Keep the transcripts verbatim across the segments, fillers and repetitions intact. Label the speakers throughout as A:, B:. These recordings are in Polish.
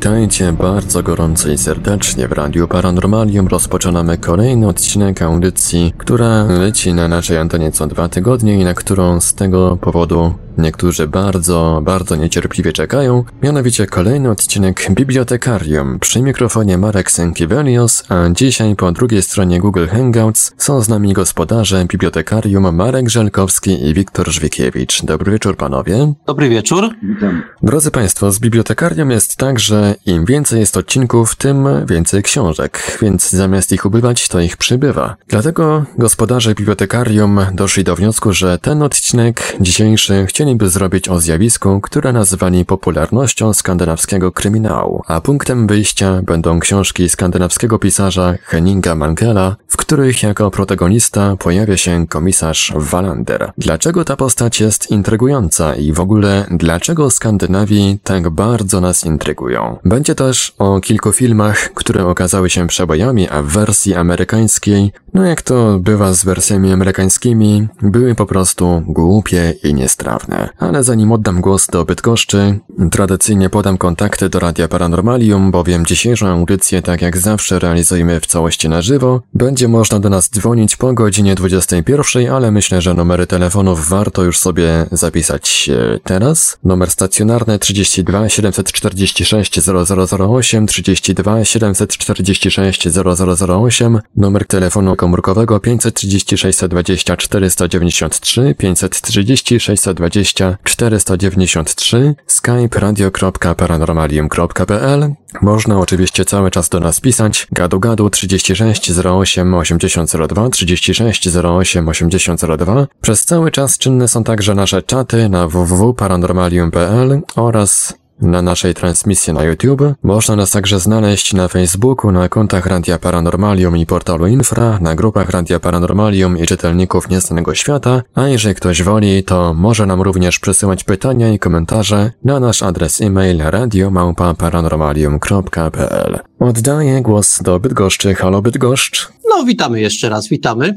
A: Witajcie bardzo gorąco i serdecznie w Radiu Paranormalium. Rozpoczynamy kolejny odcinek audycji, która leci na naszej antenie co dwa tygodnie i na którą z tego powodu niektórzy bardzo, bardzo niecierpliwie czekają. Mianowicie kolejny odcinek Bibliotekarium. Przy mikrofonie Marek Sękiewelios, a dzisiaj po drugiej stronie Google Hangouts są z nami gospodarze Bibliotekarium Marek Żelkowski i Wiktor Żwikiewicz. Dobry wieczór, panowie.
B: Dobry wieczór.
C: Witam.
A: Drodzy państwo, z Bibliotekarium jest tak, że im więcej jest odcinków, tym więcej książek, więc zamiast ich ubywać, to ich przybywa. Dlatego gospodarze Bibliotekarium doszli do wniosku, że ten odcinek dzisiejszy chcieliby zrobić o zjawisku, które nazwali popularnością skandynawskiego kryminału, a punktem wyjścia będą książki skandynawskiego pisarza Henninga Mankella, w których jako protagonista pojawia się komisarz Wallander. Dlaczego ta postać jest intrygująca i w ogóle dlaczego Skandynawii tak bardzo nas intrygują? Będzie też o kilku filmach, które okazały się przebojami, a w wersji amerykańskiej, no jak to bywa z wersjami amerykańskimi, były po prostu głupie i niestrawne. Ale zanim oddam głos do Bydgoszczy, tradycyjnie podam kontakty do Radia Paranormalium, bowiem dzisiejszą audycję, tak jak zawsze, realizujemy w całości na żywo. Będzie można do nas dzwonić po godzinie dwudziestej pierwszej, ale myślę, że numery telefonów warto już sobie zapisać teraz. Numer stacjonarny trzydzieści dwa siedemset czterdzieści sześć zero zero zero osiem, trzydzieści dwa siedemset czterdzieści sześć zero zero zero osiem, numer telefonu komórkowego pięćset trzydzieści sześćset dwadzieścia czterysta dziewięćdziesiąt trzy, pięćset trzydzieści sześćset dwadzieścia czterysta dziewięćdziesiąt trzy, skype radio kropka paranormalium kropka p l. Można oczywiście cały czas do nas pisać. Gadu gadu trzydzieści sześć zero osiem osiemdziesiąt zero dwa, trzydzieści sześć zero osiem osiemdziesiąt zero dwa. Przez cały czas czynne są także nasze czaty na w w w kropka paranormalium kropka p l oraz na naszej transmisji na YouTube. Można nas także znaleźć na Facebooku, na kontach Radia Paranormalium i portalu Infra, na grupach Radia Paranormalium i czytelników Nieznanego Świata, a jeżeli ktoś woli, to może nam również przesyłać pytania i komentarze na nasz adres e-mail radio małpa paranormalium kropka p l. Oddaję głos do Bydgoszczy. Halo Bydgoszcz.
B: No, witamy jeszcze raz, witamy.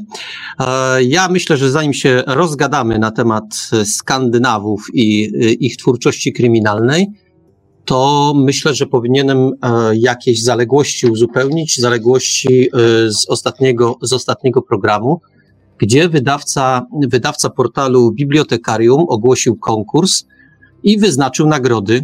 B: Ja myślę, że zanim się rozgadamy na temat Skandynawów i ich twórczości kryminalnej, to myślę, że powinienem jakieś zaległości uzupełnić, zaległości z ostatniego, z ostatniego programu, gdzie wydawca, wydawca portalu Bibliotekarium ogłosił konkurs i wyznaczył nagrody.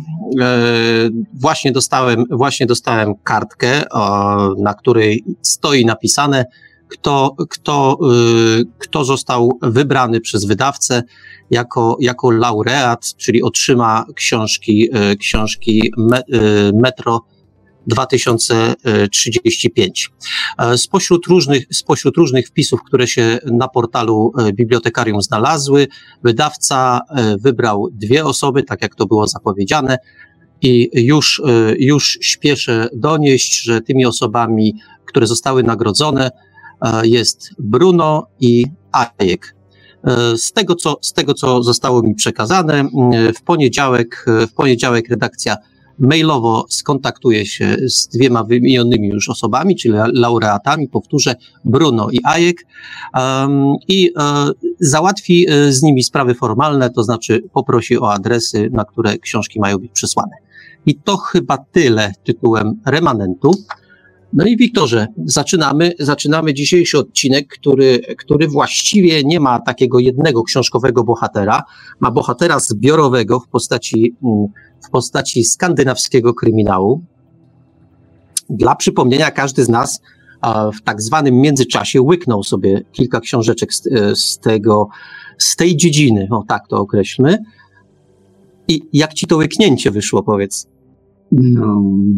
B: Właśnie dostałem, właśnie dostałem kartkę, na której stoi napisane, kto, kto, kto został wybrany przez wydawcę jako, jako laureat, czyli otrzyma książki, książki Metro dwa tysiące trzydzieści pięć. Spośród różnych, spośród różnych wpisów, które się na portalu Bibliotekarium znalazły, wydawca wybrał dwie osoby, tak jak to było zapowiedziane, i już, już śpieszę donieść, że tymi osobami, które zostały nagrodzone, jest Bruno i Ajek. Z tego, co, z tego, co zostało mi przekazane, w poniedziałek, w poniedziałek redakcja mailowo skontaktuje się z dwiema wymienionymi już osobami, czyli laureatami, powtórzę, Bruno i Ajek, um, i um, załatwi z nimi sprawy formalne, to znaczy poprosi o adresy, na które książki mają być przesłane. I to chyba tyle tytułem remanentu. No i Wiktorze, zaczynamy, zaczynamy dzisiejszy odcinek, który, który właściwie nie ma takiego jednego książkowego bohatera, ma bohatera zbiorowego w postaci, w postaci skandynawskiego kryminału. Dla przypomnienia, każdy z nas w tak zwanym międzyczasie łyknął sobie kilka książeczek z, z tego, z tej dziedziny, o tak to określmy. I jak ci to łyknięcie wyszło, powiedz?
C: No,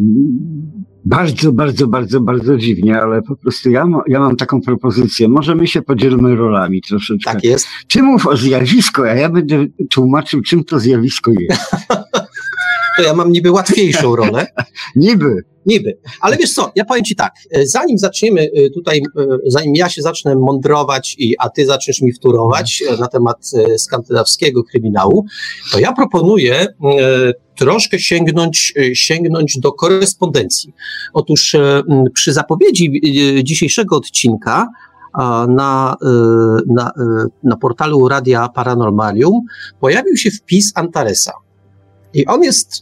C: bardzo, bardzo, bardzo, bardzo dziwnie, ale po prostu ja, ma, ja mam taką propozycję. Może my się podzielmy rolami troszeczkę.
B: Tak jest.
C: Ty mów o zjawisku, a ja będę tłumaczył, czym to zjawisko jest.
B: To ja mam niby łatwiejszą rolę.
C: Niby.
B: Niby. Ale wiesz co, ja powiem ci tak, zanim zaczniemy tutaj, zanim ja się zacznę mądrować, i, a ty zaczniesz mi wtórować na temat skandynawskiego kryminału, to ja proponuję troszkę sięgnąć, sięgnąć do korespondencji. Otóż przy zapowiedzi dzisiejszego odcinka na, na, na portalu Radia Paranormalium pojawił się wpis Antaresa. I on jest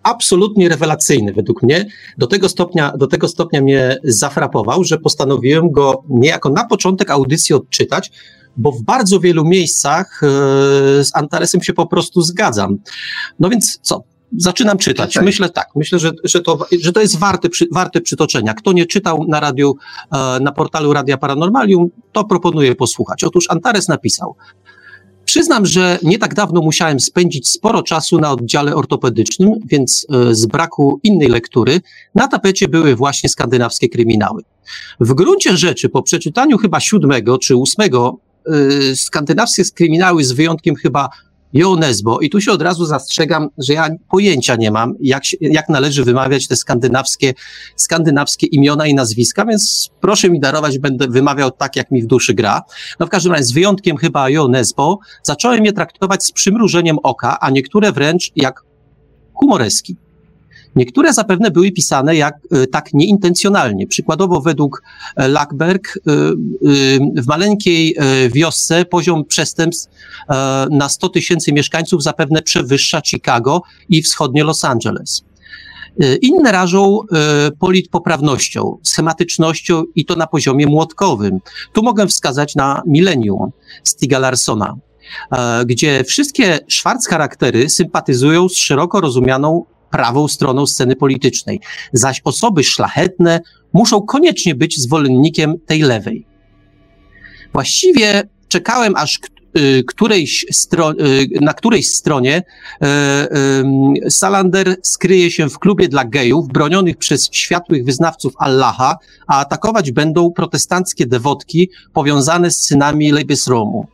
B: absolutnie rewelacyjny według mnie. Do tego stopnia, do tego stopnia mnie zafrapował, że postanowiłem go niejako na początek audycji odczytać, bo w bardzo wielu miejscach e, z Antaresem się po prostu zgadzam. No więc co? Zaczynam czytać.
C: Tak.
B: Myślę tak, myślę, że, że, to, że to jest warte, przy, warte przytoczenia. Kto nie czytał na radiu, e, na portalu Radia Paranormalium, to proponuję posłuchać. Otóż Antares napisał: przyznam, że nie tak dawno musiałem spędzić sporo czasu na oddziale ortopedycznym, więc e, z braku innej lektury na tapecie były właśnie skandynawskie kryminały. W gruncie rzeczy po przeczytaniu chyba siódmego czy ósmego e, skandynawskie kryminały z wyjątkiem chyba Jo Nesbo, i tu się od razu zastrzegam, że ja pojęcia nie mam, jak, się, jak należy wymawiać te skandynawskie, skandynawskie imiona i nazwiska, więc proszę mi darować, będę wymawiał tak, jak mi w duszy gra. No w każdym razie, z wyjątkiem chyba Jo Nesbo, zacząłem je traktować z przymrużeniem oka, a niektóre wręcz jak humoreski. Niektóre zapewne były pisane jak, tak nieintencjonalnie. Przykładowo według Lackberg w maleńkiej wiosce poziom przestępstw na sto tysięcy mieszkańców zapewne przewyższa Chicago i wschodnie Los Angeles. Inne rażą politpoprawnością, schematycznością i to na poziomie młotkowym. Tu mogę wskazać na Millennium Stiga Larssona, gdzie wszystkie Schwarz charaktery sympatyzują z szeroko rozumianą prawą stroną sceny politycznej, zaś osoby szlachetne muszą koniecznie być zwolennikiem tej lewej. Właściwie czekałem, aż którejś stro- na którejś stronie Salander skryje się w klubie dla gejów bronionych przez światłych wyznawców Allaha, a atakować będą protestanckie dewotki powiązane z synami Lebesromu.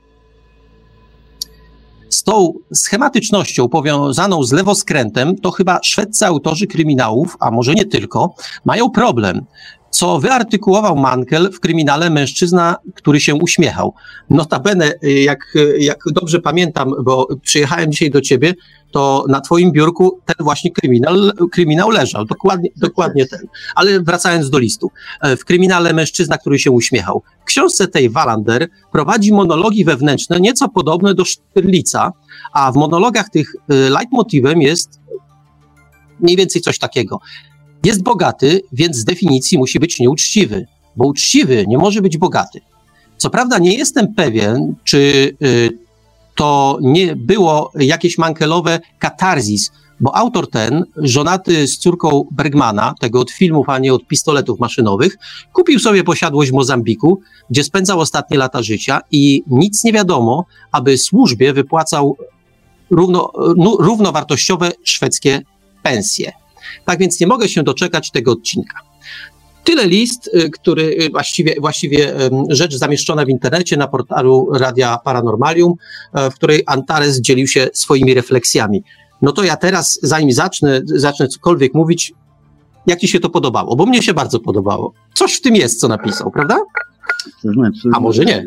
B: Z tą schematycznością powiązaną z lewoskrętem to chyba szwedzcy autorzy kryminałów, a może nie tylko, mają problem, co wyartykułował Mankell w kryminale Mężczyzna, który się uśmiechał. Notabene, jak, jak dobrze pamiętam, bo przyjechałem dzisiaj do ciebie, to na twoim biurku ten właśnie kryminał, kryminał leżał, dokładnie, dokładnie ten. Ale wracając do listu. W kryminale Mężczyzna, który się uśmiechał. W książce tej Wallander prowadzi monologi wewnętrzne nieco podobne do Sztyrlica, a w monologach tych leitmotywem jest mniej więcej coś takiego. Jest bogaty, więc z definicji musi być nieuczciwy, bo uczciwy nie może być bogaty. Co prawda nie jestem pewien, czy y, to nie było jakieś Mankelowe katarzis, bo autor ten, żonaty z córką Bergmana, tego od filmów, a nie od pistoletów maszynowych, kupił sobie posiadłość w Mozambiku, gdzie spędzał ostatnie lata życia i nic nie wiadomo, aby służbie wypłacał równo, no, równowartościowe szwedzkie pensje. Tak więc nie mogę się doczekać tego odcinka. Tyle list, który właściwie, właściwie rzecz zamieszczona w internecie na portalu Radia Paranormalium, w której Antares dzielił się swoimi refleksjami. No to ja teraz, zanim zacznę, zacznę cokolwiek mówić, jak ci się to podobało? Bo mnie się bardzo podobało. Coś w tym jest, co napisał, prawda?
C: To znaczy,
B: a może nie?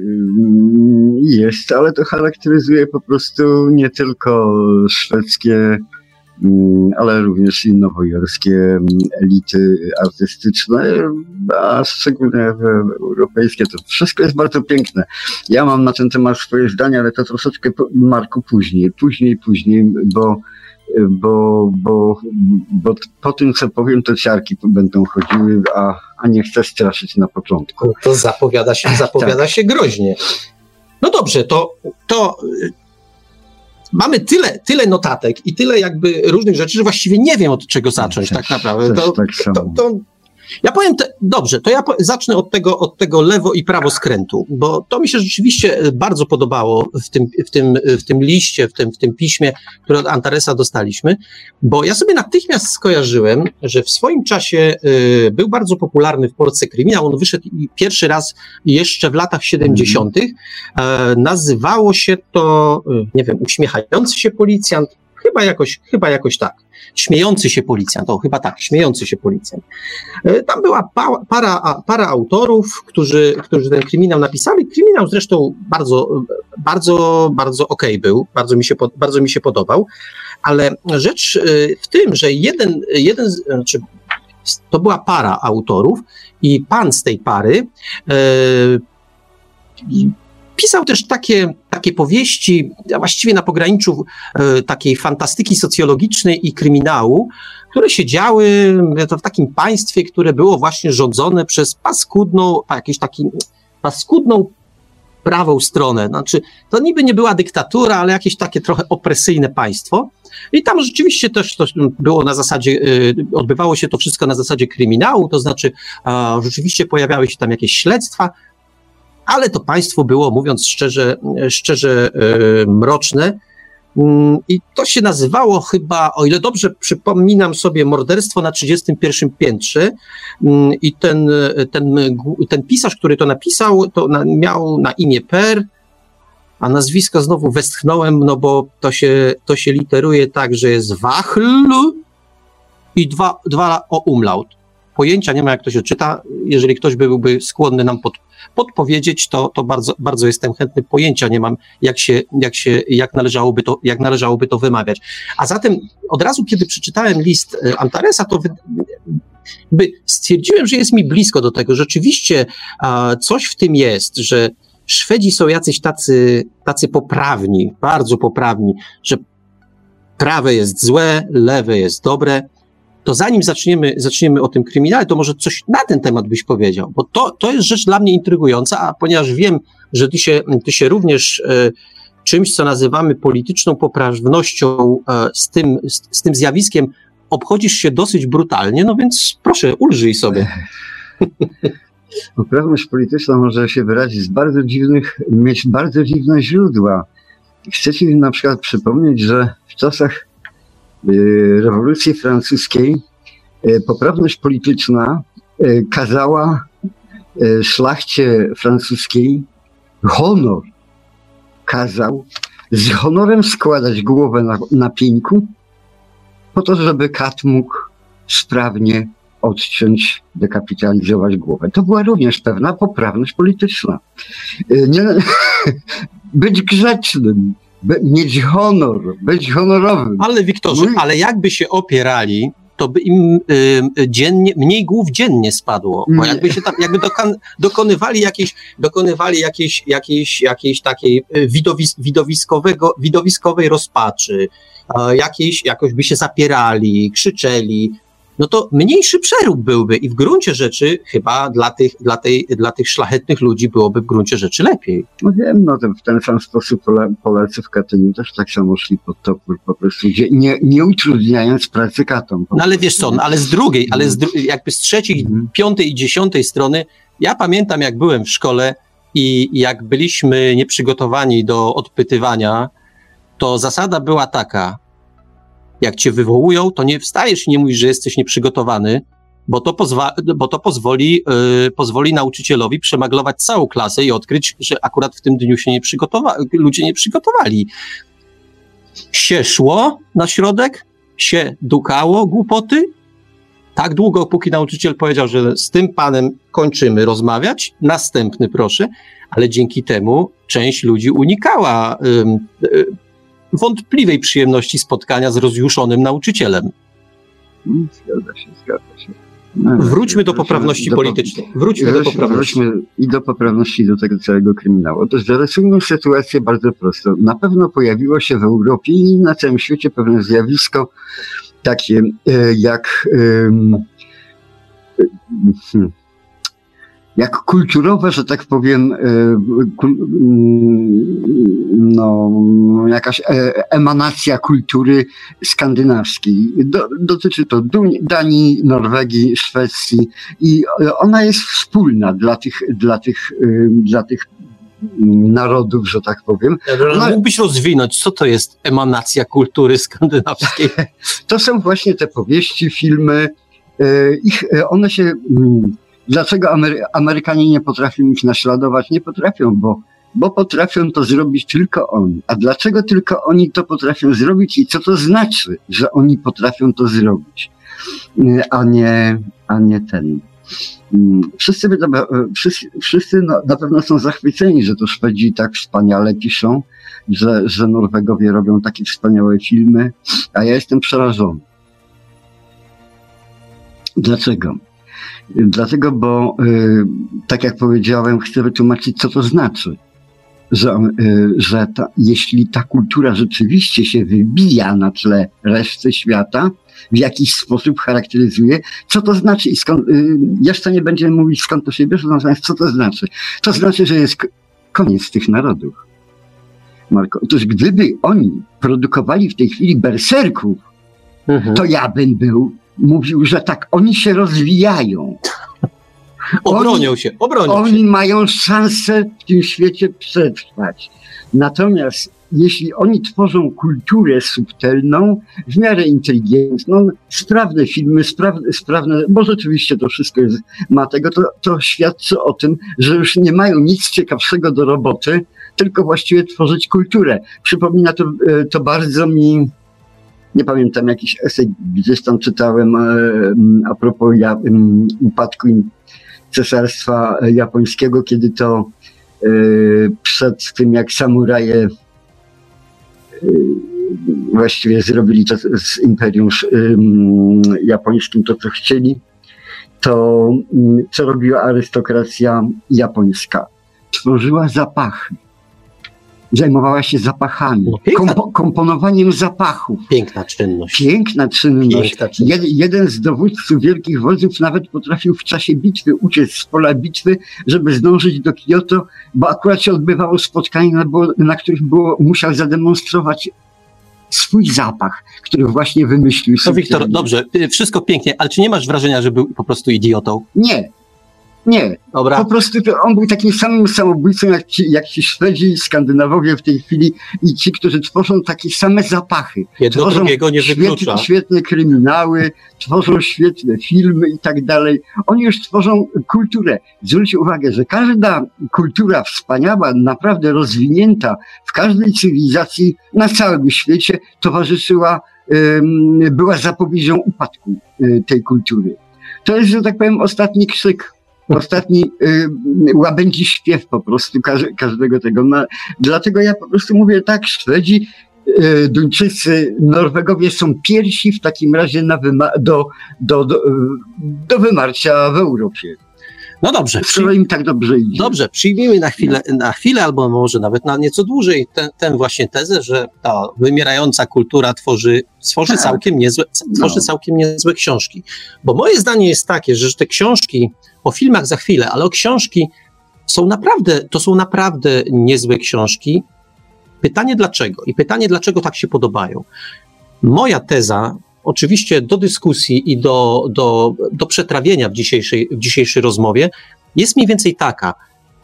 C: Jest, ale to charakteryzuje po prostu nie tylko szwedzkie, ale również i nowojorskie elity artystyczne, a szczególnie europejskie. To wszystko jest bardzo piękne. Ja mam na ten temat swoje zdanie, ale to troszeczkę, Marku, później, później, później, bo, bo, bo, bo po tym, co powiem, to ciarki będą chodziły, a, a nie chcę straszyć na początku.
B: No to zapowiada się, zapowiada tak. się groźnie. No dobrze, to, to mamy tyle, tyle notatek i tyle jakby różnych rzeczy, że właściwie nie wiem, od czego zacząć też, tak naprawdę. To,
C: tak
B: to, to, ja powiem, te, dobrze, to ja po, zacznę od tego, od tego lewo i prawo skrętu, bo to mi się rzeczywiście bardzo podobało w tym, w tym, w tym liście, w tym, w tym piśmie, które od Antaresa dostaliśmy, bo ja sobie natychmiast skojarzyłem, że w swoim czasie y, był bardzo popularny w Polsce kryminał, on wyszedł pierwszy raz jeszcze w latach siedemdziesiątych. E, nazywało się to, y, nie wiem, uśmiechający się policjant, chyba jakoś, chyba jakoś tak. Śmiejący się policjant, o chyba tak, śmiejący się policjant. Tam była pa, para, para autorów, którzy, którzy ten kryminał napisali. Kryminał zresztą bardzo, bardzo, bardzo okej był, bardzo mi się, bardzo mi się podobał, ale rzecz w tym, że jeden, jeden znaczy, to była para autorów i pan z tej pary yy, pisał też takie, takie powieści, właściwie na pograniczu e, takiej fantastyki socjologicznej i kryminału, które siedziały to w takim państwie, które było właśnie rządzone przez paskudną, jakieś taki paskudną prawą stronę. Znaczy, to niby nie była dyktatura, ale jakieś takie trochę opresyjne państwo. I tam rzeczywiście też to było na zasadzie, odbywało się to wszystko na zasadzie kryminału, to znaczy rzeczywiście pojawiały się tam jakieś śledztwa, ale to państwo było, mówiąc szczerze, szczerze mroczne. I to się nazywało chyba, o ile dobrze przypominam sobie, Morderstwo na trzydziestym pierwszym piętrze. I ten, ten, ten pisarz, który to napisał, to na, miał na imię Per, a nazwisko znowu westchnąłem, no bo to się, to się literuje tak, że jest Wachl i dwa, dwa o umlaut. Pojęcia nie ma, jak to się czyta. Jeżeli ktoś byłby skłonny nam pod, podpowiedzieć, to, to bardzo, bardzo jestem chętny. Pojęcia nie mam, jak się, jak się, jak należałoby to, jak należałoby to wymawiać. A zatem od razu, kiedy przeczytałem list Antaresa, to wy, by stwierdziłem, że jest mi blisko do tego. Rzeczywiście a, coś w tym jest, że Szwedzi są jacyś tacy, tacy poprawni, bardzo poprawni, że prawe jest złe, lewe jest dobre. To zanim zaczniemy, zaczniemy o tym kryminale, to może coś na ten temat byś powiedział, bo to, to jest rzecz dla mnie intrygująca, a ponieważ wiem, że ty się, ty się również e, czymś, co nazywamy polityczną poprawnością, e, z, tym, z, z tym zjawiskiem obchodzisz się dosyć brutalnie, no więc proszę, ulżyj sobie.
C: Poprawność polityczna może się wyrazić z bardzo dziwnych, mieć bardzo dziwne źródła. Chcę ci na przykład przypomnieć, że w czasach rewolucji francuskiej poprawność polityczna kazała szlachcie francuskiej honor. Kazał z honorem składać głowę na, na pieńku po to, żeby kat mógł sprawnie odciąć, dekapitalizować głowę. To była również pewna poprawność polityczna. Nie, być grzecznym, by, mieć honor, być honorowym.
B: Ale Wiktorze, no i... ale jakby się opierali, to by im y, dziennie, mniej głów dziennie spadło, bo jakby się tam, jakby dokan, dokonywali jakiejś, dokonywali jakiejś, jakiejś, jakiejś takiej widowis, widowiskowego, widowiskowej rozpaczy, y, jakiejś, jakoś by się zapierali, krzyczeli, no to mniejszy przerób byłby i w gruncie rzeczy chyba dla tych, dla tej, dla tych szlachetnych ludzi byłoby w gruncie rzeczy lepiej.
C: No wiem, no to w ten sam sposób Polacy w Katyniu też tak samo szli pod topór, po prostu nie, nie utrudniając pracy katom.
B: No ale wiesz co, no, ale z drugiej, ale z dru- jakby z trzeciej, mm. piątej i dziesiątej strony, ja pamiętam jak byłem w szkole i jak byliśmy nieprzygotowani do odpytywania, to zasada była taka: jak cię wywołują, to nie wstajesz i nie mówisz, że jesteś nieprzygotowany, bo to, pozwa- bo to pozwoli, yy, pozwoli nauczycielowi przemaglować całą klasę i odkryć, że akurat w tym dniu się nie przygotowa- ludzie nie przygotowali. Się szło na środek, się dukało głupoty, tak długo, póki nauczyciel powiedział, że z tym panem kończymy rozmawiać, następny proszę, ale dzięki temu część ludzi unikała yy, yy, wątpliwej przyjemności spotkania z rozjuszonym nauczycielem.
C: Zgadza się, zgadza się. No,
B: wróćmy do poprawności do, politycznej. Wróćmy
C: wróćmy,
B: do poprawności.
C: Wróćmy i do poprawności do tego całego kryminału. Otóż zarysujmy sytuację bardzo prosto. Na pewno pojawiło się w Europie i na całym świecie pewne zjawisko takie jak hmm, jak kulturowe, że tak powiem, no, jakaś emanacja kultury skandynawskiej. Do, dotyczy to Danii, Norwegii, Szwecji i ona jest wspólna dla tych, dla tych, dla tych narodów, że tak powiem.
B: Ona... Mógłbyś rozwinąć, co to jest emanacja kultury skandynawskiej?
C: To są właśnie te powieści, filmy. Ich, one się... Dlaczego Amery- Amerykanie nie potrafią ich naśladować? Nie potrafią, bo, bo potrafią to zrobić tylko oni. A dlaczego tylko oni to potrafią zrobić i co to znaczy, że oni potrafią to zrobić, a nie, a nie ten. Wszyscy, wszyscy, wszyscy no, na pewno są zachwyceni, że to Szwedzi tak wspaniale piszą, że, że Norwegowie robią takie wspaniałe filmy, a ja jestem przerażony. Dlaczego? Dlatego, bo y, tak jak powiedziałem, chcę wytłumaczyć, co to znaczy, że, że ta, jeśli ta kultura rzeczywiście się wybija na tle reszty świata, w jakiś sposób charakteryzuje, co to znaczy i skąd, jeszcze nie będziemy mówić, skąd to się bierze, natomiast co to znaczy. To znaczy, że jest koniec tych narodów. Marko, otóż gdyby oni produkowali w tej chwili berserków, mhm. to ja bym był, mówił, że tak, oni się rozwijają.
B: Obronią
C: oni,
B: się, obronią
C: Oni
B: się.
C: mają szansę w tym świecie przetrwać. Natomiast jeśli oni tworzą kulturę subtelną, w miarę inteligentną, sprawne filmy, sprawne, sprawne bo rzeczywiście to wszystko jest, ma tego, to, to świadczy o tym, że już nie mają nic ciekawszego do roboty, tylko właściwie tworzyć kulturę. Przypomina to, to bardzo mi, nie pamiętam, jakiś esej gdzieś tam czytałem a propos ja, upadku Cesarstwa Japońskiego, kiedy to przed tym, jak samuraje właściwie zrobili to z Imperium Japońskim, to co chcieli, to co robiła arystokracja japońska? Tworzyła zapachy. Zajmowała się zapachami,
B: no piękna,
C: kompo- komponowaniem zapachów.
B: Piękna czynność.
C: Piękna czynność.
B: Piękna czynność.
C: Jed, jeden z dowódców wielkich wodzów nawet potrafił w czasie bitwy uciec z pola bitwy, żeby zdążyć do Kioto, bo akurat się odbywało spotkanie, na, na których było, musiał zademonstrować swój zapach, który właśnie wymyślił.
B: No Wiktor, dobrze, wszystko pięknie, ale czy nie masz wrażenia, że był po prostu idiotą?
C: Nie. Nie,
B: Dobra.
C: Po prostu on był takim samym samobójcą jak ci, jak ci Szwedzi, Skandynawowie w tej chwili i ci, którzy tworzą takie same zapachy.
B: Jedno
C: tworzą
B: drugiego nie wyklucza.
C: Świetne, świetne kryminały, tworzą świetne filmy i tak dalej. Oni już tworzą kulturę. Zwróćcie uwagę, że każda kultura wspaniała, naprawdę rozwinięta w każdej cywilizacji na całym świecie towarzyszyła, um, była zapowiedzią upadku um, tej kultury. To jest, że tak powiem, ostatni krzyk. Ostatni y, łabędzi śpiew po prostu każ, każdego tego. No, dlatego ja po prostu mówię tak, Szwedzi, y, Duńczycy, Norwegowie są pierwsi w takim razie na wyma- do, do, do, do wymarcia w Europie.
B: No dobrze.
C: Skoro im tak dobrze idzie.
B: Dobrze, przyjmijmy na chwilę, na chwilę albo może nawet na nieco dłużej tę, tę właśnie tezę, że ta wymierająca kultura tworzy, tworzy, tak. całkiem niezłe, tworzy no. całkiem niezłe książki. Bo moje zdanie jest takie, że te książki, o filmach za chwilę, ale o książki są naprawdę, to są naprawdę niezłe książki. Pytanie dlaczego? I pytanie dlaczego tak się podobają. Moja teza, oczywiście do dyskusji i do, do, do przetrawienia w dzisiejszej, w dzisiejszej rozmowie, jest mniej więcej taka.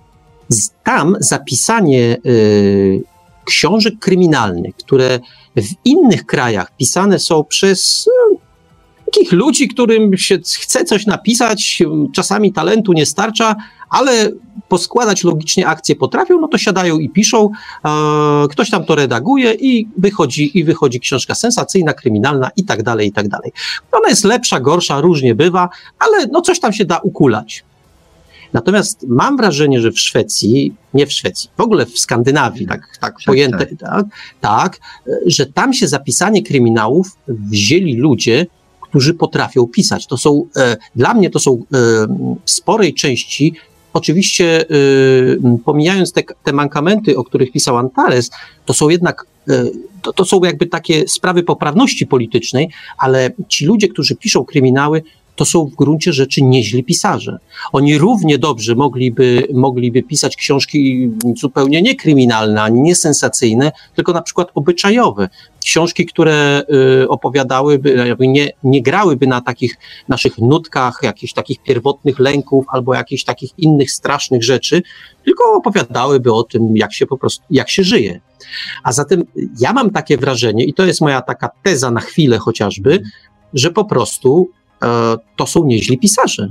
B: Tam zapisanie y, książek kryminalnych, które w innych krajach pisane są przez y, takich ludzi, którym się chce coś napisać, czasami talentu nie starcza, ale poskładać logicznie akcje potrafią, no to siadają i piszą, e, ktoś tam to redaguje i wychodzi, i wychodzi książka sensacyjna, kryminalna i tak dalej, i tak dalej. Ona jest lepsza, gorsza, różnie bywa, ale no coś tam się da ukulać. Natomiast mam wrażenie, że w Szwecji, nie w Szwecji, w ogóle w Skandynawii, tak, tak pojęte, tak, tak, że tam się zapisanie kryminałów wzięli ludzie, którzy potrafią pisać. To są, e, dla mnie to są e, w sporej części, oczywiście e, pomijając te, te mankamenty, o których pisał Antares, to są jednak, e, to, to są jakby takie sprawy poprawności politycznej, ale ci ludzie, którzy piszą kryminały, to są w gruncie rzeczy nieźli pisarze. Oni równie dobrze mogliby, mogliby pisać książki zupełnie nie kryminalne, ani nie sensacyjne, tylko na przykład obyczajowe. Książki, które y, opowiadałyby, jakby nie, nie grałyby na takich naszych nutkach, jakichś takich pierwotnych lęków albo jakichś takich innych strasznych rzeczy, tylko opowiadałyby o tym, jak się po prostu, jak się żyje. A zatem ja mam takie wrażenie, i to jest moja taka teza na chwilę chociażby, że po prostu to są nieźli pisarze.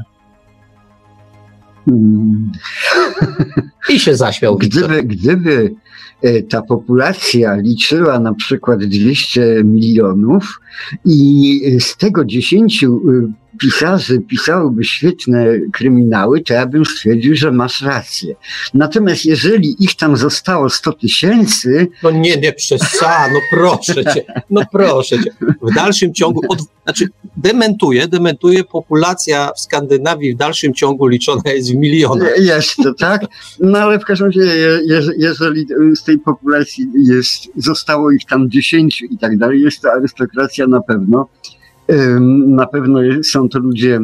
C: Hmm.
B: I się zaśmiał.
C: Gdyby, gdyby ta populacja liczyła na przykład dwieście milionów i z tego dziesięć pisarzy pisałoby świetne kryminały, to ja bym stwierdził, że masz rację. Natomiast jeżeli ich tam zostało sto tysięcy...
B: No nie, nie przesadzaj, no proszę cię, no proszę cię. W dalszym ciągu, od, znaczy dementuję, dementuję, populacja w Skandynawii w dalszym ciągu liczona jest w milionach.
C: Jest to, tak? No ale w każdym razie, je, jeżeli z tej populacji jest, zostało ich tam dziesięciu i tak dalej, jest to arystokracja na pewno. Na pewno są to ludzie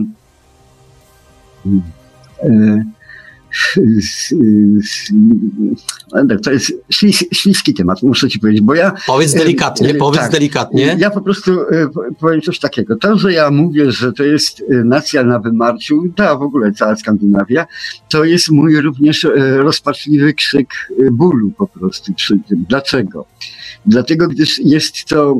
C: to jest ślis, śliski temat, muszę ci powiedzieć, bo ja...
B: Powiedz delikatnie, powiedz tak, delikatnie.
C: Ja po prostu powiem coś takiego. To, że ja mówię, że to jest nacja na wymarciu, ta w ogóle cała Skandynawia, to jest mój również rozpaczliwy krzyk bólu po prostu przy tym. Dlaczego? Dlatego, gdyż jest to...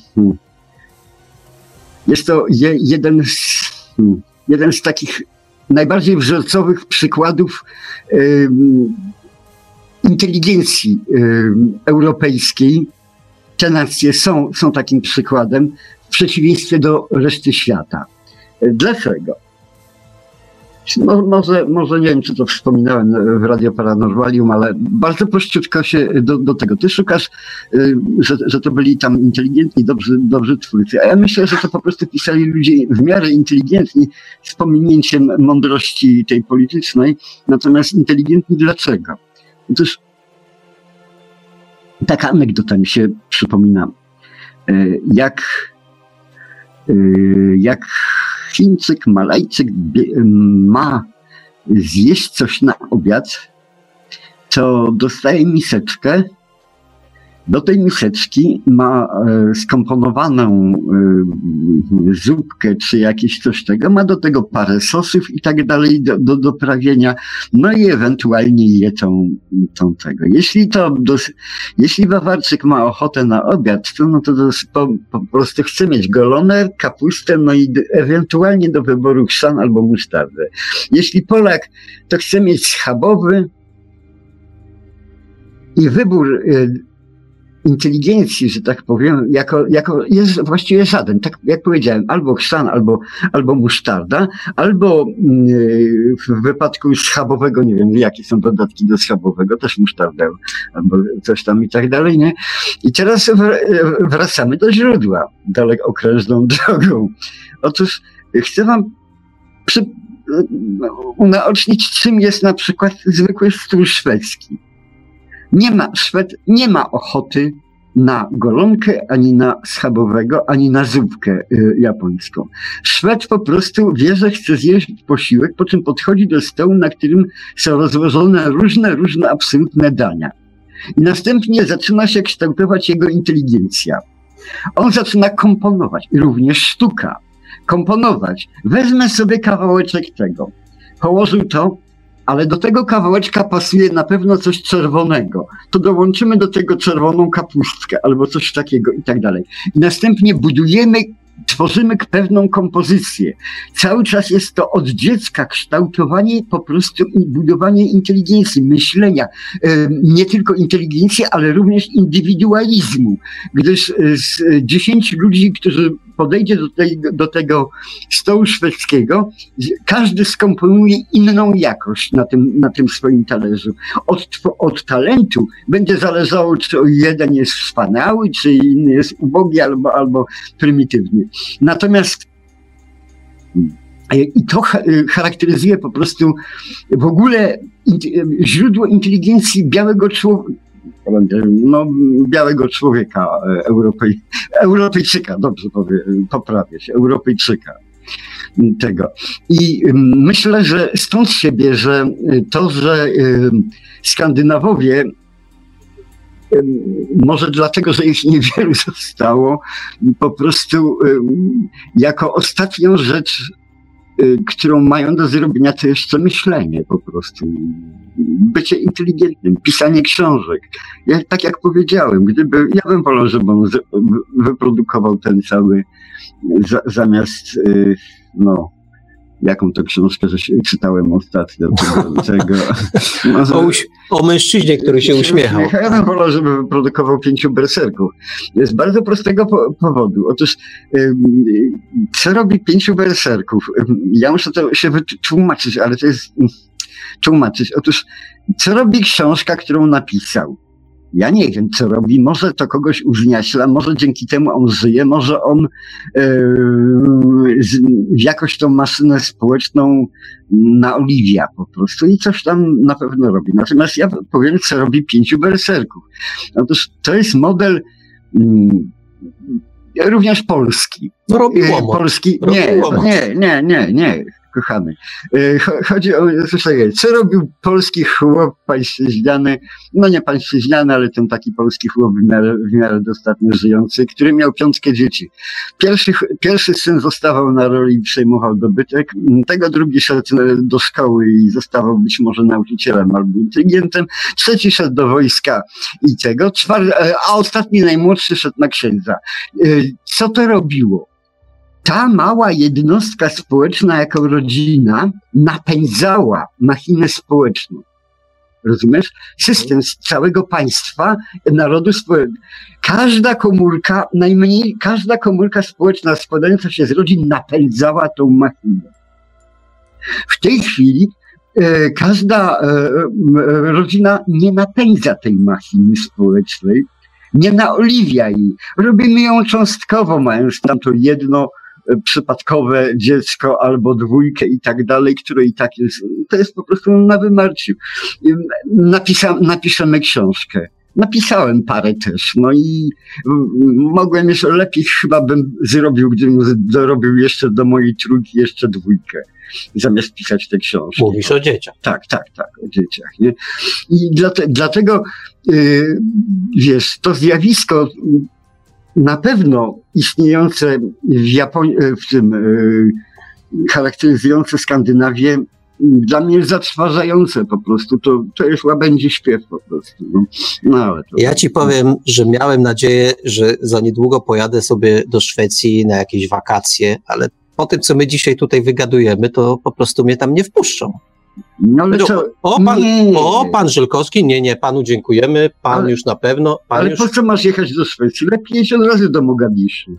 C: Jest to je, jeden, z, jeden z takich najbardziej wzorcowych przykładów y, inteligencji y, europejskiej. Te nacje są, są takim przykładem w przeciwieństwie do reszty świata. Dlaczego? No, może, może nie wiem, czy to wspominałem w Radio Paranormalium, ale bardzo prościutko się do, do tego. Ty szukasz, że, że to byli tam inteligentni, dobrzy, dobrzy twórcy, a ja myślę, że to po prostu pisali ludzie w miarę inteligentni, z pominięciem mądrości tej politycznej, natomiast inteligentni dlaczego? Otóż taka anegdota mi się przypomina, jak, jak Chińczyk, Malajczyk ma zjeść coś na obiad, to dostaje miseczkę. Do tej miseczki ma e, skomponowaną e, zupkę czy jakieś coś tego, ma do tego parę sosów i tak dalej do, do doprawienia, no i ewentualnie je tą, tą tego. Jeśli to, dos, jeśli Bawarczyk ma ochotę na obiad, to no to dos, po, po prostu chce mieć golonę, kapustę, no i do, ewentualnie do wyboru chrzan albo musztardę. Jeśli Polak to chce mieć schabowy i wybór e, inteligencji, że tak powiem, jako, jako jest właściwie żaden. Tak jak powiedziałem, albo chrzan, albo, albo musztarda, albo yy, w wypadku schabowego, nie wiem, jakie są dodatki do schabowego, też musztardę, albo coś tam i tak dalej, nie? I teraz wracamy do źródła, daleko okrężną drogą. Otóż chcę wam przy, unaocznić, czym jest na przykład zwykły stół szwedzki. Nie ma, Szwed nie ma ochoty na golonkę, ani na schabowego, ani na zupkę y, japońską. Szwed po prostu wie, że chce zjeść posiłek, po czym podchodzi do stołu, na którym są rozłożone różne, różne absolutne dania. I następnie zaczyna się kształtować jego inteligencja. On zaczyna komponować, i również sztuka. Komponować. Wezmę sobie kawałeczek tego. Położył to, ale do tego kawałeczka pasuje na pewno coś czerwonego. To dołączymy do tego czerwoną kapustkę albo coś takiego i tak dalej. I następnie budujemy, tworzymy pewną kompozycję. Cały czas jest to od dziecka kształtowanie po prostu i budowanie inteligencji, myślenia. Nie tylko inteligencji, ale również indywidualizmu. Gdyż z dziesięciu ludzi, którzy podejdzie do, tej, do tego stołu szwedzkiego, każdy skomponuje inną jakość na tym, na tym swoim talerzu. Od, od talentu będzie zależało, czy jeden jest wspaniały, czy inny jest ubogi albo, albo prymitywny. Natomiast i to charakteryzuje po prostu w ogóle źródło inteligencji białego człowieka, no, białego człowieka, Europej, Europejczyka, dobrze powiem, poprawię się, Europejczyka tego. I myślę, że stąd się bierze to, że Skandynawowie, może dlatego, że ich niewielu zostało, po prostu jako ostatnią rzecz, którą mają do zrobienia, to jeszcze myślenie po prostu. Bycie inteligentnym, pisanie książek. Ja, tak jak powiedziałem, gdyby, ja bym wolał, żeby on z, wyprodukował ten cały, za, zamiast, no, jaką to książkę, że się czytałem ostatnio. Tego, tego. Może,
B: o, uś- o mężczyźnie, który się uśmiechał.
C: Ja bym wolał, żeby wyprodukował pięciu berserków. Z bardzo prostego po- powodu. Otóż ym, co robi pięciu berserków? Ja muszę to się wytłumaczyć, ale to jest tłumaczyć. Otóż co robi książka, którą napisał? Ja nie wiem, co robi. Może to kogoś uwzniaśla, może dzięki temu on żyje, może on yy, z, jakoś tą maszynę społeczną naoliwia po prostu i coś tam na pewno robi. Natomiast ja powiem, co robi pięciu berserków. Otóż to jest model yy, również polski.
B: No robiło
C: Yy, polski. Nie, nie, nie, nie, nie. Kochany. Chodzi o, słuchaj, co robił polski chłop pańszczyźniany, no nie pańszczyźniany, ale ten taki polski chłop w miarę, w miarę dostatnio żyjący, który miał piątkę dzieci. Pierwszy, pierwszy syn zostawał na roli i przejmował dobytek, tego drugi szedł do szkoły i zostawał być może nauczycielem albo inteligentem, trzeci szedł do wojska i tego, czwarty, a ostatni najmłodszy szedł na księdza. Co to robiło? Ta mała jednostka społeczna jako rodzina napędzała machinę społeczną. Rozumiesz? System z całego państwa, narodu społecznego. Każda komórka, najmniej, każda komórka społeczna składająca się z rodzin napędzała tą machinę. W tej chwili e, każda e, rodzina nie napędza tej machiny społecznej, nie naoliwia jej. Robimy ją cząstkowo, mając tam to jedno przypadkowe dziecko albo dwójkę i tak dalej, które i tak jest, to jest po prostu na wymarciu. Napisa, napiszemy książkę. Napisałem parę też, no i mogłem jeszcze lepiej chyba bym zrobił, gdybym dorobił jeszcze do mojej trójki jeszcze dwójkę, zamiast pisać te książki.
B: Mówisz o dzieciach.
C: Tak, tak, tak, o dzieciach, nie? I dlate, dlatego, yy, wiesz, to zjawisko na pewno istniejące w Japonii, w tym yy, charakteryzujące Skandynawię, dla mnie jest zatrważające po prostu. To, to jest łabędzi śpiew po prostu. No, no, ale to...
B: Ja ci powiem, że miałem nadzieję, że za niedługo pojadę sobie do Szwecji na jakieś wakacje, ale po tym, co my dzisiaj tutaj wygadujemy, to po prostu mnie tam nie wpuszczą.
C: No, ale co?
B: O, pan, o, pan Żelkowski, nie, nie, panu dziękujemy, pan ale, już na pewno. Pan
C: ale
B: już...
C: po co masz jechać do Szwecji? Lepiej jeźdź od razu do Mogadiszy.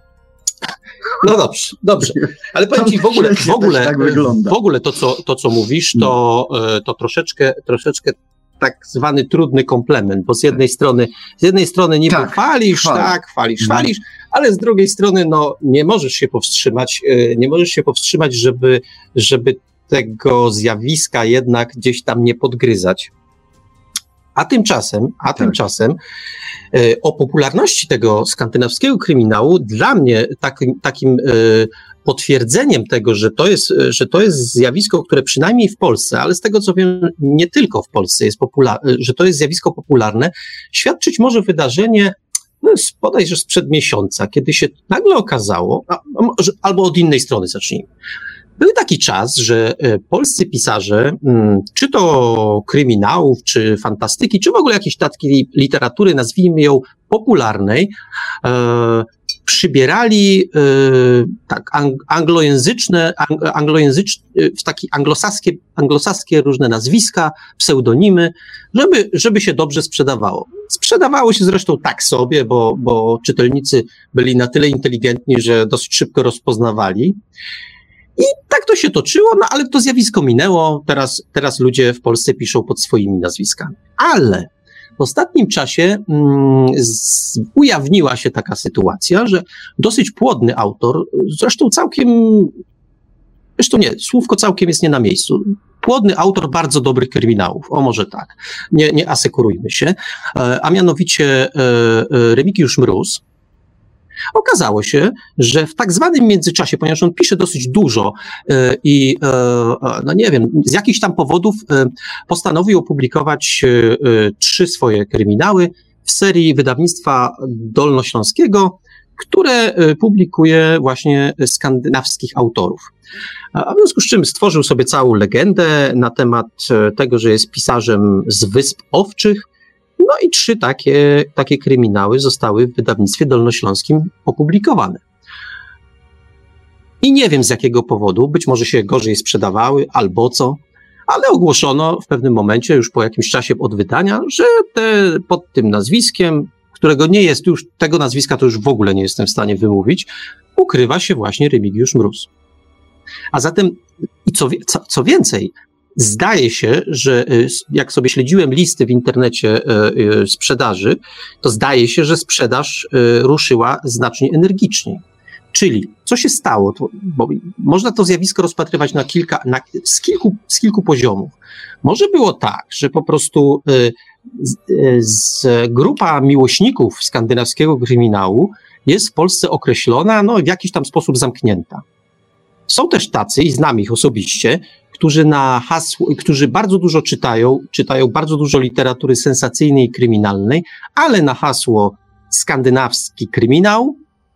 B: No dobrze, dobrze. Ale powiem ci, w ogóle, w ogóle, tak w ogóle to, co, to, co mówisz, to, to troszeczkę, troszeczkę tak zwany trudny komplement, bo z jednej strony, z jednej strony niby tak, chwalisz, chwal. tak, chwalisz, no. chwalisz, ale z drugiej strony, no, nie możesz się powstrzymać, nie możesz się powstrzymać, żeby, żeby tego zjawiska jednak gdzieś tam nie podgryzać. A tymczasem, a tak. tymczasem e, o popularności tego skandynawskiego kryminału dla mnie takim, takim e, potwierdzeniem tego, że to jest, że to jest zjawisko, które przynajmniej w Polsce, ale z tego co wiem, nie tylko w Polsce jest popularne, że to jest zjawisko popularne, świadczyć może wydarzenie, no, bodajże sprzed miesiąca, kiedy się nagle okazało, a, albo od innej strony zacznijmy. Był taki czas, że polscy pisarze, czy to kryminałów, czy fantastyki, czy w ogóle jakiejś takiej literatury, nazwijmy ją popularnej, e, przybierali e, tak anglojęzyczne, anglojęzyczne, w takie anglosaskie, anglosaskie różne nazwiska, pseudonimy, żeby, żeby się dobrze sprzedawało. Sprzedawało się zresztą tak sobie, bo, bo czytelnicy byli na tyle inteligentni, że dosyć szybko rozpoznawali. I tak to się toczyło, no ale to zjawisko minęło, teraz, teraz ludzie w Polsce piszą pod swoimi nazwiskami. Ale w ostatnim czasie mm, z, ujawniła się taka sytuacja, że dosyć płodny autor, zresztą całkiem, zresztą nie, słówko całkiem jest nie na miejscu, płodny autor bardzo dobrych kryminałów, o może tak, nie, nie asekurujmy się, a mianowicie Remigiusz Mróz. Okazało się, że w tak zwanym międzyczasie, ponieważ on pisze dosyć dużo yy, i yy, no nie wiem, z jakichś tam powodów yy, postanowił opublikować yy, trzy swoje kryminały w serii wydawnictwa dolnośląskiego, które yy, publikuje właśnie skandynawskich autorów. A w związku z czym stworzył sobie całą legendę na temat yy, tego, że jest pisarzem z Wysp Owczych. No i trzy takie, takie kryminały zostały w wydawnictwie dolnośląskim opublikowane. I nie wiem z jakiego powodu, być może się gorzej sprzedawały albo co, ale ogłoszono w pewnym momencie, już po jakimś czasie od wydania, że te, pod tym nazwiskiem, którego nie jest już, tego nazwiska to już w ogóle nie jestem w stanie wymówić, ukrywa się właśnie Remigiusz Mróz. A zatem, i co, co, co więcej, zdaje się, że jak sobie śledziłem listy w internecie sprzedaży, to zdaje się, że sprzedaż ruszyła znacznie energiczniej. Czyli co się stało? To, bo można to zjawisko rozpatrywać na kilka, na, z, kilku, z kilku poziomów. Może było tak, że po prostu y, y, z, grupa miłośników skandynawskiego kryminału jest w Polsce określona, no w jakiś tam sposób zamknięta. Są też tacy, i znam ich osobiście, którzy na hasło, którzy bardzo dużo czytają, czytają bardzo dużo literatury sensacyjnej i kryminalnej, ale na hasło skandynawski kryminał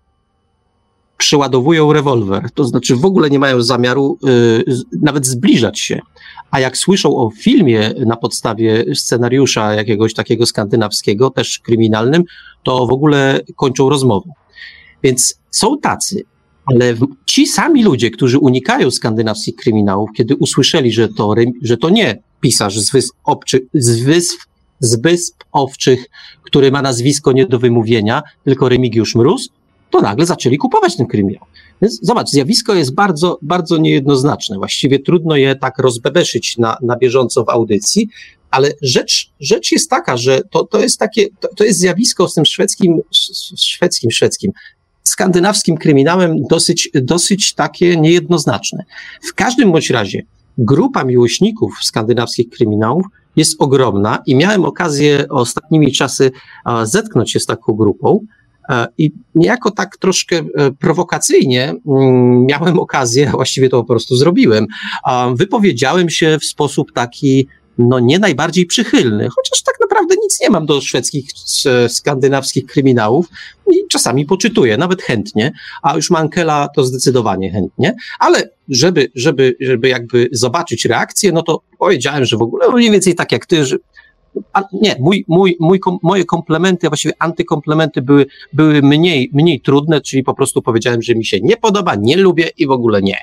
B: przyładowują rewolwer. To znaczy w ogóle nie mają zamiaru y, nawet zbliżać się. A jak słyszą o filmie na podstawie scenariusza jakiegoś takiego skandynawskiego, też kryminalnym, to w ogóle kończą rozmowę. Więc są tacy, ale ci sami ludzie, którzy unikają skandynawskich kryminałów, kiedy usłyszeli, że to, że to nie pisarz z wysp, obczy, z, wysp, z wysp Owczych, który ma nazwisko nie do wymówienia, tylko Remigiusz Mróz, to nagle zaczęli kupować ten kryminał. Więc zobacz, zjawisko jest bardzo, bardzo niejednoznaczne. Właściwie trudno je tak rozbebeszyć na, na bieżąco w audycji, ale rzecz, rzecz jest taka, że to, to jest takie, to, to jest zjawisko z tym szwedzkim, szwedzkim, szwedzkim, skandynawskim kryminałem dosyć, dosyć takie niejednoznaczne. W każdym bądź razie grupa miłośników skandynawskich kryminałów jest ogromna i miałem okazję ostatnimi czasy zetknąć się z taką grupą i niejako tak troszkę prowokacyjnie miałem okazję, właściwie to po prostu zrobiłem, wypowiedziałem się w sposób taki no nie najbardziej przychylny, chociaż tak naprawdę nic nie mam do szwedzkich, skandynawskich kryminałów i czasami poczytuję, nawet chętnie, a już Mankela to zdecydowanie chętnie, ale żeby, żeby, żeby jakby zobaczyć reakcję, no to powiedziałem, że w ogóle mniej więcej tak jak ty, że a nie, mój, mój, mój, moje komplementy, a właściwie antykomplementy były, były mniej, mniej trudne, czyli po prostu powiedziałem, że mi się nie podoba, nie lubię i w ogóle nie.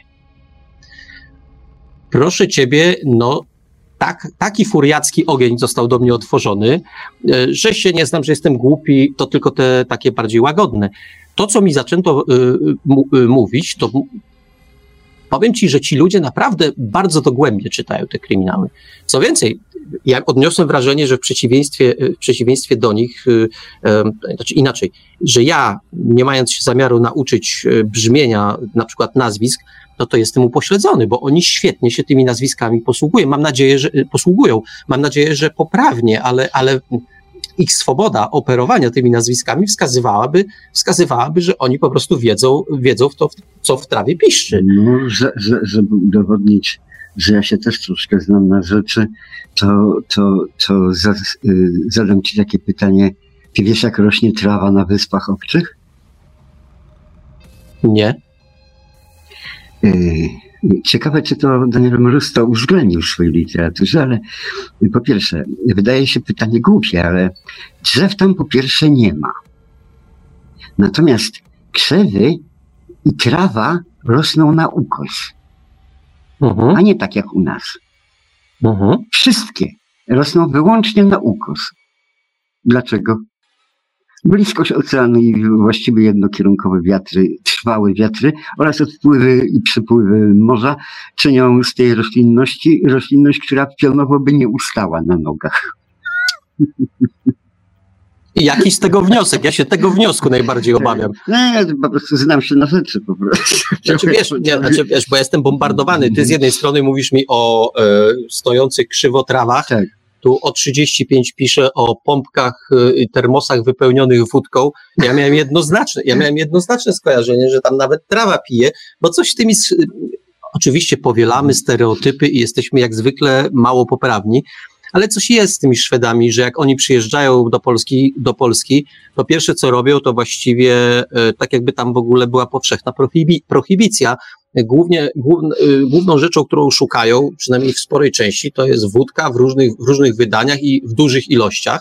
B: Proszę ciebie, no tak, taki furiacki ogień został do mnie otworzony, że się nie znam, że jestem głupi, to tylko te takie bardziej łagodne. To, co mi zaczęto y, y, mówić, to powiem ci, że ci ludzie naprawdę bardzo dogłębnie czytają te kryminały. Co więcej, ja odniosłem wrażenie, że w przeciwieństwie, w przeciwieństwie do nich, yy, yy, znaczy inaczej, że ja, nie mając się zamiaru nauczyć brzmienia na przykład nazwisk, no to jestem upośledzony, bo oni świetnie się tymi nazwiskami posługują. Mam nadzieję, że posługują. Mam nadzieję, że poprawnie, ale, ale ich swoboda operowania tymi nazwiskami wskazywałaby, wskazywałaby, że oni po prostu wiedzą, wiedzą w to, co w trawie piszczy.
C: No, że, że, żeby udowodnić, że ja się też troszkę znam na rzeczy, to, to, to za, y, zadam ci takie pytanie. Ty wiesz, jak rośnie trawa na Wyspach Owczych?
B: Nie.
C: Y, Ciekawe, czy to Daniel Mróz to uwzględnił w swojej literaturze, ale po pierwsze, wydaje się pytanie głupie, ale drzew tam po pierwsze nie ma. Natomiast krzewy i trawa rosną na ukos,
B: Mhm.
C: a nie tak jak u nas.
B: Mhm.
C: Wszystkie rosną wyłącznie na ukos. Dlaczego? Bliskość oceanu i właściwie jednokierunkowe wiatry, trwałe wiatry oraz odpływy i przypływy morza czynią z tej roślinności roślinność, która pionowo by nie ustała na nogach.
B: I jaki z tego wniosek? Ja się tego wniosku najbardziej obawiam.
C: Nie, po prostu znam się na rzeczy po prostu.
B: Znaczy wiesz, nie, znaczy wiesz, bo ja jestem bombardowany. Ty z jednej strony mówisz mi o e, stojących krzywo trawach,
C: Tak.
B: Tu o trzydzieści pięć pisze o pompkach i termosach wypełnionych wódką. Ja miałem jednoznaczne, ja miałem jednoznaczne skojarzenie, że tam nawet trawa pije, bo coś tymi... Oczywiście powielamy stereotypy i jesteśmy jak zwykle mało poprawni, ale coś jest z tymi Szwedami, że jak oni przyjeżdżają do Polski, do Polski, to pierwsze co robią, to właściwie tak jakby tam w ogóle była powszechna prohibi- prohibicja. Głównie, główn, główną rzeczą, którą szukają, przynajmniej w sporej części, to jest wódka w różnych, w różnych wydaniach i w dużych ilościach.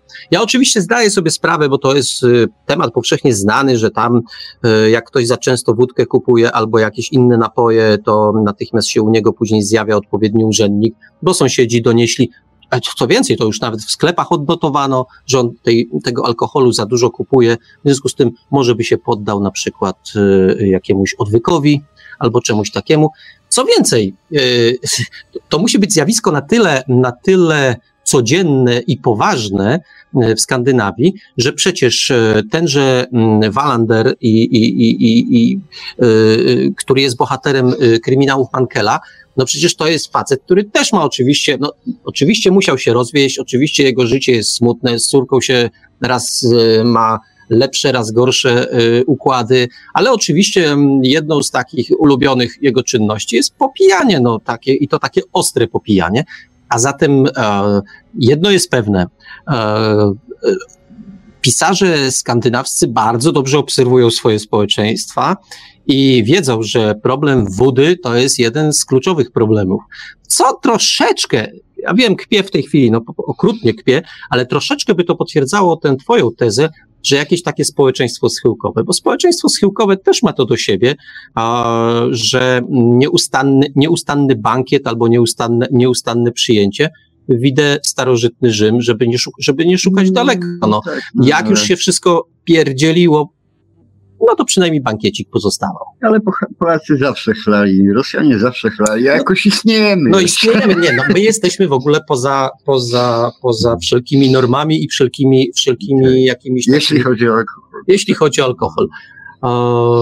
B: Ja oczywiście zdaję sobie sprawę, bo to jest temat powszechnie znany, że tam jak ktoś za często wódkę kupuje albo jakieś inne napoje, to natychmiast się u niego później zjawia odpowiedni urzędnik, bo sąsiedzi donieśli. Co więcej, to już nawet w sklepach odnotowano, że on tej, tego alkoholu za dużo kupuje, w związku z tym może by się poddał na przykład y, jakiemuś odwykowi albo czemuś takiemu. Co więcej, y, to musi być zjawisko na tyle, na tyle codzienne i poważne w Skandynawii, że przecież tenże Wallander, i, i, i, i, i, y, który jest bohaterem kryminałów Mankela, no przecież to jest facet, który też ma oczywiście, no oczywiście musiał się rozwieść, oczywiście jego życie jest smutne, z córką się raz y, ma lepsze, raz gorsze y, układy, ale oczywiście jedną z takich ulubionych jego czynności jest popijanie, no takie, i to takie ostre popijanie. A zatem e, jedno jest pewne, e, e, pisarze skandynawscy bardzo dobrze obserwują swoje społeczeństwa i wiedzą, że problem wody to jest jeden z kluczowych problemów. Co troszeczkę, ja wiem, kpię w tej chwili, no okrutnie kpię, ale troszeczkę by to potwierdzało tę twoją tezę, że jakieś takie społeczeństwo schyłkowe, bo społeczeństwo schyłkowe też ma to do siebie, a, że nieustanny, nieustanny bankiet albo nieustanne, nieustanne przyjęcie, widzę starożytny Rzym, żeby nie, szuk- żeby nie szukać daleko. No, jak już się wszystko pierdzieliło, no to przynajmniej bankiecik pozostawał.
C: Ale Polacy zawsze chlali, Rosjanie zawsze chlali, a jakoś istniejemy.
B: No istniejemy, nie, no my jesteśmy w ogóle poza, poza, poza wszelkimi normami i wszelkimi, wszelkimi jakimiś...
C: Jeśli
B: takimi,
C: chodzi o alkohol.
B: Jeśli chodzi o alkohol. Eee,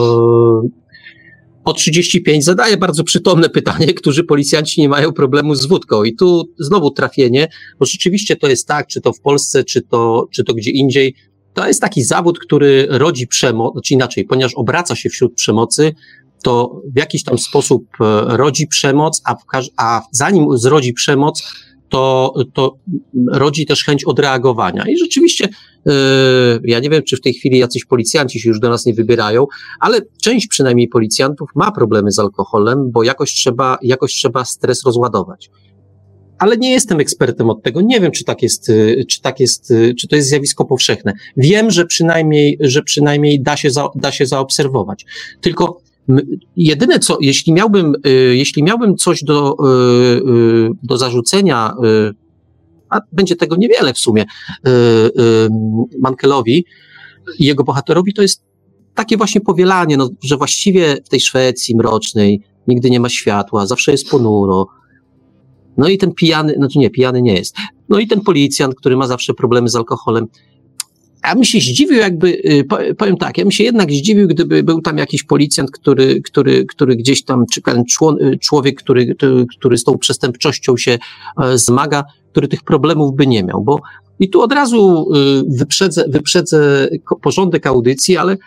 B: o trzydzieści pięć zadaję bardzo przytomne pytanie, którzy policjanci nie mają problemu z wódką. I tu znowu trafienie, bo rzeczywiście to jest tak, czy to w Polsce, czy to, czy to gdzie indziej, to jest taki zawód, który rodzi przemoc, znaczy inaczej, ponieważ obraca się wśród przemocy, to w jakiś tam sposób rodzi przemoc, a, w każ- a zanim zrodzi przemoc, to, to rodzi też chęć odreagowania. I rzeczywiście, yy, ja nie wiem, czy w tej chwili jacyś policjanci się już do nas nie wybierają, ale część przynajmniej policjantów ma problemy z alkoholem, bo jakoś trzeba, jakoś trzeba stres rozładować. Ale nie jestem ekspertem od tego, nie wiem, czy tak jest, czy tak jest, czy to jest zjawisko powszechne. Wiem, że przynajmniej, że przynajmniej da się, za, da się zaobserwować. Tylko jedyne co, jeśli miałbym, jeśli miałbym coś do, do zarzucenia, a będzie tego niewiele w sumie, Mankelowi i jego bohaterowi, to jest takie właśnie powielanie, no, że właściwie w tej Szwecji mrocznej nigdy nie ma światła, zawsze jest ponuro. No i ten pijany, znaczy nie, pijany nie jest. No i ten policjant, który ma zawsze problemy z alkoholem. Ja bym się zdziwił, jakby, powiem tak, ja bym się jednak zdziwił, gdyby był tam jakiś policjant, który, który, który gdzieś tam, czy ten człowiek, który, który z tą przestępczością się zmaga, który tych problemów by nie miał, bo i tu od razu wyprzedzę, wyprzedzę porządek audycji, ale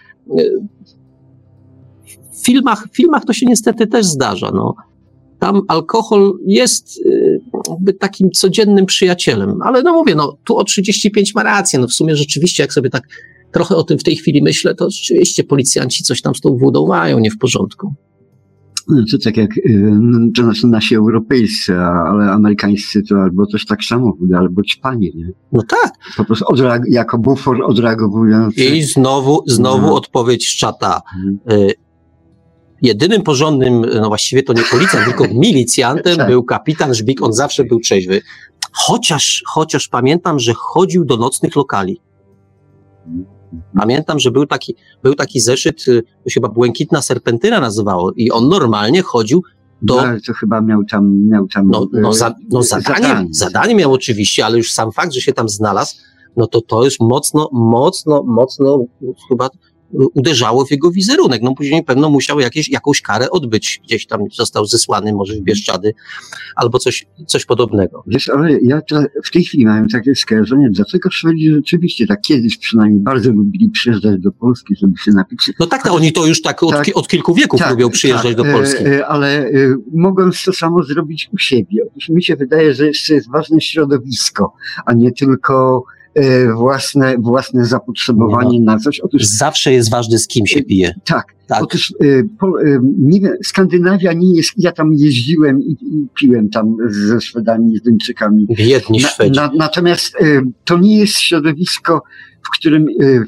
B: w filmach, w filmach to się niestety też zdarza, no. Tam alkohol jest jakby takim codziennym przyjacielem, ale no mówię, no tu o trzydzieści pięć ma rację, no w sumie rzeczywiście, jak sobie tak trochę o tym w tej chwili myślę, to rzeczywiście policjanci coś tam z tą wódą mają nie w porządku.
C: To tak jak to znaczy nasi europejscy, ale amerykańscy to albo coś tak samo, albo ćpanie, nie?
B: No tak.
C: Po prostu odreag- jako bufor odreagowujący.
B: I znowu, znowu no. Odpowiedź z czata. Hmm. Y- Jedynym porządnym, no właściwie to nie policjant, tylko milicjantem tak. Był kapitan Żbik, on zawsze był trzeźwy. Chociaż, chociaż pamiętam, że chodził do nocnych lokali. Pamiętam, że był taki, był taki zeszyt, to się chyba Błękitna Serpentyna nazywało i on normalnie chodził do...
C: No, to chyba miał tam... Miał tam
B: no, no, za, no zadanie, zadanie. zadanie miał oczywiście, ale już sam fakt, że się tam znalazł, no to to już mocno, mocno, mocno chyba... uderzało w jego wizerunek. No później pewno musiał jakieś, jakąś karę odbyć. Gdzieś tam został zesłany może w Bieszczady albo coś, coś podobnego.
C: Wiesz, ale ja w tej chwili mam takie skojarzenie, dlaczego Szwedzi rzeczywiście tak kiedyś przynajmniej bardzo lubili przyjeżdżać do Polski, żeby się napić.
B: No tak, oni to już tak od, tak, od kilku wieków tak, lubią przyjeżdżać tak, do Polski.
C: Ale mogą to samo zrobić u siebie. Otóż mi się wydaje, że jeszcze jest ważne środowisko, a nie tylko e, własne, własne zapotrzebowanie no. na coś. Otóż,
B: zawsze jest ważne, z kim się pije.
C: Tak.
B: tak.
C: Otóż e, po, e, nie wiem, Skandynawia nie jest, ja tam jeździłem i, i piłem tam ze Szwedami, z Duńczykami.
B: Biedni Szwedzi. Na,
C: na, natomiast e, to nie jest środowisko, w którym, e,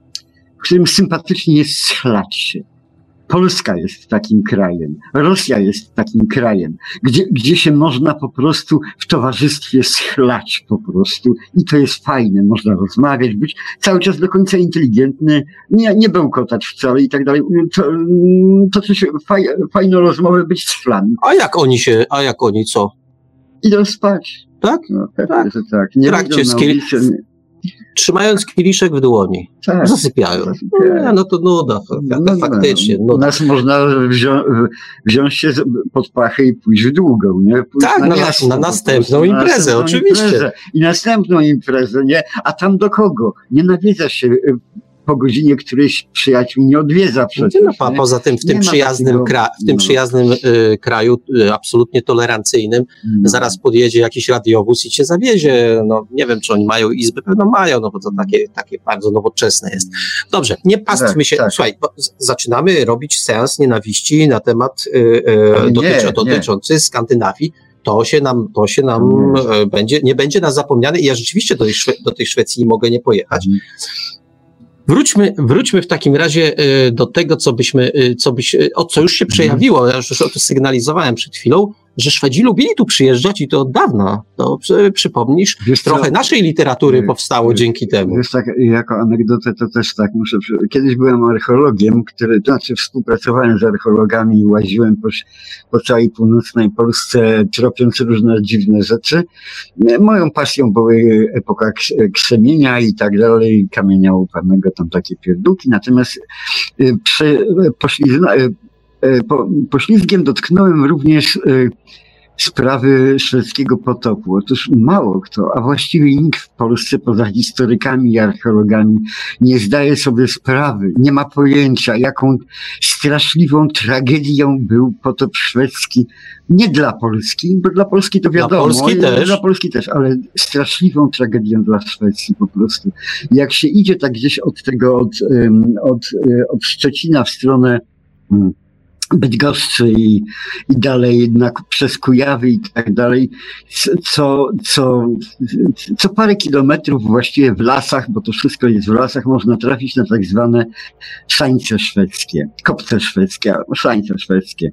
C: w którym sympatycznie jest schlać się. Polska jest takim krajem, Rosja jest takim krajem, gdzie, gdzie się można po prostu w towarzystwie schlać po prostu i to jest fajne, można rozmawiać, być cały czas do końca inteligentny, nie, nie bełkotać wcale i tak dalej, to, to coś faj, fajną rozmowę być z szlami.
B: A jak oni się, a jak oni co?
C: Idą spać.
B: Tak?
C: No, pewnie,
B: tak.
C: że tak. Nie
B: trakcie z kiel... Trzymając kieliszek w dłoni. Tak, zasypiają. zasypiają. Nie, no to nuda. No, faktycznie.
C: No, u nas można wzią, wziąć się pod pachę i pójść w długą. Nie? Pójść
B: tak,
C: na,
B: na,
C: miasto,
B: na następną imprezę, na następną oczywiście.
C: Imprezę. I następną imprezę, nie? A tam do kogo? Nie nawiedza się po godzinie któryś przyjaciół nie odwiedza przecież.
B: No, a poza tym w tym przyjaznym, takiego, kra- w tym no. przyjaznym y, kraju, y, absolutnie tolerancyjnym, no. zaraz podjedzie jakiś radiowóz i cię zawiezie. No, nie wiem, czy oni mają izby, pewno mają, no bo to takie, takie bardzo nowoczesne jest. Dobrze, nie pastwmy tak, się. Tak. Słuchaj, z- zaczynamy robić seans nienawiści na temat y, y, dotyczy, nie, dotyczący nie. Skandynawii. To się nam, to się nam nie. będzie, nie będzie nas zapomniane i ja rzeczywiście do tej, Szwe- do tej Szwecji mogę nie pojechać. Hmm. Wróćmy, wróćmy w takim razie do tego, co byśmy, co byś, o co już się przejawiło. Ja już o to sygnalizowałem przed chwilą, że Szwedzi lubili tu przyjeżdżać i to od dawna. To przy, przypomnisz, wiesz, trochę co? Naszej literatury powstało wiesz, dzięki temu.
C: Wiesz, tak, jako anegdotę to też tak muszę, kiedyś byłem archeologiem, który, to znaczy współpracowałem z archeologami i łaziłem po, po całej północnej Polsce, tropiąc różne dziwne rzeczy. Moją pasją były epoka krzemienia i tak dalej, kamienia łupanego, tam takie pierdółki, natomiast przy, poślizna, Po, poślizgiem dotknąłem również y, sprawy szwedzkiego potopu. Otóż mało kto, a właściwie nikt w Polsce poza historykami i archeologami nie zdaje sobie sprawy, nie ma pojęcia, jaką straszliwą tragedią był potop szwedzki. Nie dla Polski, bo dla Polski to wiadomo.
B: Dla Polski też.
C: Dla Polski też, ale straszliwą tragedią dla Szwecji po prostu. Jak się idzie tak gdzieś od tego, od, od, od Szczecina w stronę hmm, Bydgoszczy i, i dalej jednak przez Kujawy i tak dalej, co, co, co parę kilometrów właściwie w lasach, bo to wszystko jest w lasach, można trafić na tak zwane szańce szwedzkie, kopce szwedzkie, szańce szwedzkie.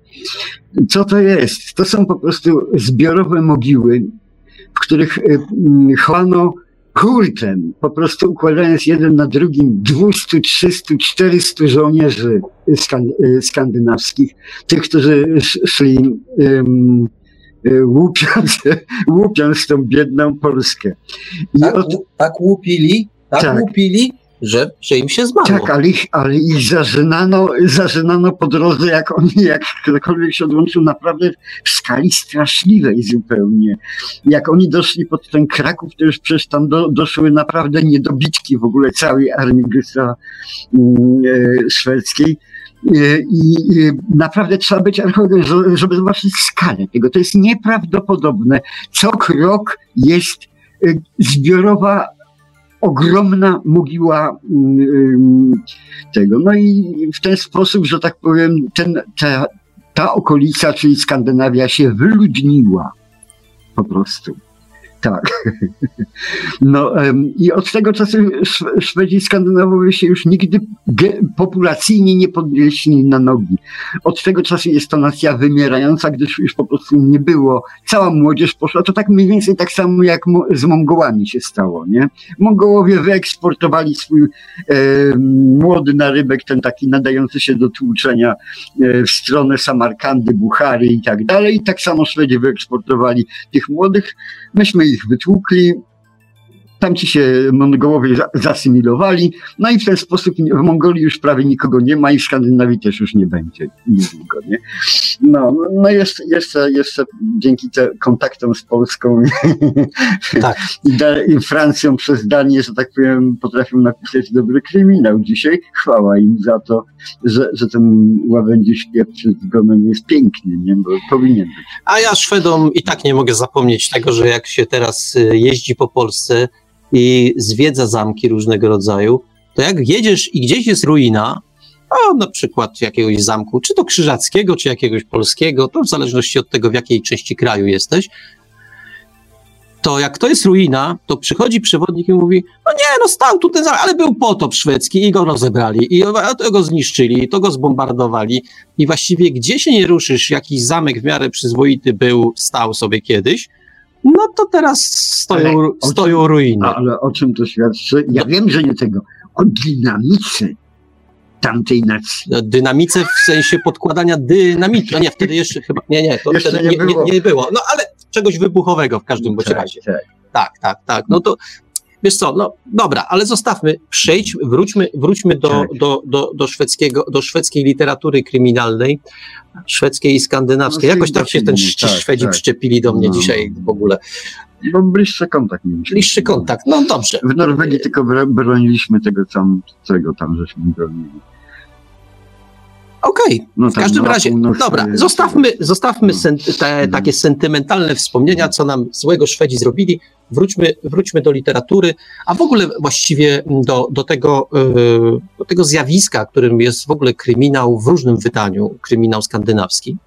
C: Co to jest? To są po prostu zbiorowe mogiły, w których chowano hurtem, po prostu układając jeden na drugim dwieście, trzysta, czterysta żołnierzy skandynawskich, tych, którzy szli um, łupiąc, łupiąc tą biedną Polskę.
B: I tak, od... tak łupili, tak, tak łupili, że, że im się zmarło.
C: Tak, ale ich, ale ich zażynano, zażynano po drodze, jak oni, jak ktokolwiek się odłączył, naprawdę w skali straszliwej zupełnie. Jak oni doszli pod ten Kraków, to już przecież tam do, doszły naprawdę niedobitki w ogóle całej armii Gustawa e, szwedzkiej. I naprawdę trzeba być archeologiem, żeby zobaczyć skalę tego. To jest nieprawdopodobne. Co krok jest zbiorowa, ogromna mogiła tego. No i w ten sposób, że tak powiem, ten, ta, ta okolica, czyli Skandynawia, się wyludniła. Po prostu. Tak. No um, i od tego czasu Szwedzi Skandynawowie się już nigdy ge- populacyjnie nie podnieśli na nogi. Od tego czasu jest to nacja wymierająca, gdyż już po prostu nie było. Cała młodzież poszła. To tak mniej więcej tak samo jak mo- z Mongołami się stało, nie? Mongołowie wyeksportowali swój e, młody narybek, ten taki nadający się do tłuczenia e, w stronę Samarkandy, Buchary i tak dalej. I tak samo Szwedzi wyeksportowali tych młodych. Myśmy ich wytłukli, tamci się Mongołowie zasymilowali, no i w ten sposób w Mongolii już prawie nikogo nie ma i w Skandynawii też już nie będzie niedługo, nie? No, no jeszcze, jeszcze, jeszcze dzięki te kontaktom z Polską tak. I, da, i Francją przez Danię, że tak powiem, potrafią napisać dobry kryminał dzisiaj. Chwała im za to, że, że ten łabędzi śpiew przed zgonem jest piękny, nie? Bo powinien być.
B: A ja Szwedom i tak nie mogę zapomnieć tego, że jak się teraz jeździ po Polsce, i zwiedza zamki różnego rodzaju, to jak jedziesz i gdzieś jest ruina, a na przykład jakiegoś zamku, czy to krzyżackiego, czy jakiegoś polskiego, to w zależności od tego, w jakiej części kraju jesteś, to jak to jest ruina, to przychodzi przewodnik i mówi, no nie, no stał tutaj, ale był potop szwedzki i go rozebrali, i to go zniszczyli, i to go zbombardowali i właściwie gdzie się nie ruszysz, jakiś zamek w miarę przyzwoity był, stał sobie kiedyś, no to teraz stoją,
C: ale
B: stoją
C: czym,
B: ruiny.
C: Ale o czym to świadczy? Ja
B: no,
C: wiem, że nie tego, o dynamice tamtej nacji.
B: Dynamice w sensie podkładania dynamitu. No nie, wtedy jeszcze chyba, nie, nie, to
C: jeszcze
B: wtedy
C: nie,
B: nie,
C: było.
B: nie, nie było. No ale czegoś wybuchowego w każdym bądź
C: Tak,
B: razie.
C: tak.
B: Tak, tak, tak. No to wiesz co, no dobra, ale zostawmy, przejdź, wróćmy, wróćmy do,
C: Tak.
B: do, do, do szwedzkiego, do szwedzkiej literatury kryminalnej, szwedzkiej i skandynawskiej.
C: No,
B: Jakoś tak się ten
C: tak,
B: Szwedzi
C: tak.
B: przyczepili do mnie
C: No.
B: dzisiaj w ogóle.
C: Bo bliższy kontakt mieliśmy.
B: Bliższy kontakt, no dobrze.
C: W Norwegii tylko bro- broniliśmy tego tam, czego tam żeśmy bronili.
B: Okej,
C: No
B: w
C: tam
B: każdym
C: na
B: razie,
C: północy
B: dobra,
C: jest-
B: zostawmy, zostawmy
C: No.
B: sen, te
C: Mhm.
B: takie sentymentalne wspomnienia, co nam złego Szwedzi zrobili, wróćmy, wróćmy do literatury, a w ogóle właściwie do, do, tego, yy, do tego zjawiska, którym jest w ogóle kryminał w różnym wydaniu, kryminał skandynawski.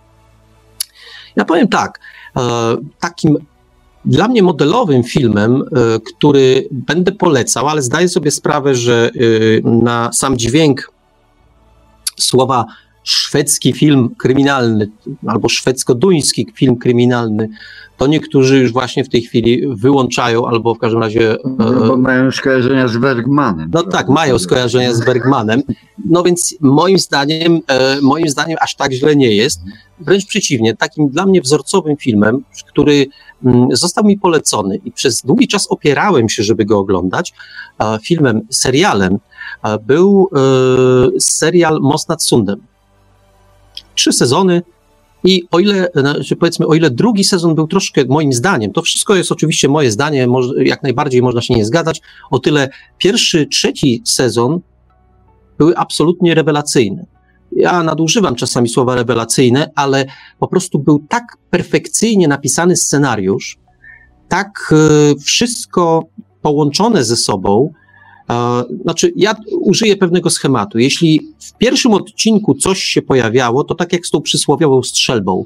B: Ja powiem tak, e, takim dla mnie modelowym filmem, e, który będę polecał, ale zdaję sobie sprawę, że e, na sam dźwięk słowa szwedzki film kryminalny albo szwedzko-duński film kryminalny, to niektórzy już właśnie w tej chwili wyłączają albo w każdym razie...
C: No, bo mają skojarzenia z Bergmanem.
B: No tak, mają skojarzenia z Bergmanem. No więc moim zdaniem, e, moim zdaniem aż tak źle nie jest. Wręcz przeciwnie, takim dla mnie wzorcowym filmem, który mm, został mi polecony i przez długi czas opierałem się, żeby go oglądać, e, filmem, serialem, e, był e, serial Most nad Sundem. Trzy sezony. I o ile, znaczy powiedzmy, o ile drugi sezon był troszkę, moim zdaniem, to wszystko jest oczywiście moje zdanie, moż, jak najbardziej można się nie zgadzać, o tyle pierwszy, trzeci sezon były absolutnie rewelacyjne. Ja nadużywam czasami słowa rewelacyjne, ale po prostu był tak perfekcyjnie napisany scenariusz, tak y, wszystko połączone ze sobą. Znaczy, ja użyję pewnego schematu. Jeśli w pierwszym odcinku coś się pojawiało, to tak jak z tą przysłowiową strzelbą.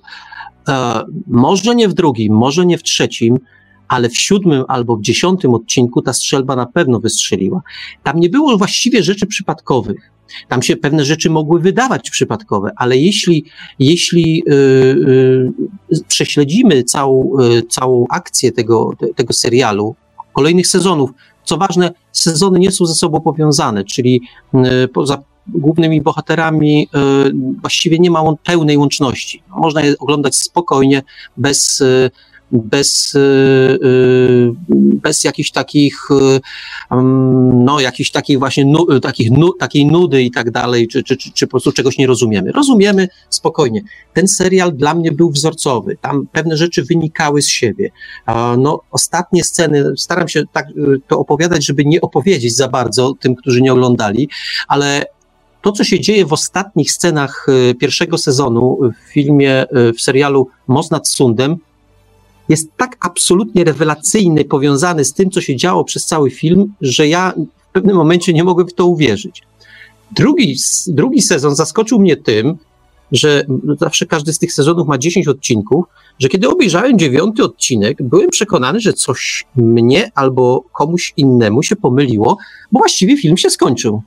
B: Może nie w drugim, może nie w trzecim, ale w siódmym albo w dziesiątym odcinku ta strzelba na pewno wystrzeliła. Tam nie było właściwie rzeczy przypadkowych. Tam się pewne rzeczy mogły wydawać przypadkowe, ale jeśli, jeśli yy, yy, prześledzimy całą, yy, całą akcję tego, te, tego serialu, kolejnych sezonów, co ważne, sezony nie są ze sobą powiązane, czyli y, poza głównymi bohaterami y, właściwie nie ma łą- pełnej łączności. Można je oglądać spokojnie, bez, y, bez, y, y, bez jakichś takich, y, no, jakichś takich właśnie nu, takich nu, takiej nudy i tak dalej, czy, czy, czy, czy po prostu czegoś nie rozumiemy. Rozumiemy spokojnie. Ten serial dla mnie był wzorcowy. Tam pewne rzeczy wynikały z siebie. No, ostatnie sceny, staram się tak to opowiadać, żeby nie opowiedzieć za bardzo tym, którzy nie oglądali, ale to, co się dzieje w ostatnich scenach pierwszego sezonu w filmie, w serialu Most nad Sundem, jest tak absolutnie rewelacyjny, powiązany z tym, co się działo przez cały film, że ja w pewnym momencie nie mogłem w to uwierzyć. Drugi, drugi sezon zaskoczył mnie tym, że zawsze każdy z tych sezonów ma dziesięć odcinków, że kiedy obejrzałem dziewiąty odcinek, byłem przekonany, że coś mnie albo komuś innemu się pomyliło, bo właściwie film się skończył.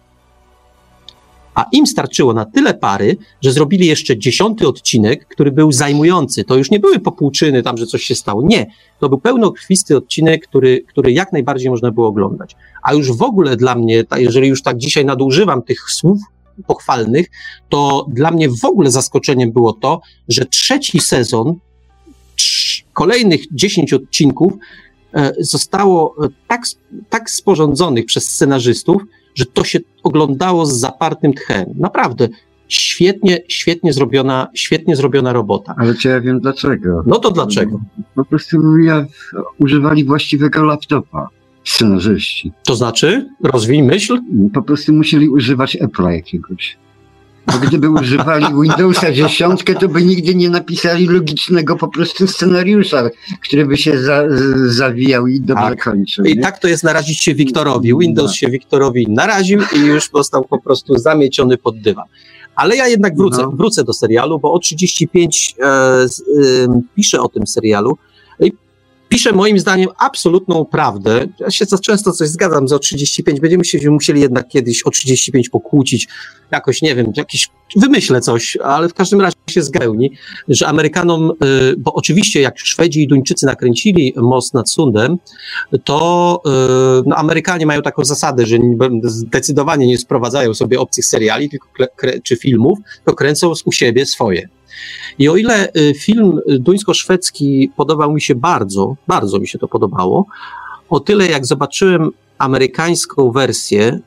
B: A im starczyło na tyle pary, że zrobili jeszcze dziesiąty odcinek, który był zajmujący. To już nie były popłuczyny tam, że coś się stało. Nie. To był pełnokrwisty odcinek, który, który jak najbardziej można było oglądać. A już w ogóle dla mnie, jeżeli już tak dzisiaj nadużywam tych słów pochwalnych, to dla mnie w ogóle zaskoczeniem było to, że trzeci sezon, trz, kolejnych dziesięć odcinków e, zostało tak, tak sporządzonych przez scenarzystów, że to się oglądało z zapartym tchem. Naprawdę świetnie, świetnie zrobiona, świetnie zrobiona robota.
C: Ale czy ja wiem dlaczego?
B: No to dlaczego?
C: Po prostu ja, używali właściwego laptopa scenarzyści.
B: To znaczy? Rozwij myśl.
C: Po prostu musieli używać Apple'a jakiegoś. Bo gdyby używali Windowsa dziesięć, to by nigdy nie napisali logicznego po prostu scenariusza, który by się za, zawijał i dobrze
B: tak.
C: kończył.
B: I
C: nie?
B: tak to jest narazić się Wiktorowi. Windows no. się Wiktorowi naraził i już został po prostu zamieciony pod dywan. Ale ja jednak wrócę, no. wrócę do serialu, bo o trzydzieści pięć e, e, piszę o tym serialu. I piszę moim zdaniem absolutną prawdę. Ja się za często coś zgadzam, że o trzydzieści pięć będziemy się musieli jednak kiedyś o trzydzieści pięć pokłócić. Jakoś, nie wiem, jakiś, wymyślę coś, ale w każdym razie się zpełni, że Amerykanom, bo oczywiście jak Szwedzi i Duńczycy nakręcili Most nad Sundem, to no, Amerykanie mają taką zasadę, że zdecydowanie nie sprowadzają sobie obcych seriali tylko, czy filmów, to kręcą u siebie swoje. I o ile film duńsko-szwedzki podobał mi się bardzo, bardzo mi się to podobało, o tyle jak zobaczyłem amerykańską wersję,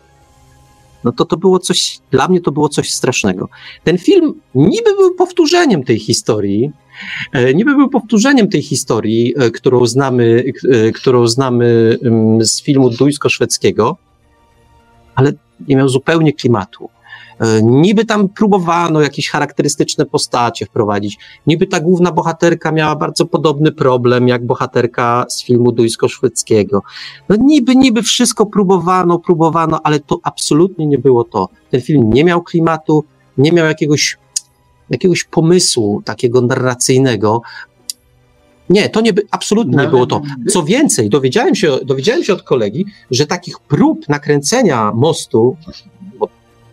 B: no to to było coś, dla mnie to było coś strasznego. Ten film niby był powtórzeniem tej historii, niby był powtórzeniem tej historii, którą znamy, którą znamy z filmu duńsko-szwedzkiego, ale nie miał zupełnie klimatu. Niby tam próbowano jakieś charakterystyczne postacie wprowadzić. Niby ta główna bohaterka miała bardzo podobny problem jak bohaterka z filmu duńsko-szwedzkiego. No niby, niby wszystko próbowano, próbowano, ale to absolutnie nie było to. Ten film nie miał klimatu, nie miał jakiegoś, jakiegoś pomysłu takiego narracyjnego. Nie, to nie by, absolutnie nie było to. Co więcej, dowiedziałem się, dowiedziałem się od kolegi, że takich prób nakręcenia mostu, bo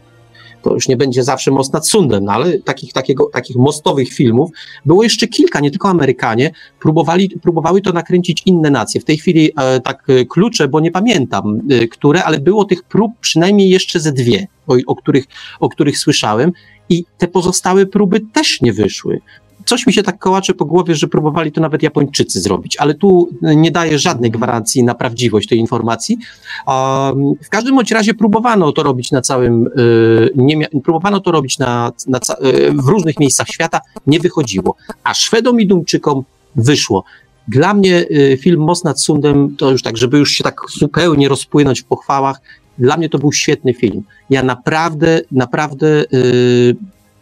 B: to już nie będzie zawsze Most nad Sundem, no ale takich, takiego, takich mostowych filmów było jeszcze kilka, nie tylko Amerykanie, próbowali, próbowały to nakręcić inne nacje. W tej chwili e, tak e, klucze, bo nie pamiętam, e, które, ale było tych prób przynajmniej jeszcze ze dwie, o, o, których, o których słyszałem i te pozostałe próby też nie wyszły. Coś mi się tak kołacze po głowie, że próbowali to nawet Japończycy zrobić, ale tu nie daję żadnej gwarancji na prawdziwość tej informacji. Um, w każdym bądź razie próbowano to robić na całym, y, nie, próbowano to robić na, na, y, w różnych miejscach świata, nie wychodziło. A Szwedom i Duńczykom wyszło. Dla mnie y, film Most nad Sundem, to już tak, żeby już się tak zupełnie rozpłynąć w pochwałach, dla mnie to był świetny film. Ja naprawdę, naprawdę y,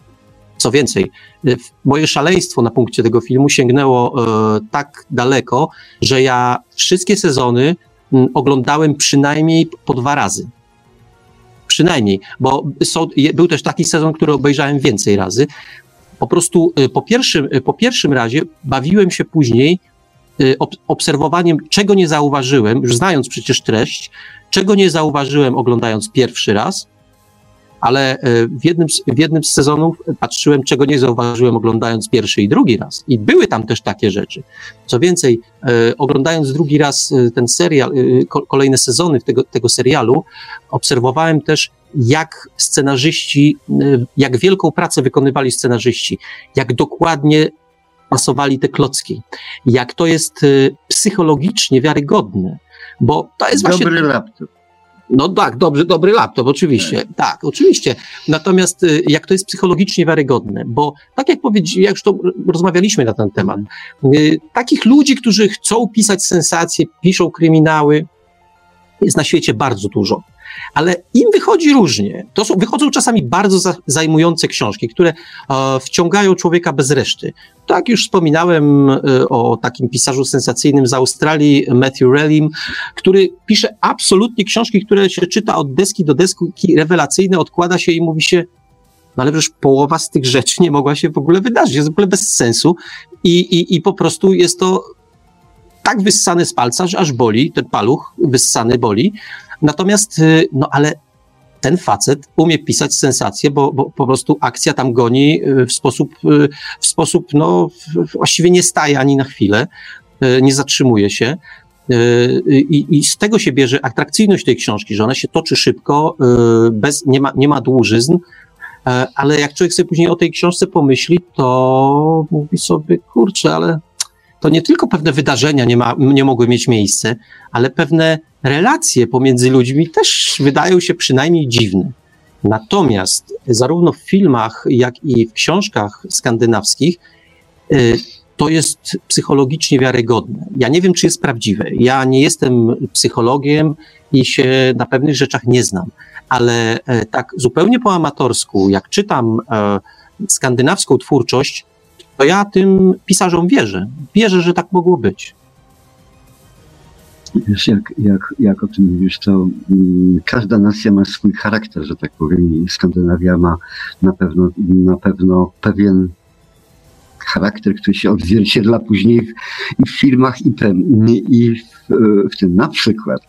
B: co więcej, moje szaleństwo na punkcie tego filmu sięgnęło e, tak daleko, że ja wszystkie sezony m, oglądałem przynajmniej po dwa razy. Przynajmniej, bo są, je, był też taki sezon, który obejrzałem więcej razy. Po prostu e, po, pierwszym, e, po pierwszym razie bawiłem się później e, ob, obserwowaniem, czego nie zauważyłem, już znając przecież treść, czego nie zauważyłem oglądając pierwszy raz, ale w jednym, z, w jednym z sezonów patrzyłem, czego nie zauważyłem oglądając pierwszy i drugi raz. I były tam też takie rzeczy. Co więcej, e, oglądając drugi raz ten serial, e, ko, kolejne sezony tego, tego serialu, obserwowałem też, jak scenarzyści, e, jak wielką pracę wykonywali scenarzyści, jak dokładnie pasowali te klocki, jak to jest e, psychologicznie wiarygodne, bo to jest
C: Dobry
B: właśnie...
C: laptop.
B: No tak, dobry, dobry laptop, oczywiście. Tak. tak, oczywiście. Natomiast jak to jest psychologicznie wiarygodne, bo tak jak powiedziałem, jak już to rozmawialiśmy na ten temat, y, takich ludzi, którzy chcą pisać sensacje, piszą kryminały, jest na świecie bardzo dużo. Ale im wychodzi różnie. To są, wychodzą czasami bardzo za, zajmujące książki, które e, wciągają człowieka bez reszty. Tak już wspominałem e, o takim pisarzu sensacyjnym z Australii, Matthew Rellim, który pisze absolutnie książki, które się czyta od deski do deski, rewelacyjne, odkłada się i mówi się, no ale przecież połowa z tych rzeczy nie mogła się w ogóle wydarzyć, jest w ogóle bez sensu i, i, i po prostu jest to tak wyssane z palca, że aż boli, ten paluch wyssany boli. Natomiast, no ale ten facet umie pisać sensacje, bo, bo po prostu akcja tam goni w sposób, w sposób, no właściwie nie staje ani na chwilę, nie zatrzymuje się. I, i z tego się bierze atrakcyjność tej książki, że ona się toczy szybko, bez, nie ma, nie ma dłużyzn, ale jak człowiek sobie później o tej książce pomyśli, to mówi sobie, kurczę, ale to nie tylko pewne wydarzenia nie, ma, nie mogły mieć miejsce, ale pewne relacje pomiędzy ludźmi też wydają się przynajmniej dziwne. Natomiast zarówno w filmach, jak i w książkach skandynawskich y, to jest psychologicznie wiarygodne. Ja nie wiem, czy jest prawdziwe. Ja nie jestem psychologiem i się na pewnych rzeczach nie znam. ale tak zupełnie po amatorsku, jak czytam skandynawską twórczość, to ja tym pisarzom wierzę. Wierzę, że tak mogło być.
C: Wiesz, jak, jak, jak o tym mówisz, to um, każda nacja ma swój charakter, że tak powiem, i Skandynawia ma na pewno, na pewno pewien charakter, który się odzwierciedla później w, i w filmach, i, ten, i w, w tym na przykład.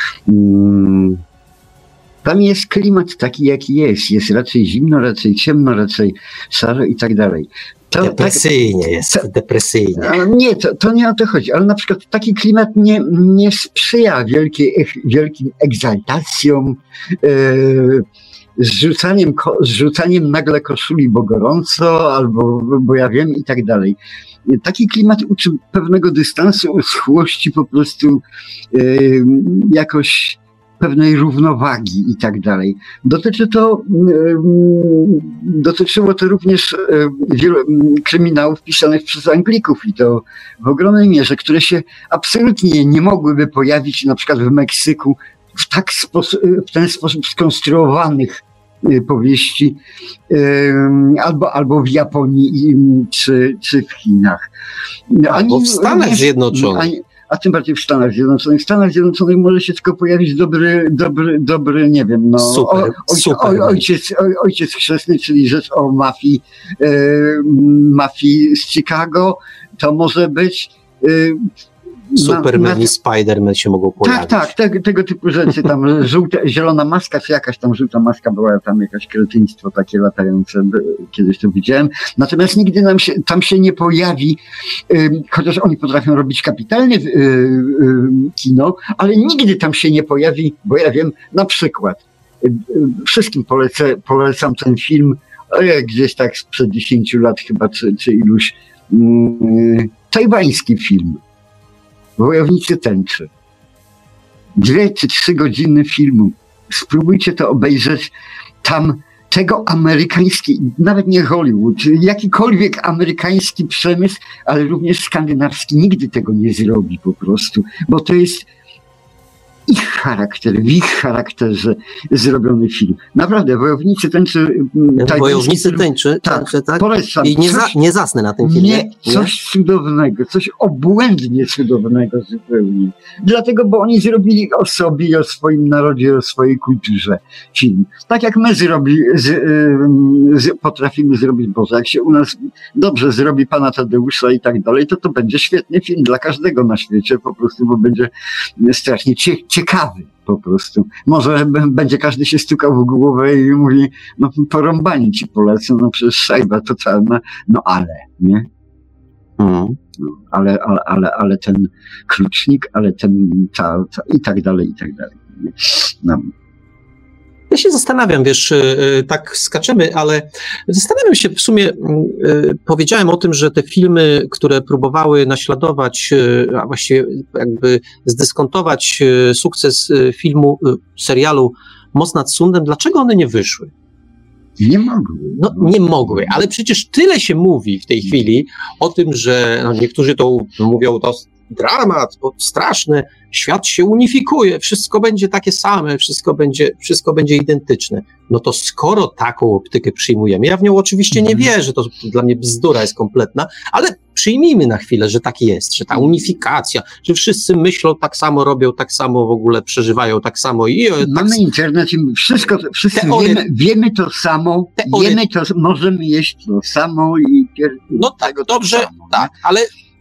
C: Um, Tam jest klimat taki, jaki jest. Jest raczej zimno, raczej ciemno, raczej szaro i tak dalej. To,
B: depresyjnie tak, jest, to, depresyjnie.
C: Nie, to, to nie o to chodzi, ale na przykład taki klimat nie, nie sprzyja wielkiej, wielkim egzaltacjom, yy, zrzucaniem, zrzucaniem nagle koszuli, bo gorąco, albo bo ja wiem i tak dalej. Taki klimat uczy pewnego dystansu, uschłości, po prostu yy, jakoś pewnej równowagi i tak dalej. Dotyczy to, dotyczyło to również wielu kryminałów pisanych przez Anglików i to w ogromnej mierze, które się absolutnie nie mogłyby pojawić na przykład w Meksyku w, tak sposób, w ten sposób skonstruowanych powieści albo, albo w Japonii czy, czy w Chinach.
B: Albo w Stanach Zjednoczonych.
C: Ani, a tym bardziej w Stanach Zjednoczonych. W Stanach Zjednoczonych może się tylko pojawić dobry, dobry, dobry, nie wiem, no,
B: super,
C: o, oj,
B: super.
C: O, ojciec, o, ojciec chrzestny, czyli rzecz o mafii, e, mafii z Chicago, to może być. E,
B: Superman i Spider-Man się mogą pojawić.
C: Tak, tak, te, tego typu rzeczy, tam żółta, zielona maska, czy jakaś tam żółta maska była, tam jakaś kretyństwo takie latające, kiedyś to widziałem. Natomiast nigdy nam się, tam się nie pojawi, y, chociaż oni potrafią robić kapitalnie y, y, kino, ale nigdy tam się nie pojawi, bo ja wiem, na przykład, y, y, wszystkim polecę, polecam ten film, y, gdzieś tak sprzed dziesięciu lat chyba, czy, czy iluś, y, tajwański film. Wojownicy tęczy. Dwie czy trzy godziny filmu. Spróbujcie to obejrzeć. Tam tego amerykański, nawet nie Hollywood, jakikolwiek amerykański przemysł, ale również skandynawski nigdy tego nie zrobi po prostu, bo to jest ich charakter, w ich charakterze zrobiony film. Naprawdę, Wojownicy tęczy...
B: Wojownicy tęczy,
C: tak,
B: tak, tak.
C: Polecam.
B: I nie,
C: coś,
B: za, nie zasnę na tym filmie.
C: Nie, coś nie? cudownego, coś obłędnie cudownego zupełnie. Dlatego, bo oni zrobili o sobie i o swoim narodzie, o swojej kulturze film. Tak jak my zrobi, z, z, potrafimy zrobić, Boże, jak się u nas dobrze zrobi Pana Tadeusza i tak dalej, to to będzie świetny film dla każdego na świecie, po prostu, bo będzie strasznie cie, ciekawy po prostu. Może b- będzie każdy się stukał w głowę i mówi, no porąbani ci Polacy, no przecież szajba totalna, no ale, nie?
B: Mhm.
C: No, ale, ale, ale, ale ten klucznik, ale ten ta, ta, i tak dalej, i tak dalej. No.
B: Ja się zastanawiam, wiesz, tak skaczemy, ale zastanawiam się w sumie, powiedziałem o tym, że te filmy, które próbowały naśladować, a właściwie jakby zdyskontować sukces filmu, serialu Moc nad Sundem, dlaczego one nie wyszły?
C: Nie mogły.
B: No nie mogły, ale przecież tyle się mówi w tej chwili o tym, że no, niektórzy to mówią, to dramat, bo straszny, świat się unifikuje, wszystko będzie takie same, wszystko będzie, wszystko będzie identyczne. No to skoro taką optykę przyjmujemy, ja w nią oczywiście nie wierzę, to dla mnie bzdura jest kompletna, ale przyjmijmy na chwilę, że tak jest, że ta unifikacja, że wszyscy myślą tak samo, robią tak samo, w ogóle przeżywają tak samo. I
C: mamy
B: tak
C: internet, wszystko, wszyscy
B: teory...
C: wiemy, wiemy to samo, teory... wiemy to, możemy jeść to samo i pier...
B: No tak, dobrze, samo, tak, ale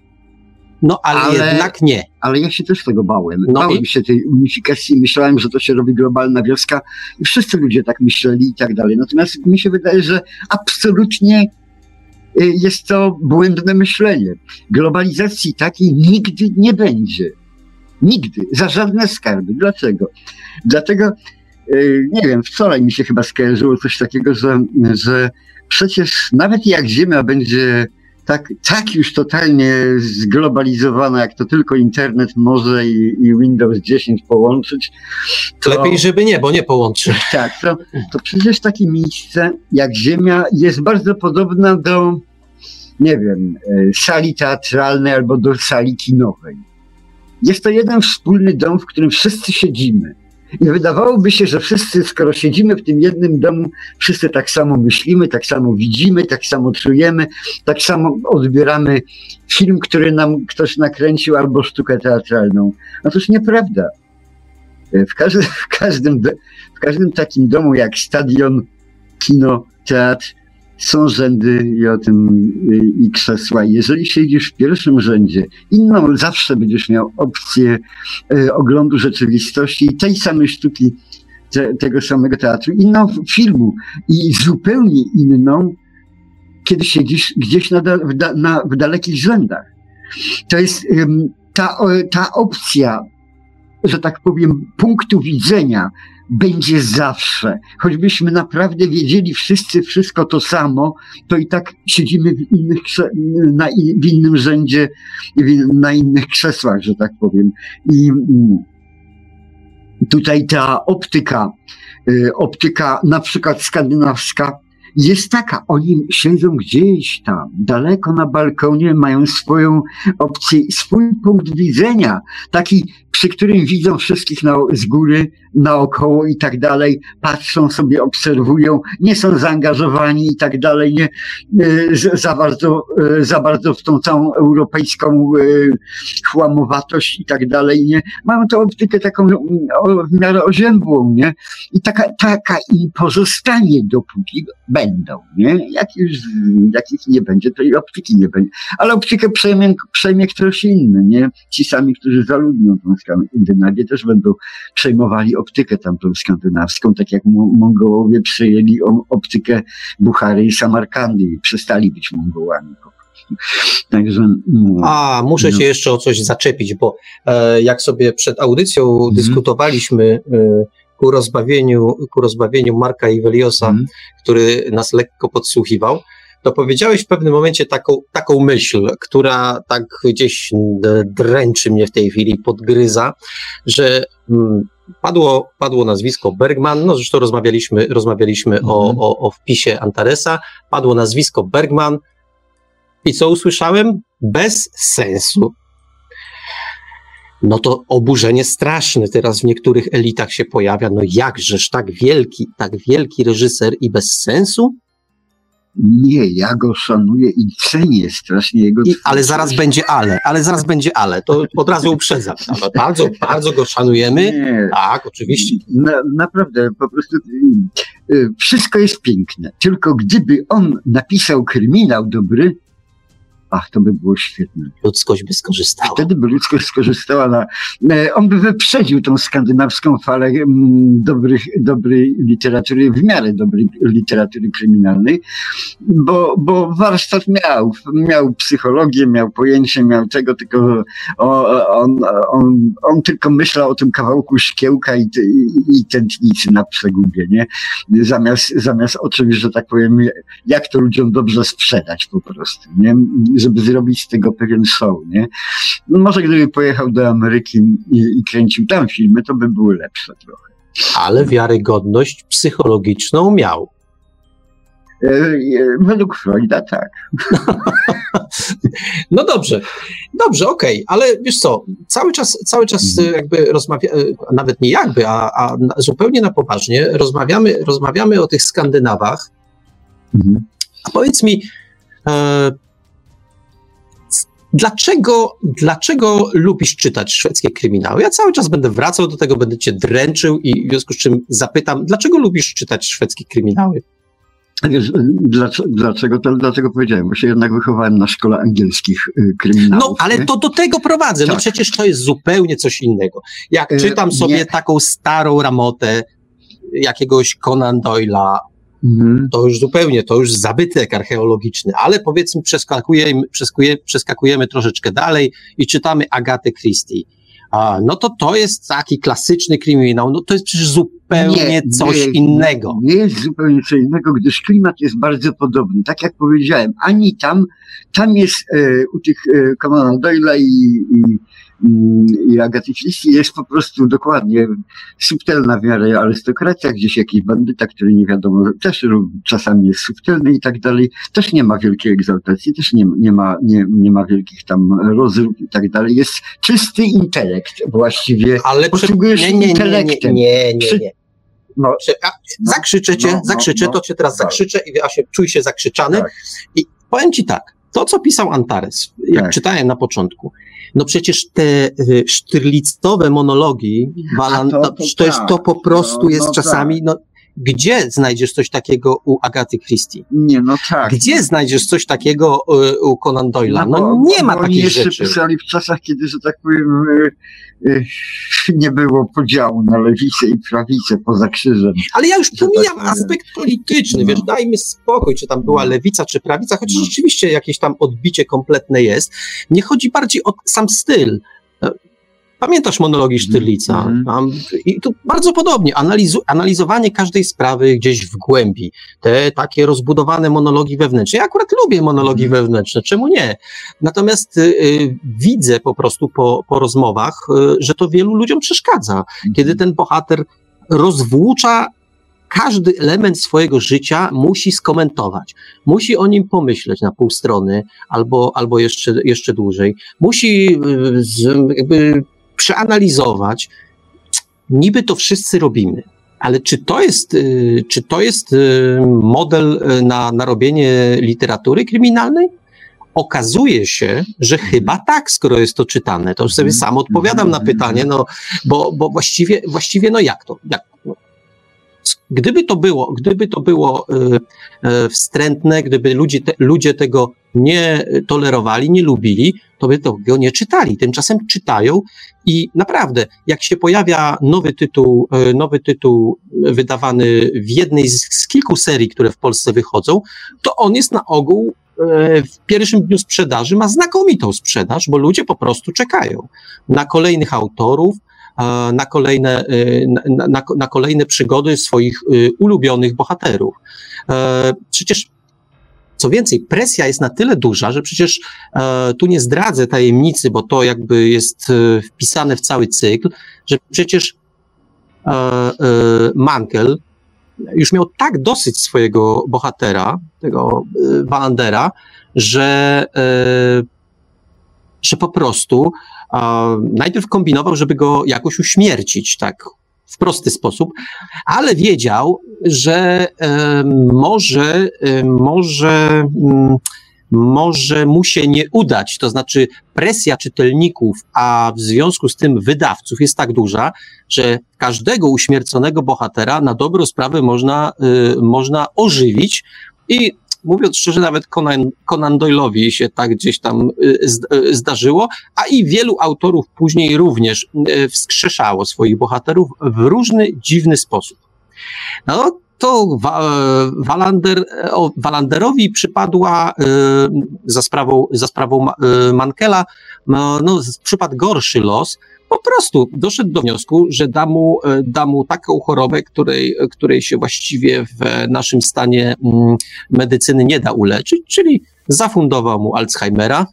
B: No, ale, ale jednak nie.
C: Ale ja się też tego bałem.
B: No
C: bałem
B: i?
C: się tej unifikacji, myślałem, że to się robi globalna wioska i wszyscy ludzie tak myśleli i tak dalej. Natomiast mi się wydaje, że absolutnie jest to błędne myślenie. Globalizacji takiej nigdy nie będzie. Nigdy. Za żadne skarby. Dlaczego? Dlatego, nie wiem, wczoraj mi się chyba skojarzyło coś takiego, że, że przecież nawet jak Ziemia będzie tak, tak już totalnie zglobalizowana, jak to tylko internet może i, i Windows dziesięć połączyć. To,
B: lepiej, żeby nie, bo nie połączy.
C: Tak, to, to przecież takie miejsce jak Ziemia jest bardzo podobna do, nie wiem, sali teatralnej albo do sali kinowej. Jest to jeden wspólny dom, w którym wszyscy siedzimy. I wydawałoby się, że wszyscy, skoro siedzimy w tym jednym domu, wszyscy tak samo myślimy, tak samo widzimy, tak samo czujemy, tak samo odbieramy film, który nam ktoś nakręcił, albo sztukę teatralną. Otóż nieprawda. W każdym, w każdym, w każdym takim domu jak stadion, kino, teatr, są rzędy i o tym i krzesła. Jeżeli siedzisz w pierwszym rzędzie, inną zawsze będziesz miał opcję e, oglądu rzeczywistości i tej samej sztuki, te, tego samego teatru, inną filmu i zupełnie inną, kiedy siedzisz gdzieś na, w, da, na, w dalekich rzędach. To jest um, ta, ta opcja, że tak powiem, punktu widzenia będzie zawsze. Choćbyśmy naprawdę wiedzieli wszyscy wszystko to samo, to i tak siedzimy w, innych, na, w innym rzędzie, na innych krzesłach, że tak powiem. I tutaj ta optyka, optyka na przykład skandynawska jest taka. Oni siedzą gdzieś tam, daleko na balkonie, mają swoją opcję, swój punkt widzenia, taki, przy którym widzą wszystkich na, z góry, naokoło i tak dalej, patrzą sobie, obserwują, nie są zaangażowani i tak dalej, nie za bardzo, za bardzo w tą całą europejską chłamowatość i tak dalej, nie. Mają tą optykę taką o, w miarę oziębłą, nie. I taka, taka im pozostanie, dopóki będą, nie. Jak już, jak ich nie będzie, to i optyki nie będzie. Ale optykę przejmie, przejmie ktoś inny, nie. Ci sami, którzy zaludnią tą Skandynawię, też będą przejmowali optykę tamtą skandynawską, tak jak Mongołowie przejęli optykę Buchary i Samarkandy i przestali być Mongołami po prostu. Także, no,
B: A, muszę
C: no.
B: się jeszcze o coś zaczepić, bo e, jak sobie przed audycją mm. dyskutowaliśmy e, ku rozbawieniu, ku rozbawieniu Marka Iweliosa, mm. który nas lekko podsłuchiwał, to powiedziałeś w pewnym momencie taką, taką myśl, która tak gdzieś dręczy mnie w tej chwili, podgryza, że mm, padło, padło nazwisko Bergman, no zresztą rozmawialiśmy, rozmawialiśmy mm. o, o, o wpisie Antaresa, padło nazwisko Bergman i co usłyszałem? Bez sensu. No to oburzenie straszne teraz w niektórych elitach się pojawia, no jakżeż tak wielki, tak wielki reżyser i bez sensu?
C: Nie, ja go szanuję i cenię strasznie jego
B: I, ale zaraz będzie ale, ale zaraz będzie ale, to od razu uprzedzam. No, bardzo, bardzo go szanujemy. Nie, tak, oczywiście.
C: Na, naprawdę, po prostu y, wszystko jest piękne. Tylko gdyby on napisał kryminał dobry, ach, to by było świetne.
B: Ludzkość by skorzystała.
C: Wtedy by ludzkość skorzystała. Na, on by wyprzedził tą skandynawską falę m, dobrych, dobrej literatury, w miarę dobrej literatury kryminalnej, bo, bo warsztat miał, miał psychologię, miał pojęcie, miał tego, tylko on, on, on, on tylko myślał o tym kawałku szkiełka i, i, i tętnicy na przegubie, nie? Zamiast, zamiast o czymś, że tak powiem, jak to ludziom dobrze sprzedać po prostu, nie? Żeby zrobić z tego pewien show, nie? No może gdyby pojechał do Ameryki i, i kręcił tam filmy, to by były lepsze trochę.
B: Ale wiarygodność psychologiczną miał.
C: E, e, według Freuda tak.
B: No dobrze, dobrze, okej, okay. Ale wiesz co, cały czas, cały czas mhm. jakby rozmawiamy, nawet nie jakby, a, a zupełnie na poważnie rozmawiamy, rozmawiamy o tych Skandynawach. Mhm. A powiedz mi, e, Dlaczego, dlaczego lubisz czytać szwedzkie kryminały? Ja cały czas będę wracał do tego, będę cię dręczył i w związku z czym zapytam, dlaczego lubisz czytać szwedzkie kryminały?
C: Wiesz, dlaczego, dlaczego, to, dlaczego powiedziałem? Bo się jednak wychowałem na szkole angielskich y, kryminałów.
B: No, ale nie? to do tego prowadzę. Tak. No przecież to jest zupełnie coś innego. Jak y, czytam sobie nie. taką starą ramotę jakiegoś Conan Doyle'a, Mhm. To już zupełnie, to już zabytek archeologiczny, ale powiedzmy przeskakujemy, przeskakujemy, przeskakujemy troszeczkę dalej i czytamy Agatę Christie. A, no to to jest taki klasyczny kryminał, no to jest przecież zupełnie nie, coś nie, innego.
C: Nie jest zupełnie co innego, gdyż klimat jest bardzo podobny. Tak jak powiedziałem, ani tam, tam jest e, u tych e, Conana Doyle'a i, i, i Agaty Christie jest po prostu dokładnie subtelna w miarę arystokracja, gdzieś jakiś bandyta, który nie wiadomo, też czasami jest subtelny i tak dalej, też nie ma wielkiej egzaltacji, też nie, nie, ma, nie, nie ma wielkich tam rozrób i tak dalej, jest czysty intelekt właściwie,
B: ale
C: posługujesz
B: nie, nie, nie,
C: intelektem.
B: Nie, nie, nie. nie.
C: No,
B: a, zakrzyczę cię,
C: no, no,
B: zakrzyczę,
C: no,
B: to cię teraz
C: tak.
B: zakrzyczę i a się, czuj się zakrzyczany.
C: Tak.
B: I powiem ci tak, to co pisał Antares, jak
C: Tak.
B: czytałem na początku, no przecież te y, sztyrlicowe monologi, Walan,
C: to-
B: to,
C: to
B: to jest
C: tak.
B: to po prostu
C: No,
B: jest
C: no
B: czasami, no gdzie znajdziesz coś takiego u Agaty Christie?
C: nie, no tak.
B: Gdzie znajdziesz coś takiego y, u Conan Doyle'a? No
C: bo-
B: nie ma
C: bo oni
B: takich
C: jeszcze
B: rzeczy.
C: pisali w czasach, kiedy, że tak powiem, y, y, nie było podziału na lewicę i prawicę poza krzyżem.
B: Ale ja już
C: że
B: pomijam
C: tak powiem.
B: aspekt polityczny,
C: No.
B: wiesz, dajmy spokój, czy tam była
C: No.
B: lewica, czy prawica, chociaż
C: No.
B: rzeczywiście jakieś tam odbicie kompletne jest. Nie chodzi bardziej o sam styl. Pamiętasz monologi Sztyrlica?
C: Mhm.
B: Tam, I tu bardzo podobnie, analizu, analizowanie każdej sprawy gdzieś w głębi. Te takie rozbudowane monologi wewnętrzne. Ja akurat lubię monologi
C: Mhm.
B: wewnętrzne, czemu nie? Natomiast y, y, widzę po prostu po, po rozmowach, y, że to wielu ludziom przeszkadza. Kiedy ten bohater rozwłócza każdy element swojego życia, musi skomentować. Musi o nim pomyśleć na pół strony albo, albo jeszcze, jeszcze dłużej. Musi y, z, jakby przeanalizować. Niby to wszyscy robimy, ale czy to jest, y, czy to jest y, model y, na, na robienie literatury kryminalnej? Okazuje się, że chyba tak, skoro jest to czytane. To już sobie sam odpowiadam na pytanie, no, bo, bo właściwie, właściwie, no jak to? Jak, no. Gdyby to było, gdyby to było y, y, wstrętne, gdyby ludzie, te, ludzie tego nie tolerowali, nie lubili, to by tego nie czytali. Tymczasem czytają i naprawdę, jak się pojawia nowy tytuł, y, nowy tytuł wydawany w jednej z, z kilku serii, które w Polsce wychodzą, to on jest na ogół w pierwszym dniu sprzedaży, ma znakomitą sprzedaż, bo ludzie po prostu czekają na kolejnych autorów, na kolejne, na, na, na kolejne przygody swoich ulubionych bohaterów. Przecież, co więcej, presja jest na tyle duża, że przecież tu nie zdradzę tajemnicy, bo to jakby jest wpisane w cały cykl, że przecież Mankell już miał tak dosyć swojego bohatera, tego y, Walandera, że, y, że po prostu y, najpierw kombinował, żeby go jakoś uśmiercić, tak w prosty sposób, ale wiedział, że y, może, y, może, y, może mu się nie udać, to znaczy presja czytelników, a w związku z tym wydawców jest tak duża, że każdego uśmierconego bohatera na dobrą sprawę można, y, można ożywić i mówiąc szczerze, nawet Conan, Conan Doyle'owi się tak gdzieś tam y, z, y, zdarzyło, a i wielu autorów później również y, wskrzeszało swoich bohaterów w różny, dziwny sposób. No, to Wallander, o, Wallanderowi przypadła y, za sprawą, za sprawą y, Mankella, no, no, przypadł gorszy los. Po prostu doszedł do wniosku, że da mu, da mu taką chorobę, której, której się właściwie w naszym stanie mm, medycyny nie da uleczyć, czyli zafundował mu Alzheimera.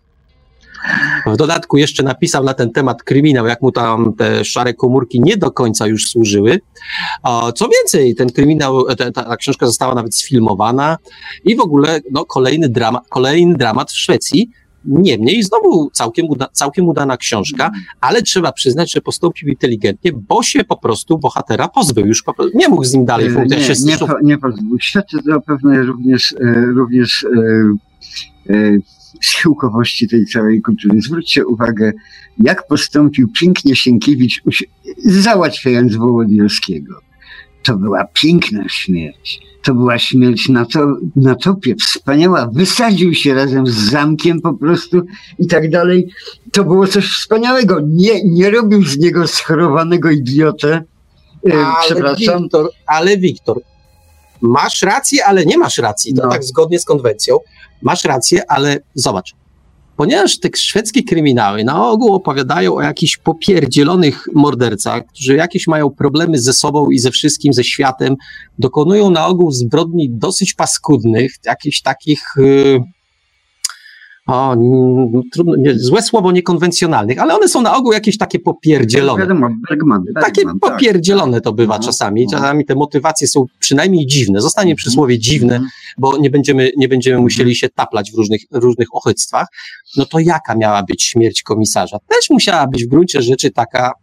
B: W dodatku jeszcze napisał na ten temat kryminał, jak mu tam te szare komórki nie do końca już służyły. Co więcej, ten kryminał, ta, ta książka została nawet sfilmowana i w ogóle no, kolejny, drama, kolejny dramat w Szwecji. Niemniej znowu całkiem, uda, całkiem udana książka, ale trzeba przyznać, że postąpił inteligentnie, bo się po prostu bohatera pozbył. Już po prostu nie mógł z nim dalej funkcjonować.
C: Nie, nie, po, nie pozbył. Świadczy to o pewnej również, również e, e, schyłkowości tej całej kultury. Zwróćcie uwagę, jak postąpił pięknie Sienkiewicz, załatwiając Wołodyjowskiego. To była piękna śmierć. To była śmierć na, to, na topie, wspaniała. Wysadził się razem z zamkiem po prostu i tak dalej. To było coś wspaniałego. Nie, nie robił z niego schorowanego idiotę. E,
B: ale
C: przepraszam.
B: Wiktor, ale Wiktor, masz rację, ale nie masz racji. To
C: No.
B: tak zgodnie z konwencją. Masz rację, ale zobacz. Ponieważ te szwedzkie kryminały na ogół opowiadają o jakichś popierdzielonych mordercach, którzy jakieś mają problemy ze sobą i ze wszystkim, ze światem, dokonują na ogół zbrodni dosyć paskudnych, jakichś takich yy, O, n- trudno, nie, złe słowo niekonwencjonalnych, ale one są na ogół jakieś takie popierdzielone.
C: Wiadomo, Bergman, Bergman,
B: Takie
C: tak,
B: popierdzielone to bywa
C: No,
B: czasami.
C: no.
B: Czasami te motywacje są przynajmniej dziwne. Zostanie przy
C: Mhm.
B: słowie dziwne,
C: Mhm.
B: bo nie będziemy, nie będziemy
C: Mhm.
B: musieli się taplać w różnych, różnych ochyctwach. No to jaka miała być śmierć komisarza? Też musiała być w gruncie rzeczy taka,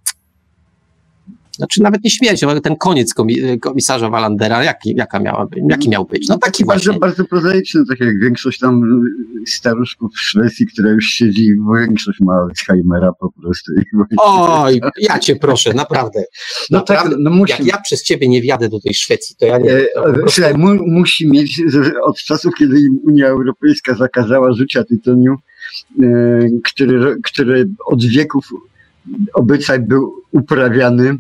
B: znaczy nawet nie śmierć, ale ten koniec komi- komisarza Wallandera, jaki, jaka miała być, jaki miał być? No taki
C: bardzo,
B: właśnie.
C: bardzo prozaiczny, tak jak większość tam staruszków w Szwecji, która już siedzi, bo większość ma Alzheimera po prostu.
B: Oj, ja cię proszę, naprawdę.
C: No tak,
B: naprawdę.
C: no musi.
B: Jak ja przez ciebie nie wjadę do tej Szwecji, to ja nie
C: E,
B: wiem. to po prostu-
C: Słuchaj, mu, musi mieć że od czasów, kiedy im Unia Europejska zakazała rzucia tytoniu, e, który, który od wieków obyczaj był uprawiany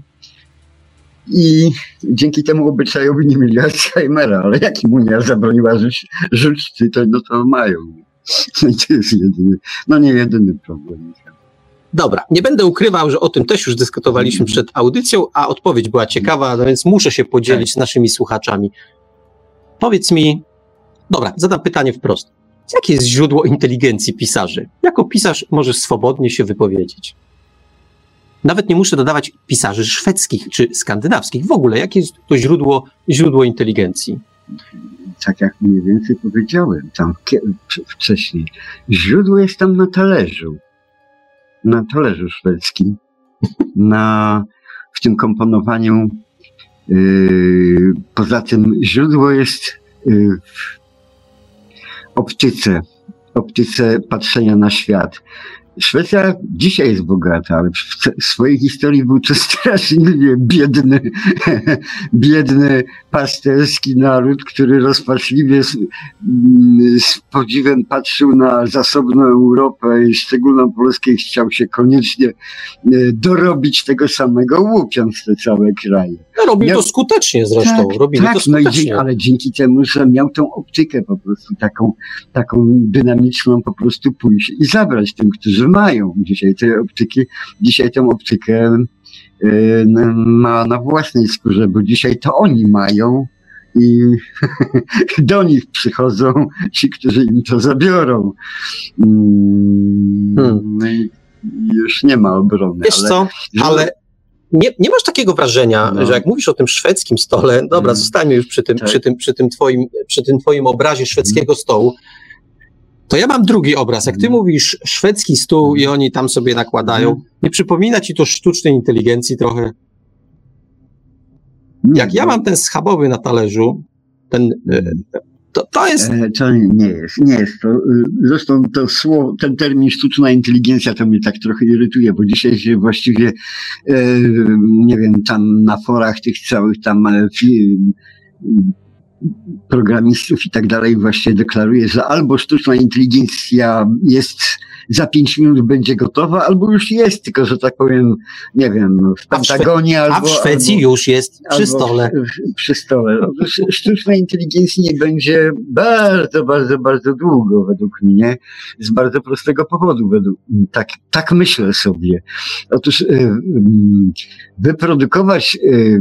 C: i dzięki temu obyczajowi nie mieli Alzheimera, ale jak im Unia zabroniła rzuć, rzuć tytoń, no to mają. I to jest jedyny, no nie jedyny problem.
B: Dobra, nie będę ukrywał, że o tym też już dyskutowaliśmy przed audycją, a odpowiedź była ciekawa, no więc muszę się podzielić z naszymi słuchaczami. Powiedz mi, dobra, zadam pytanie wprost. Jakie jest źródło inteligencji pisarzy? Jako pisarz możesz swobodnie się wypowiedzieć. Nawet nie muszę dodawać pisarzy szwedzkich czy skandynawskich. W ogóle, jakie jest to źródło, źródło inteligencji?
C: Tak jak mniej więcej powiedziałem tam kie- wcześniej, źródło jest tam na talerzu. Na talerzu szwedzkim. Na, w tym komponowaniu. Yy, poza tym źródło jest yy, w optyce. Optyce patrzenia na świat. Szwecja dzisiaj jest bogata, ale w w swojej historii był to straszliwie biedny, biedny pasterski naród, który rozpaczliwie z, z podziwem patrzył na zasobną Europę i szczególną Polskę i chciał się koniecznie dorobić tego samego, łupiąc te całe kraje.
B: No, robił
C: Ja-
B: to skutecznie zresztą.
C: Tak,
B: Robili
C: tak,
B: to
C: no i
B: skutecznie.
C: dzie- ale dzięki temu, że miał tą optykę po prostu, taką, taką dynamiczną po prostu pójść i zabrać tym, którzy mają dzisiaj tej optyki, dzisiaj tę optykę yy, ma na własnej skórze, bo dzisiaj to oni mają i do nich przychodzą ci, którzy im to zabiorą. Mm,
B: Hmm.
C: no i już nie ma obrony.
B: Wiesz
C: ale,
B: co, ale nie, nie masz takiego wrażenia,
C: No.
B: że jak mówisz o tym szwedzkim stole, dobra,
C: Mm.
B: zostańmy już przy tym,
C: Tak.
B: przy tym, przy tym twoim, przy tym twoim obrazie szwedzkiego stołu, to ja mam drugi obraz. Jak ty
C: Mm.
B: mówisz szwedzki stół i oni tam sobie nakładają,
C: Mm.
B: nie przypomina ci to sztucznej inteligencji trochę?
C: nie,
B: Jak ja
C: bo-
B: mam ten schabowy na talerzu, ten, e, to, to jest,
C: E, To nie jest, nie jest to. y, Zresztą to słowo, ten termin sztuczna inteligencja to mnie tak trochę irytuje, bo dzisiaj się właściwie, e, nie wiem, tam na forach tych całych tam e, fi- programistów i tak dalej właśnie deklaruje, że albo sztuczna inteligencja jest za pięć minut będzie gotowa, albo już jest, tylko że tak powiem, nie wiem, w
B: A w Szwe-
C: Pentagonie albo...
B: a w Szwecji
C: albo,
B: już jest przy
C: albo
B: stole.
C: W, w, przy stole. Otóż sztucznej inteligencji nie będzie bardzo, bardzo, bardzo długo według mnie, z bardzo prostego powodu, według, tak, tak myślę sobie. Otóż y, y, wyprodukować y,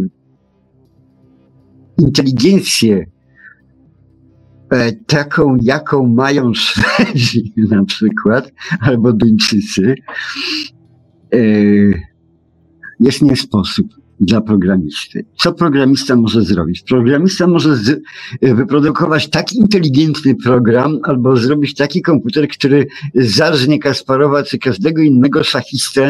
C: inteligencję e, taką, jaką mają Szwedzi na przykład, albo Duńczycy, e, jest nie sposób dla programisty. Co programista może zrobić? Programista może z, wyprodukować tak inteligentny program, albo zrobić taki komputer, który zarżnie Kasparowa czy każdego innego szachistę,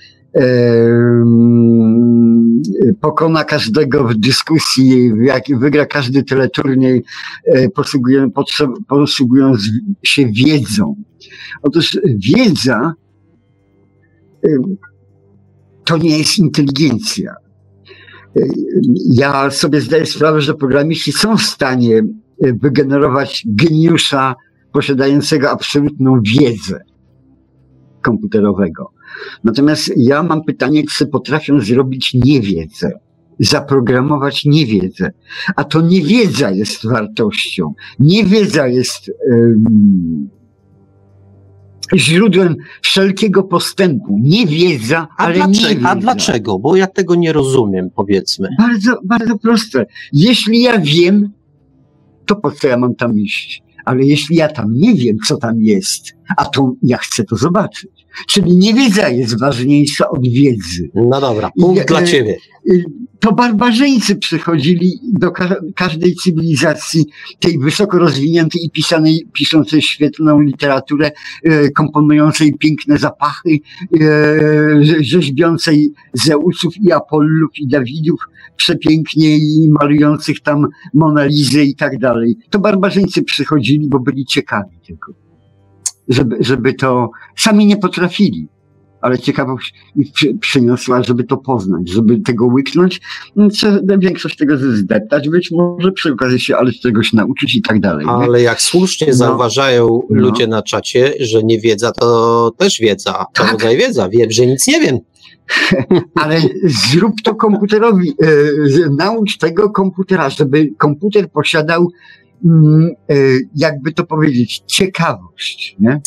C: Em, pokona każdego w dyskusji, jak wygra każdy teleturniej, e, posługując, potrze- posługując się wiedzą. Otóż wiedza e, to nie jest inteligencja. E, Ja sobie zdaję sprawę, że programiści są w stanie e, wygenerować geniusza posiadającego absolutną wiedzę komputerowego. Natomiast ja mam pytanie, czy potrafią zrobić niewiedzę, zaprogramować niewiedzę. A to niewiedza jest wartością. Niewiedza jest um, źródłem wszelkiego postępu. Niewiedza,
B: A,
C: ale
B: dlaczego,
C: niewiedza.
B: a dlaczego? Bo ja tego nie rozumiem, powiedzmy.
C: Bardzo, bardzo proste. Jeśli ja wiem, to po co ja mam tam iść? ale jeśli ja tam nie wiem, co tam jest, a to ja chcę to zobaczyć. Czyli niewiedza jest ważniejsza od wiedzy.
B: No dobra, punkt
C: I,
B: dla ciebie.
C: To barbarzyńcy przychodzili do ka- każdej cywilizacji, tej wysoko rozwiniętej i pisanej, piszącej świetną literaturę, e, komponującej piękne zapachy, e, rzeźbiącej Zeusów i Apollów i Dawidów przepięknie i malujących tam Monalizę i tak dalej. To barbarzyńcy przychodzili, bo byli ciekawi tego. Żeby, żeby to, sami nie potrafili, ale ciekawość ich przy, przyniosła, żeby to poznać, żeby tego łyknąć, trzeba większość tego zdeptać, być może przy okazji się ale czegoś nauczyć i tak dalej.
B: Ale
C: nie?
B: jak słusznie
C: No.
B: zauważają
C: No.
B: ludzie na czacie, że nie wiedza to też wiedza, to
C: Tak.
B: rodzaj wiedza, wiem, że nic nie wiem.
C: Ale zrób to komputerowi, e, naucz tego komputera, żeby komputer posiadał, mm, e, jakby to powiedzieć, ciekawość, nie?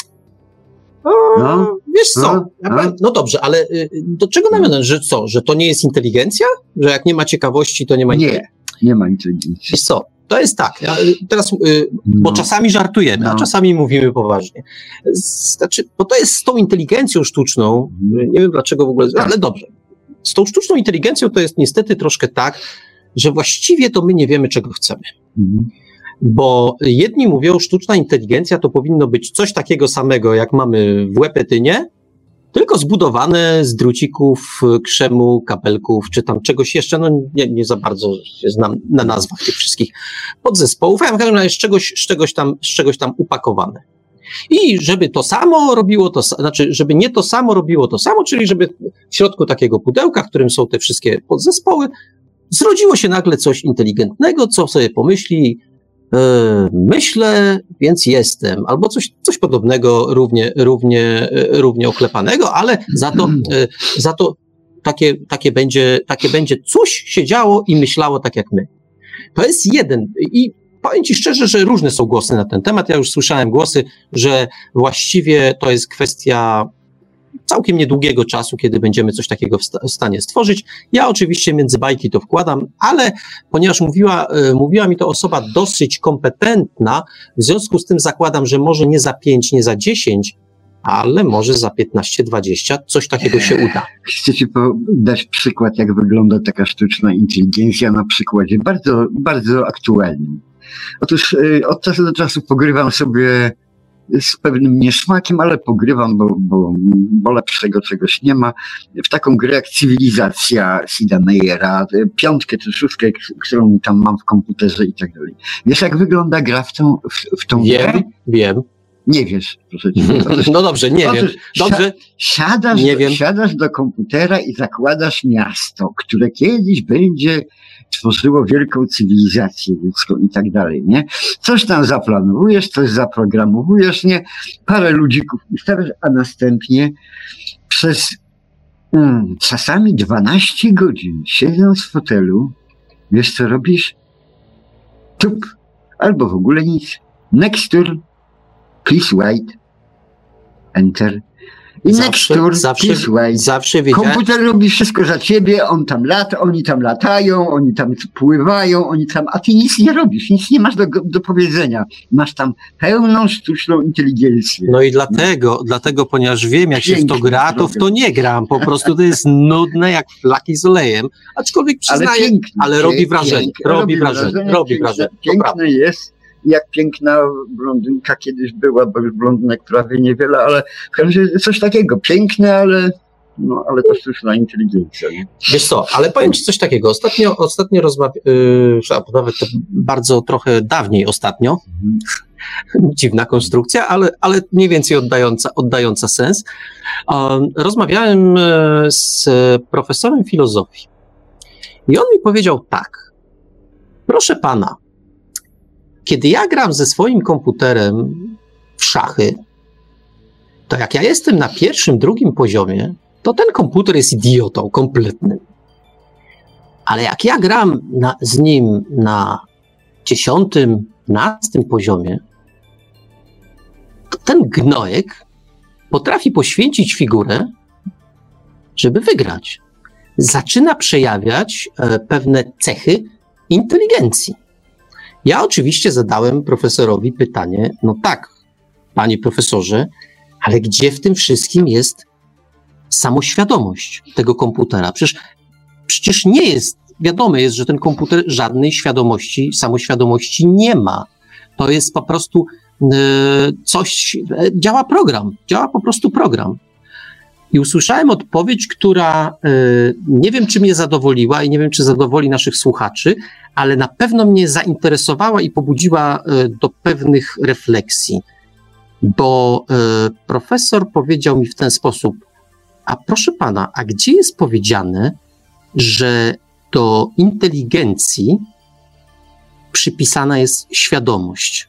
B: No, wiesz co,
C: no,
B: ja
C: no.
B: powiem, no dobrze, ale y, do czego nawiązać, że co, że to nie jest inteligencja? Że jak nie ma ciekawości, to nie ma inteligencji?
C: Nie, nie ma inteligencji.
B: Wiesz co, to jest tak, ja, y, teraz, y, bo
C: No.
B: czasami żartujemy, a
C: No.
B: czasami mówimy poważnie. Znaczy, bo to jest z tą inteligencją sztuczną, y, nie wiem dlaczego w ogóle, ale dobrze. Z tą sztuczną inteligencją to jest niestety troszkę tak, że właściwie to my nie wiemy, czego chcemy.
C: Mhm.
B: Bo jedni mówią, sztuczna inteligencja to powinno być coś takiego samego, jak mamy w Łepetynie, tylko zbudowane z drucików, krzemu, kapelków, czy tam czegoś jeszcze, no nie, nie za bardzo się znam na nazwach tych wszystkich podzespołów, a w każdym razie z czegoś, z czegoś tam, z czegoś tam upakowane. I żeby to samo robiło to, znaczy, żeby nie to samo robiło to samo, czyli żeby w środku takiego pudełka, w którym są te wszystkie podzespoły, zrodziło się nagle coś inteligentnego, co sobie pomyśli, yy, myślę, więc jestem, albo coś, coś podobnego, równie, równie, yy, równie oklepanego, ale za to, yy, za to takie, takie będzie, takie będzie coś się działo i myślało tak jak my. To jest jeden. I powiem ci szczerze, że różne są głosy na ten temat. Ja już słyszałem głosy, że właściwie to jest kwestia całkiem niedługiego czasu, kiedy będziemy coś takiego w, sta- w stanie stworzyć. Ja oczywiście między bajki to wkładam, ale ponieważ mówiła, y, mówiła mi to osoba dosyć kompetentna, w związku z tym zakładam, że może nie za pięć, nie za dziesięć, ale może za piętnaście, dwadzieścia coś takiego się uda.
C: Chcę ci dać przykład, jak wygląda taka sztuczna inteligencja na przykładzie bardzo, bardzo aktualnym. Otóż y, od czasu do czasu pogrywam sobie z pewnym niesmakiem, ale pogrywam, bo, bo, bo lepszego czegoś nie ma, w taką grę jak Cywilizacja Sida Meyera, piątkę czy szóstkę, którą tam mam w komputerze i tak dalej. Wiesz, jak wygląda gra w tą, w, w tą grę?
B: Wiem, wiem.
C: Nie wiesz, proszę cię.
B: No dobrze, nie wiem.
C: Otóż
B: Dobrze.
C: Siadasz,
B: Nie
C: do,
B: wiem.
C: siadasz do komputera i zakładasz miasto, które kiedyś będzie tworzyło wielką cywilizację ludzką i tak dalej, nie? Coś tam zaplanujesz, coś zaprogramowujesz, nie? Parę ludzików ustawiasz, a następnie przez mm, czasami dwanaście godzin siedząc w fotelu, wiesz co robisz? Tup, albo w ogóle nic. Next tour, please wait, enter. I
B: Zawsze-
C: next tour,
B: zawsze-
C: please wait.
B: Zawsze wiedziałem.
C: Komputer robi wszystko za ciebie, on tam lata, oni tam latają, oni tam pływają, oni tam, a ty nic nie robisz, nic nie masz do, do powiedzenia. Masz tam pełną sztuczną inteligencję.
B: No i dlatego, dlatego, ponieważ wiem, jak się w to
C: Piękny
B: gra, to w to
C: program.
B: nie gram. Po prostu to jest nudne jak flaki z olejem. Aczkolwiek
C: ale
B: przyznaję,
C: piękny.
B: ale robi
C: piękny,
B: wrażenie, robi wrażenie, robi
C: piękne,
B: wrażenie. To prawda.
C: Piękne jest, jak piękna blondynka kiedyś była, bo już blondynek prawie niewiele, ale w każdym razie coś takiego. Piękne, ale, no, ale to sztuczna inteligencja. Nie?
B: Wiesz co, ale powiem ci coś takiego. Ostatnio, ostatnio rozmawiałem, yy, nawet to bardzo trochę dawniej ostatnio, dziwna konstrukcja, ale, ale mniej więcej oddająca, oddająca sens. Um, rozmawiałem e, z profesorem filozofii i on mi powiedział tak, proszę pana, kiedy ja gram ze swoim komputerem w szachy, to jak ja jestem na pierwszym, drugim poziomie, to ten komputer jest idiotą kompletnym. Ale jak ja gram na, z nim na dziesiątym, dwunastym poziomie, to ten gnojek potrafi poświęcić figurę, żeby wygrać. Zaczyna przejawiać e, pewne cechy inteligencji. Ja oczywiście zadałem profesorowi pytanie, no tak, panie profesorze, ale gdzie w tym wszystkim jest samoświadomość tego komputera? Przecież, przecież nie jest, wiadome jest, że ten komputer żadnej świadomości, samoświadomości nie ma. To jest po prostu e, coś, e, działa program, działa po prostu program. I usłyszałem odpowiedź, która e, nie wiem, czy mnie zadowoliła i nie wiem, czy zadowoli naszych słuchaczy, ale na pewno mnie zainteresowała i pobudziła e, do pewnych refleksji. Bo e, profesor powiedział mi w ten sposób, a proszę pana, a gdzie jest powiedziane, że do inteligencji przypisana jest świadomość?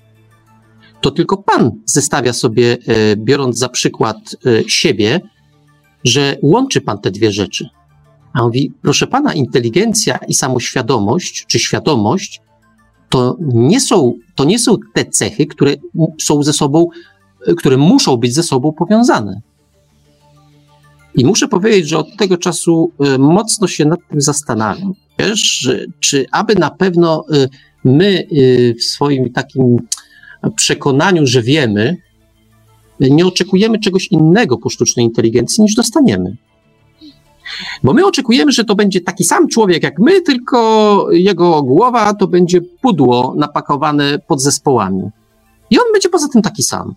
B: To tylko pan zestawia sobie, e, biorąc za przykład e, siebie, że łączy pan te dwie rzeczy. A on mówi, proszę pana, inteligencja i samoświadomość, czy świadomość, to nie są, to nie są te cechy, które są ze sobą, które muszą być ze sobą powiązane. I muszę powiedzieć, że od tego czasu y, mocno się nad tym zastanawiam. Wiesz, że, czy aby na pewno y, my y, w swoim takim przekonaniu, że wiemy, y, nie oczekujemy czegoś innego po sztucznej inteligencji, niż dostaniemy. Bo my oczekujemy, że to będzie taki sam człowiek jak my, tylko jego głowa to będzie pudło napakowane podzespołami. I on będzie poza tym taki sam.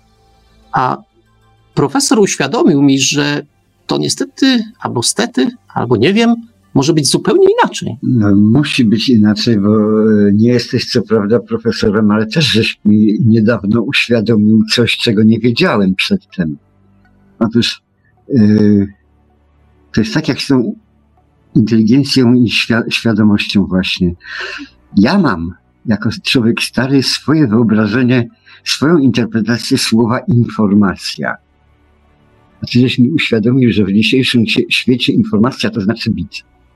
B: A profesor uświadomił mi, że to niestety, albo stety, albo nie wiem, może być zupełnie inaczej.
C: No, musi być inaczej, bo nie jesteś co prawda profesorem, ale też żeś mi niedawno uświadomił coś, czego nie wiedziałem przedtem. Otóż yy, to jest tak jak z tą inteligencją i świ- świadomością właśnie. Ja mam, jako człowiek stary, swoje wyobrażenie, swoją interpretację słowa informacja. A ty żeś mi uświadomił, że w dzisiejszym świecie informacja to znaczy bit.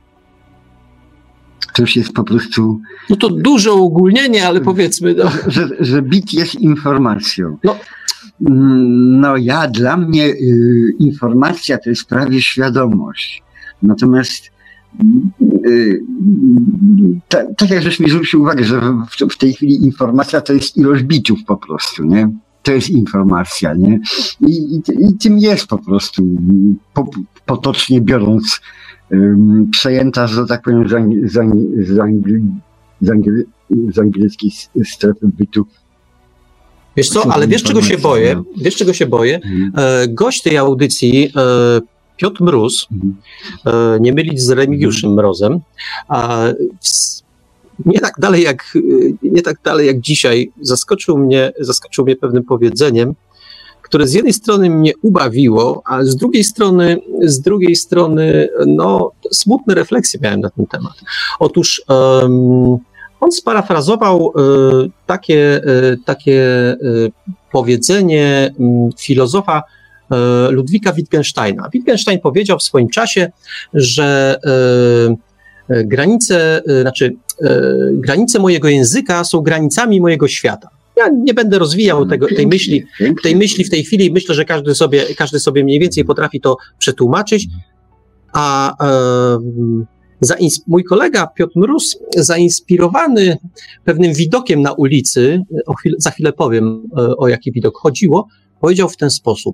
C: To już jest po prostu...
B: No to duże uogólnienie, ale powiedzmy... No.
C: Że, że bit jest informacją.
B: No.
C: No ja, dla mnie y, informacja to jest prawie świadomość. Natomiast y, tak, tak jak żeś mi zwrócił uwagę, że w, w tej chwili informacja to jest ilość bitów po prostu, nie? To jest informacja, nie? I, i, i tym jest po prostu, po, potocznie biorąc, um, przejęta, że tak powiem, z, ang- z, ang- z, angli- z, angli- z angielskiej strefy bytu.
B: Wiesz co, ale wiesz czego się boję? Wiesz czego się boję? E, gość tej audycji, e, Piotr Mróz, e, nie mylić z Remigiuszem Mrozem, a w, nie tak dalej jak, nie tak dalej jak dzisiaj zaskoczył mnie, zaskoczył mnie pewnym powiedzeniem, które z jednej strony mnie ubawiło, a z drugiej strony, z drugiej strony, no, smutne refleksje miałem na ten temat. Otóż um, on sparafrazował y, takie, y, takie y, powiedzenie y, filozofa y, Ludwika Wittgensteina. Wittgenstein powiedział w swoim czasie, że y, y, granice, y, znaczy, y, granice mojego języka są granicami mojego świata. Ja nie będę rozwijał tego, tej myśli, tej myśli w tej chwili. Myślę, że każdy sobie, każdy sobie mniej więcej potrafi to przetłumaczyć. A y, Zains- mój kolega Piotr Mróz, zainspirowany pewnym widokiem na ulicy, o chwilę, za chwilę powiem, o jaki widok chodziło, powiedział w ten sposób: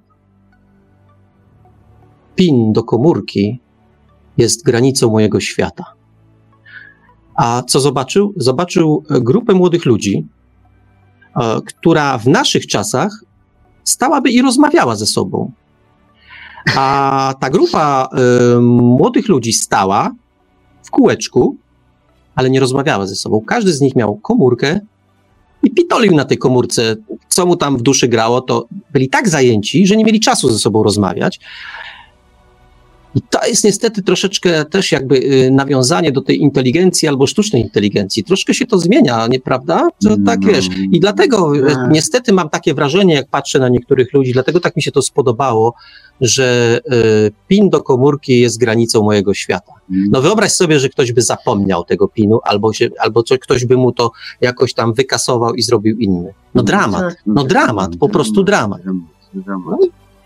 B: PIN do komórki jest granicą mojego świata. A co zobaczył? Zobaczył grupę młodych ludzi, która w naszych czasach stałaby i rozmawiała ze sobą. A ta grupa y, młodych ludzi stała w kółeczku, ale nie rozmawiała ze sobą. Każdy z nich miał komórkę i pitolił na tej komórce, co mu tam w duszy grało, to byli tak zajęci, że nie mieli czasu ze sobą rozmawiać. I to jest niestety troszeczkę też jakby nawiązanie do tej inteligencji albo sztucznej inteligencji. Troszkę się to zmienia, nieprawda? To tak no, wiesz. I dlatego no. niestety mam takie wrażenie, jak patrzę na niektórych ludzi, dlatego tak mi się to spodobało, że y, PIN do komórki jest granicą mojego świata. No wyobraź sobie, że ktoś by zapomniał tego PIN-u, albo, się, albo co, ktoś by mu to jakoś tam wykasował i zrobił inny. No dramat, no dramat, po prostu dramat.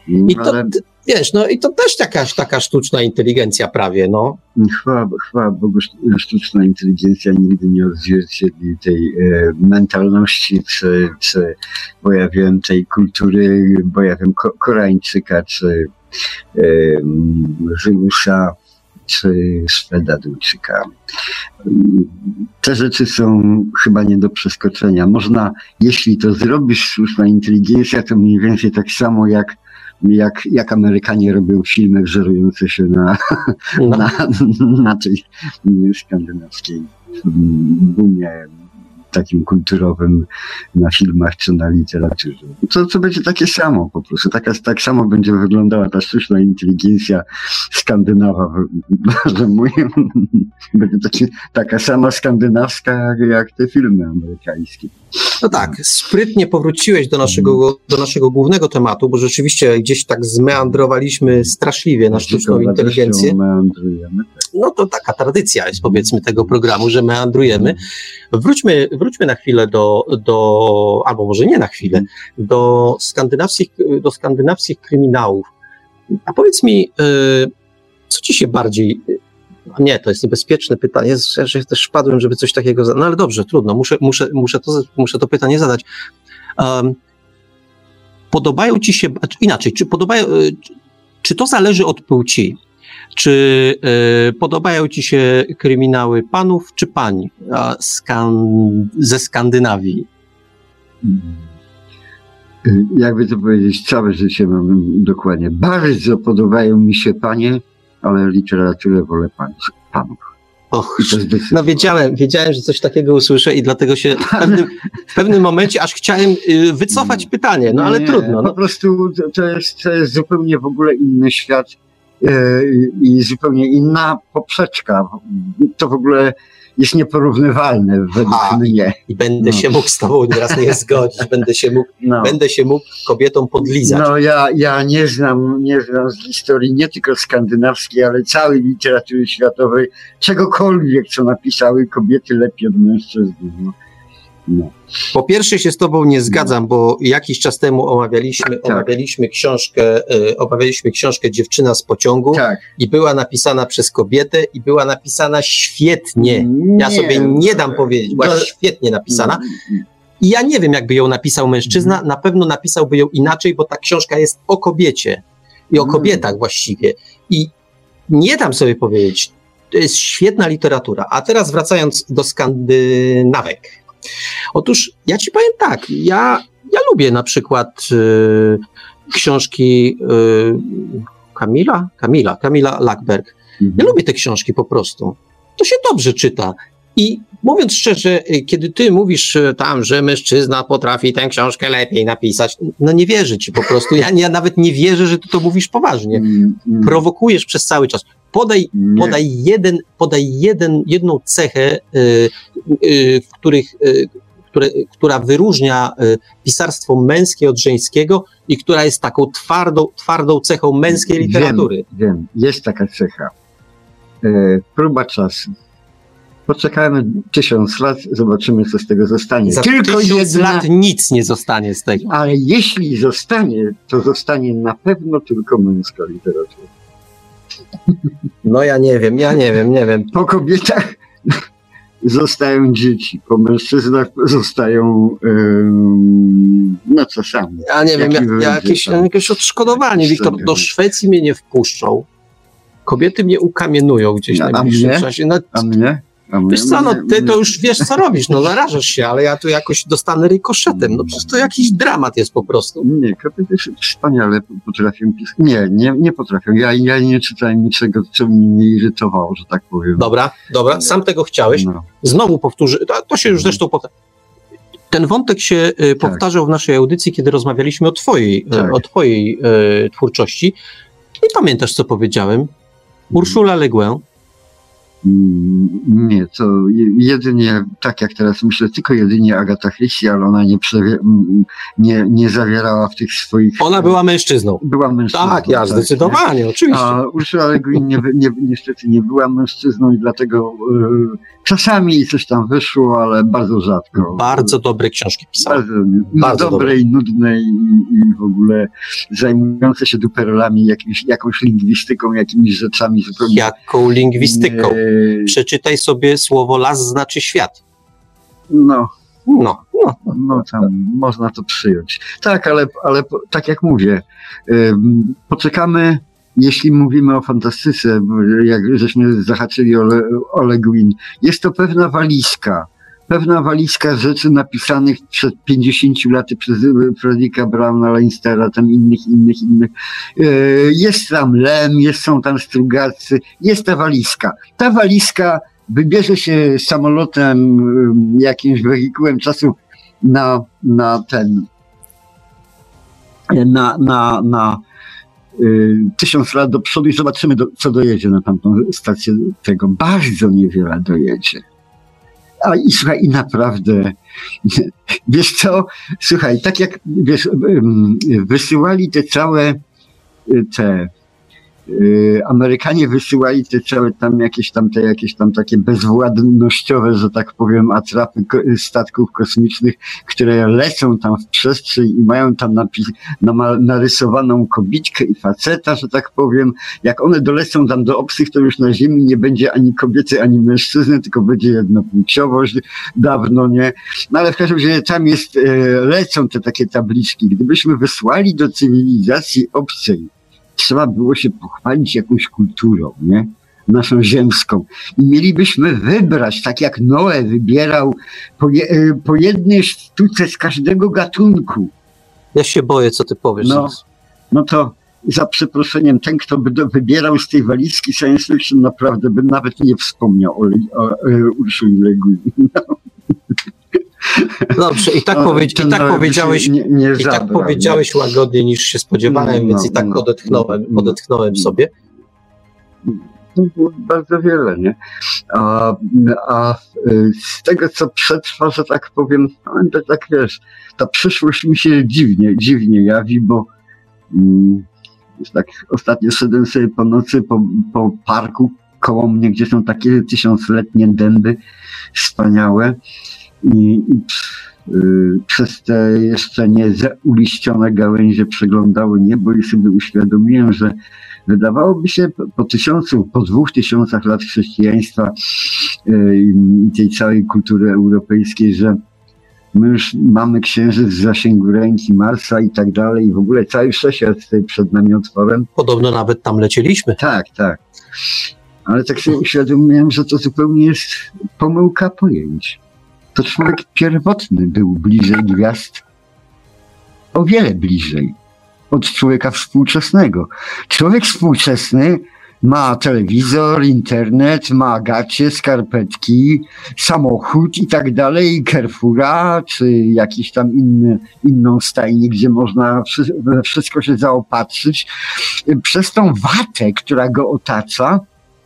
B: I to, ale... wiesz, no i to też jakaś taka sztuczna inteligencja prawie, no.
C: Chwała, chwała Bogu, sztuczna inteligencja nigdy nie odzwierciedli tej e, mentalności, czy, czy, bo ja wiem, tej kultury, bo ja wiem, ko- Koreańczyka, czy e, Żymusza, czy Szweda Duńczyka. Te rzeczy są chyba nie do przeskoczenia. Można, jeśli to zrobisz, sztuczna inteligencja, to mniej więcej tak samo jak Jak, jak Amerykanie robią filmy wzorujące się na, no. na, na tej skandynawskiej boomie takim kulturowym na filmach czy na literaturze. To, to będzie takie samo po prostu. Taka, tak samo będzie wyglądała ta sztuczna inteligencja Skandynawa, że mój, będzie taki, taka sama skandynawska jak, jak te filmy amerykańskie.
B: No tak, sprytnie powróciłeś do naszego, do naszego głównego tematu, bo rzeczywiście gdzieś tak zmeandrowaliśmy straszliwie na sztuczną inteligencję. No to taka tradycja jest, powiedzmy, tego programu, że meandrujemy. Wróćmy, wróćmy na chwilę do, do, albo może nie na chwilę, do skandynawskich, do skandynawskich kryminałów. A powiedz mi, co ci się bardziej... Nie, to jest niebezpieczne pytanie. Ja że też wpadłem, żeby coś takiego... Za... No ale dobrze, trudno. Muszę, muszę, muszę, to, muszę to pytanie zadać. Um, podobają ci się... Inaczej, czy podobają... Czy to zależy od płci? Czy y, podobają ci się kryminały panów czy pań a, skan... ze Skandynawii?
C: Jakby to powiedzieć, całe życie mam dokładnie. Bardzo podobają mi się panie, ale literaturę wolę pan, panów.
B: Och, no wiedziałem, wiedziałem, że coś takiego usłyszę i dlatego się w pewnym, w pewnym momencie aż chciałem y, wycofać pytanie, no ale nie, trudno. No.
C: Po prostu to, to, jest, to jest zupełnie w ogóle inny świat yy, i zupełnie inna poprzeczka. To w ogóle jest nieporównywalne według A, mnie.
B: I będę no. się mógł z tobą teraz nie zgodzić, będę się mógł, no. będę się mógł kobietom podlizać.
C: No ja, ja nie znam, nie znam z historii nie tylko skandynawskiej, ale całej literatury światowej, czegokolwiek, co napisały kobiety lepiej od mężczyzn. No. No.
B: Po pierwsze się z tobą nie zgadzam, bo jakiś czas temu omawialiśmy, tak. omawialiśmy książkę, y, omawialiśmy książkę Dziewczyna z pociągu
C: tak.
B: i była napisana przez kobietę i była napisana świetnie. Nie. Ja sobie nie dam powiedzieć, była to... świetnie napisana. I ja nie wiem, jakby ją napisał mężczyzna, na pewno napisałby ją inaczej, bo ta książka jest o kobiecie i o kobietach właściwie. I nie dam sobie powiedzieć, to jest świetna literatura. A teraz wracając do Skandynawek. Otóż ja ci powiem tak, ja, ja lubię na przykład y, książki y, Kamila, Kamila, Kamila Lackberg. Mhm. Ja lubię te książki po prostu. To się dobrze czyta. I mówiąc szczerze, kiedy ty mówisz tam, że mężczyzna potrafi tę książkę lepiej napisać, no nie wierzę ci po prostu. Ja, ja nawet nie wierzę, że ty to mówisz poważnie. Mm, mm. Prowokujesz przez cały czas. Podaj, podaj, jeden, podaj jeden, jedną cechę, y, y, w których, y, które, która wyróżnia y, pisarstwo męskie od żeńskiego i która jest taką twardą, twardą cechą męskiej literatury.
C: Wiem, wiem. Jest taka cecha. E, próba czasu. Poczekajmy tysiąc lat, zobaczymy, co z tego zostanie.
B: Za Tylko tysiąc jedna... lat nic nie zostanie z tego.
C: Ale jeśli zostanie, to zostanie na pewno tylko męska literatura.
B: No ja nie wiem, ja nie wiem, nie wiem.
C: Po kobietach zostają dzieci, po mężczyznach zostają um, no czasami.
B: Ja nie wiem, ja, ja jakieś, jakieś odszkodowanie. Wiktor, do Szwecji mnie nie wpuszczą. Kobiety mnie ukamienują gdzieś
C: na
B: najbliższym czasie. No,
C: a mnie? A mnie?
B: Wiesz co, no ty to już wiesz, co robisz, no narażasz się, ale ja tu jakoś dostanę rykoszetem. No przecież to jakiś dramat jest po prostu.
C: Nie, kobiety wspaniale potrafią pisać. Nie, nie, nie potrafią. Ja, ja nie czytałem niczego, co mnie irytowało, że tak powiem.
B: Dobra, dobra, sam tego chciałeś. No. Znowu powtórzę, to, to się już zresztą powtarza. Ten wątek się y, powtarzał w naszej audycji, kiedy rozmawialiśmy o twojej, tak. y, o twojej y, twórczości. I pamiętasz, co powiedziałem? Ursula Le Guin
C: Nie, to jedynie, tak jak teraz myślę, tylko jedynie Agata Christie, ale ona nie, przewie, nie, nie zawierała w tych swoich...
B: Ona była mężczyzną.
C: Była mężczyzną.
B: Tak, ja
C: tak,
B: zdecydowanie, nie? Oczywiście.
C: A Ursula Le Guin nie, nie, niestety nie była mężczyzną i dlatego y, czasami coś tam wyszło, ale bardzo rzadko.
B: Bardzo dobre książki pisała.
C: Bardzo,
B: Bardzo
C: dobre i nudne i, i w ogóle zajmujące się duperolami, jakimś, jakąś lingwistyką, jakimiś rzeczami zupełnie...
B: Jaką lingwistyką?
C: Nie,
B: Przeczytaj sobie słowo las znaczy świat.
C: No,
B: No, no.
C: no tam można to przyjąć. Tak, ale, ale tak jak mówię, ym, poczekamy, jeśli mówimy o fantastyce, jak żeśmy zahaczyli o, Le, o Le Guin, jest to pewna walizka, pewna walizka rzeczy napisanych przed pięćdziesięciu laty przez Fredricka Browna, Leinstera, tam innych, innych, innych. Yy, jest tam Lem, jest, są tam Strugacy, jest ta walizka. Ta walizka wybierze się samolotem, jakimś wehikułem czasu na, na ten, na, na, na y, tysiąc lat do przodu i zobaczymy, do, co dojedzie na tamtą stację tego. Bardzo niewiele dojedzie. A i słuchaj, i naprawdę, wiesz co, słuchaj, tak jak, wiesz, wysyłali te całe, te, Amerykanie wysyłali te całe tam jakieś tam te jakieś tam takie bezwładnościowe, że tak powiem, atrapy statków kosmicznych, które lecą tam w przestrzeń i mają tam napis, narysowaną kobiczkę i faceta, że tak powiem. Jak one dolecą tam do obcych, to już na Ziemi nie będzie ani kobiety, ani mężczyzny, tylko będzie jednopłciowość dawno, nie? No ale w każdym razie tam jest, lecą te takie tabliczki. Gdybyśmy wysłali do cywilizacji obcej, trzeba było się pochwalić jakąś kulturą, nie? Naszą ziemską. I mielibyśmy wybrać, tak jak Noe wybierał po, je, po jednej sztuce z każdego gatunku.
B: Ja się boję, co ty powiesz.
C: No, no to za przeproszeniem, ten, kto by do, wybierał z tej walizki science fiction, naprawdę by nawet nie wspomniał o, o, o Ursuli Le Guin. No.
B: Dobrze, i tak, no, powie, i tak powiedziałeś, nie, nie i zabrał, tak powiedziałeś nie? łagodniej niż się spodziewałem, no, więc no, i tak no, odetchnąłem, no, odetchnąłem sobie.
C: To było bardzo wiele, nie? A, a z tego, co przetrwa, że tak powiem, to tak wiesz, ta przyszłość mi się dziwnie, dziwnie jawi, bo mm, tak ostatnio szedłem sobie po nocy po, po parku koło mnie, gdzie są takie tysiącletnie dęby wspaniałe. I, i y, przez te jeszcze nie zauliścione gałęzie przeglądały niebo i sobie uświadomiłem, że wydawałoby się po tysiącu, po dwóch tysiącach lat chrześcijaństwa y, i tej całej kultury europejskiej, że my już mamy księżyc w zasięgu ręki, Marsa i tak dalej i w ogóle cały wszechświat stoi przed nami otworem.
B: Podobno nawet tam lecieliśmy.
C: Tak, tak. Ale tak sobie uświadomiłem, że to zupełnie jest pomyłka pojęć. To człowiek pierwotny był bliżej gwiazd, o wiele bliżej od człowieka współczesnego. Człowiek współczesny ma telewizor, internet, ma gacie, skarpetki, samochód i tak dalej, Carrefoura, czy jakiś tam inny, inną stajnię, gdzie można we wszystko się zaopatrzyć. Przez tą watę, która go otacza,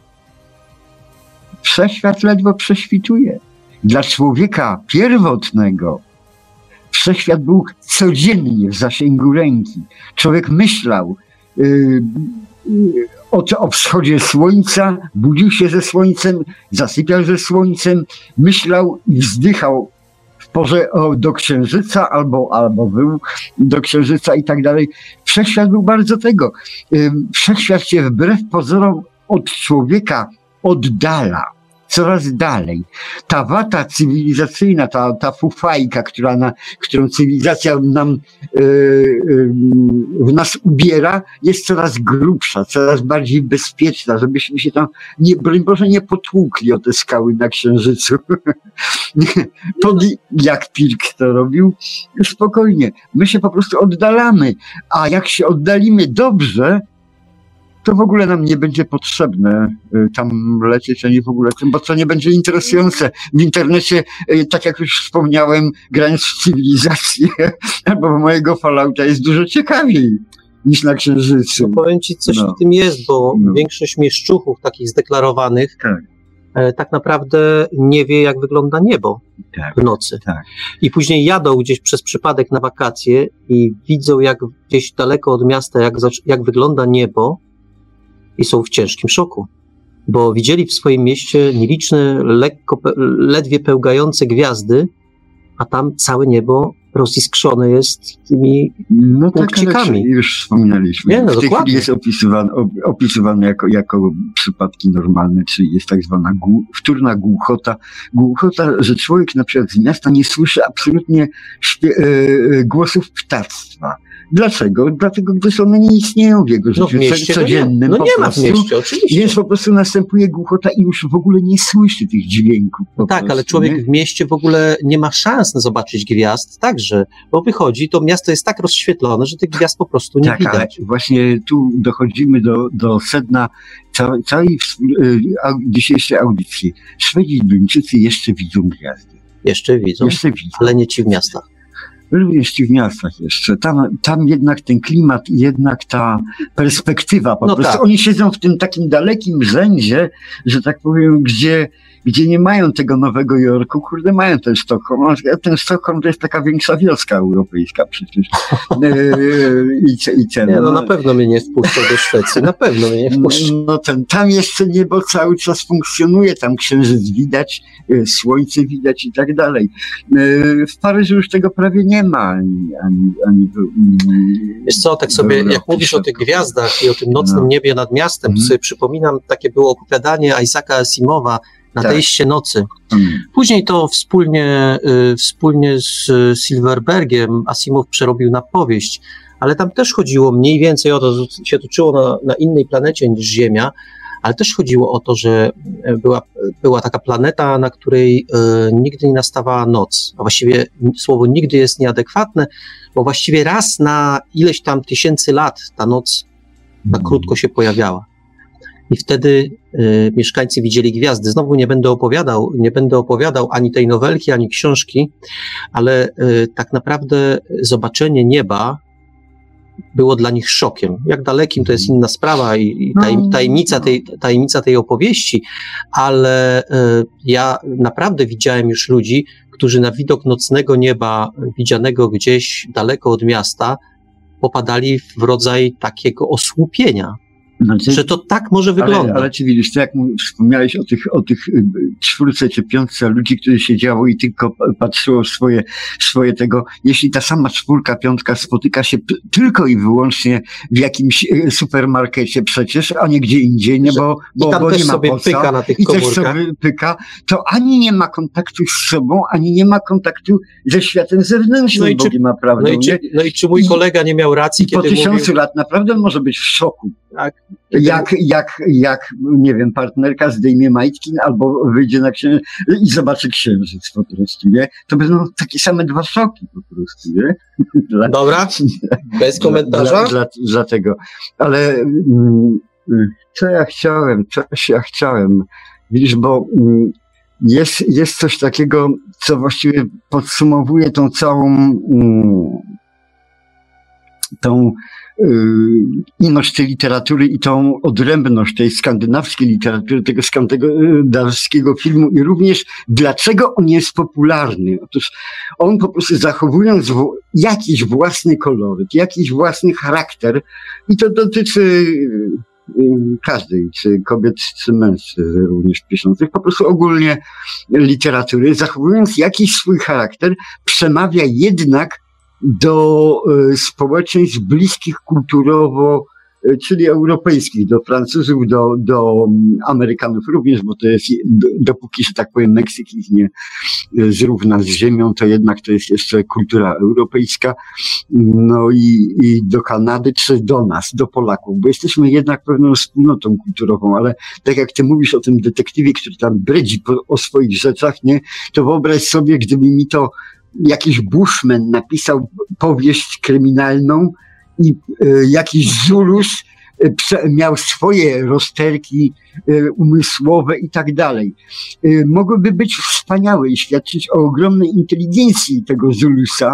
C: wszechświat ledwo prześwituje. Dla człowieka pierwotnego wszechświat był codziennie w zasięgu ręki. Człowiek myślał yy, yy, o, o wschodzie słońca, budził się ze słońcem, zasypiał ze słońcem, myślał i wzdychał w porze o, do księżyca albo, albo był do księżyca i tak dalej. Wszechświat był bardzo tego. Yy, wszechświat się wbrew pozorom od człowieka oddala. Coraz dalej. Ta wata cywilizacyjna, ta, ta fufajka, która na, którą cywilizacja nam, yy, yy, w nas ubiera, jest coraz grubsza, coraz bardziej bezpieczna, żebyśmy się tam, nie, broń Boże, nie potłukli o te skały na Księżycu. Pod, jak Pirk to robił, spokojnie. My się po prostu oddalamy, a jak się oddalimy dobrze, to w ogóle nam nie będzie potrzebne tam lecieć, ani w ogóle tym, bo to nie będzie interesujące. W internecie, tak jak już wspomniałem, grając w cywilizację albo w mojego Fallouta jest dużo ciekawiej niż na Księżycu.
B: No powiem ci, coś no. w tym jest, bo no. większość mieszczuchów takich zdeklarowanych
C: tak.
B: tak naprawdę nie wie, jak wygląda niebo
C: Tak,
B: w nocy.
C: tak.
B: I później jadą gdzieś przez przypadek na wakacje i widzą, jak gdzieś daleko od miasta, jak, jak wygląda niebo i są w ciężkim szoku. Bo widzieli w swoim mieście nieliczne, lekko, ledwie pełgające gwiazdy, a tam całe niebo roziskrzone jest tymi
C: no
B: punkcikami.
C: Tak, już wspominaliśmy.
B: Nie, no
C: w tej
B: dokładnie.
C: chwili jest opisywane, opisywane jako, jako przypadki normalne, czyli jest tak zwana głu, wtórna głuchota. Głuchota, że człowiek na przykład z miasta nie słyszy absolutnie śpie- e, głosów ptactwa. Dlaczego? Dlatego, gdyż one nie istnieją w jego życiu
B: no w mieście,
C: codziennym.
B: No nie, no nie ma w
C: prostu,
B: mieście, oczywiście.
C: Więc po prostu następuje głuchota i już w ogóle nie słyszy tych dźwięków.
B: No tak,
C: prostu,
B: ale człowiek
C: nie?
B: w mieście w ogóle nie ma szans na zobaczyć gwiazd, także, bo wychodzi, to miasto jest tak rozświetlone, że tych gwiazd po prostu nie
C: tak,
B: widać.
C: Ale właśnie tu dochodzimy do, do sedna całej, całej y, au, dzisiejszej audycji. Szwedzi i Duńczycy jeszcze widzą gwiazdy.
B: Jeszcze widzą,
C: Jeszcze widzą.
B: ale nie ci w miastach.
C: Również ci w miastach jeszcze. Tam, tam jednak ten klimat i jednak ta perspektywa. Po
B: No
C: prostu
B: tak.
C: oni siedzą w tym takim dalekim rzędzie, że tak powiem, gdzie, gdzie nie mają tego Nowego Jorku. Kurde, mają ten Sztokholm. A ten Sztokholm to jest taka większa wioska europejska przecież. I, co- i co,
B: Nie, no na pewno mnie nie wpuszczą do Szwecji, na pewno mnie nie wpuszczą.
C: No ten, tam jeszcze niebo cały czas funkcjonuje, tam księżyc widać, y, słońce widać i tak dalej. Y, W Paryżu już tego prawie nie ma. Ani, ani, ani, y,
B: Wiesz co, tak sobie, jak mówisz o tych gwiazdach i o tym nocnym
C: No.
B: niebie nad miastem, to
C: Mhm.
B: sobie przypominam, takie było opowiadanie Isaaca Asimowa, Nadejście nocy.
C: mm,
B: Później to wspólnie, y, wspólnie z y, Silverbergiem Asimov przerobił na powieść, ale tam też chodziło mniej więcej o to, że się toczyło na, na innej planecie niż Ziemia, ale też chodziło o to, że y, była, była taka planeta, na której y, nigdy nie nastawała noc. A właściwie słowo nigdy jest nieadekwatne, bo właściwie raz na ileś tam tysięcy lat ta noc na krótko się pojawiała. I wtedy y, mieszkańcy widzieli gwiazdy. Znowu nie będę opowiadał, nie będę opowiadał ani tej nowelki, ani książki, ale y, tak naprawdę zobaczenie nieba było dla nich szokiem. Jak dalekim to jest inna sprawa i, i tajem, tajemnica, tej, tajemnica tej opowieści, ale y, ja naprawdę widziałem już ludzi, którzy na widok nocnego nieba, widzianego gdzieś daleko od miasta, popadali w rodzaj takiego osłupienia.
C: Znaczy,
B: Że to tak może wyglądać.
C: ale, ale czy widzisz, to jak mu- wspomniałeś o tych, o tych y, czwórce czy piątce ludzi, którzy siedziało i tylko p- patrzyło w swoje, swoje tego, jeśli ta sama czwórka, piątka spotyka się p- tylko i wyłącznie w jakimś y, supermarkecie przecież, a nie gdzie indziej, nie, bo, bo,
B: I tam
C: bo
B: też
C: nie ma
B: sobie
C: po co,
B: pyka na tych
C: i też
B: komórkach.
C: sobie pyka, to ani nie ma kontaktu z sobą, ani nie ma kontaktu ze światem zewnętrznym,
B: No i czy-
C: Bogiem naprawdę.
B: No i, czy, no i czy mój
C: I-
B: kolega nie miał racji,
C: I po
B: kiedy
C: tysiącu
B: mówił...
C: lat naprawdę może być w szoku.
B: Tak,
C: Jak, jak, jak, nie wiem, partnerka zdejmie majtki albo wyjdzie na księżyc i zobaczy księżyc po prostu, nie? To będą takie same dwa szoki po prostu, nie? Dla,
B: Dobra, bez komentarza.
C: Dla, dla, dlatego. Ale mm, co ja chciałem, coś ja chciałem. Widzisz, bo mm, jest, jest coś takiego, co właściwie podsumowuje tą całą mm, tą y, inność tej literatury i tą odrębność tej skandynawskiej literatury, tego skandynawskiego filmu i również dlaczego on jest popularny. Otóż on po prostu zachowując w, jakiś własny koloryt, jakiś własny charakter i to dotyczy y, każdej, czy kobiet, czy mężczyzn również piszących, po prostu ogólnie literatury, zachowując jakiś swój charakter, przemawia jednak do y, społeczeństw bliskich kulturowo, y, czyli europejskich, do Francuzów, do, do um, Amerykanów również, bo to jest, do, dopóki, że tak powiem, Meksyk ich nie y, zrówna z ziemią, to jednak to jest jeszcze kultura europejska, no i, i do Kanady, czy do nas, do Polaków, bo jesteśmy jednak pewną wspólnotą kulturową, ale tak jak ty mówisz o tym detektywie, który tam bredzi po, o swoich rzeczach, nie, to wyobraź sobie, gdyby mi to jakiś Bushman napisał powieść kryminalną i y, jakiś Zulus y, prze, miał swoje rozterki y, umysłowe i tak dalej. Y, mogłyby być wspaniałe i świadczyć o ogromnej inteligencji tego Zulusa,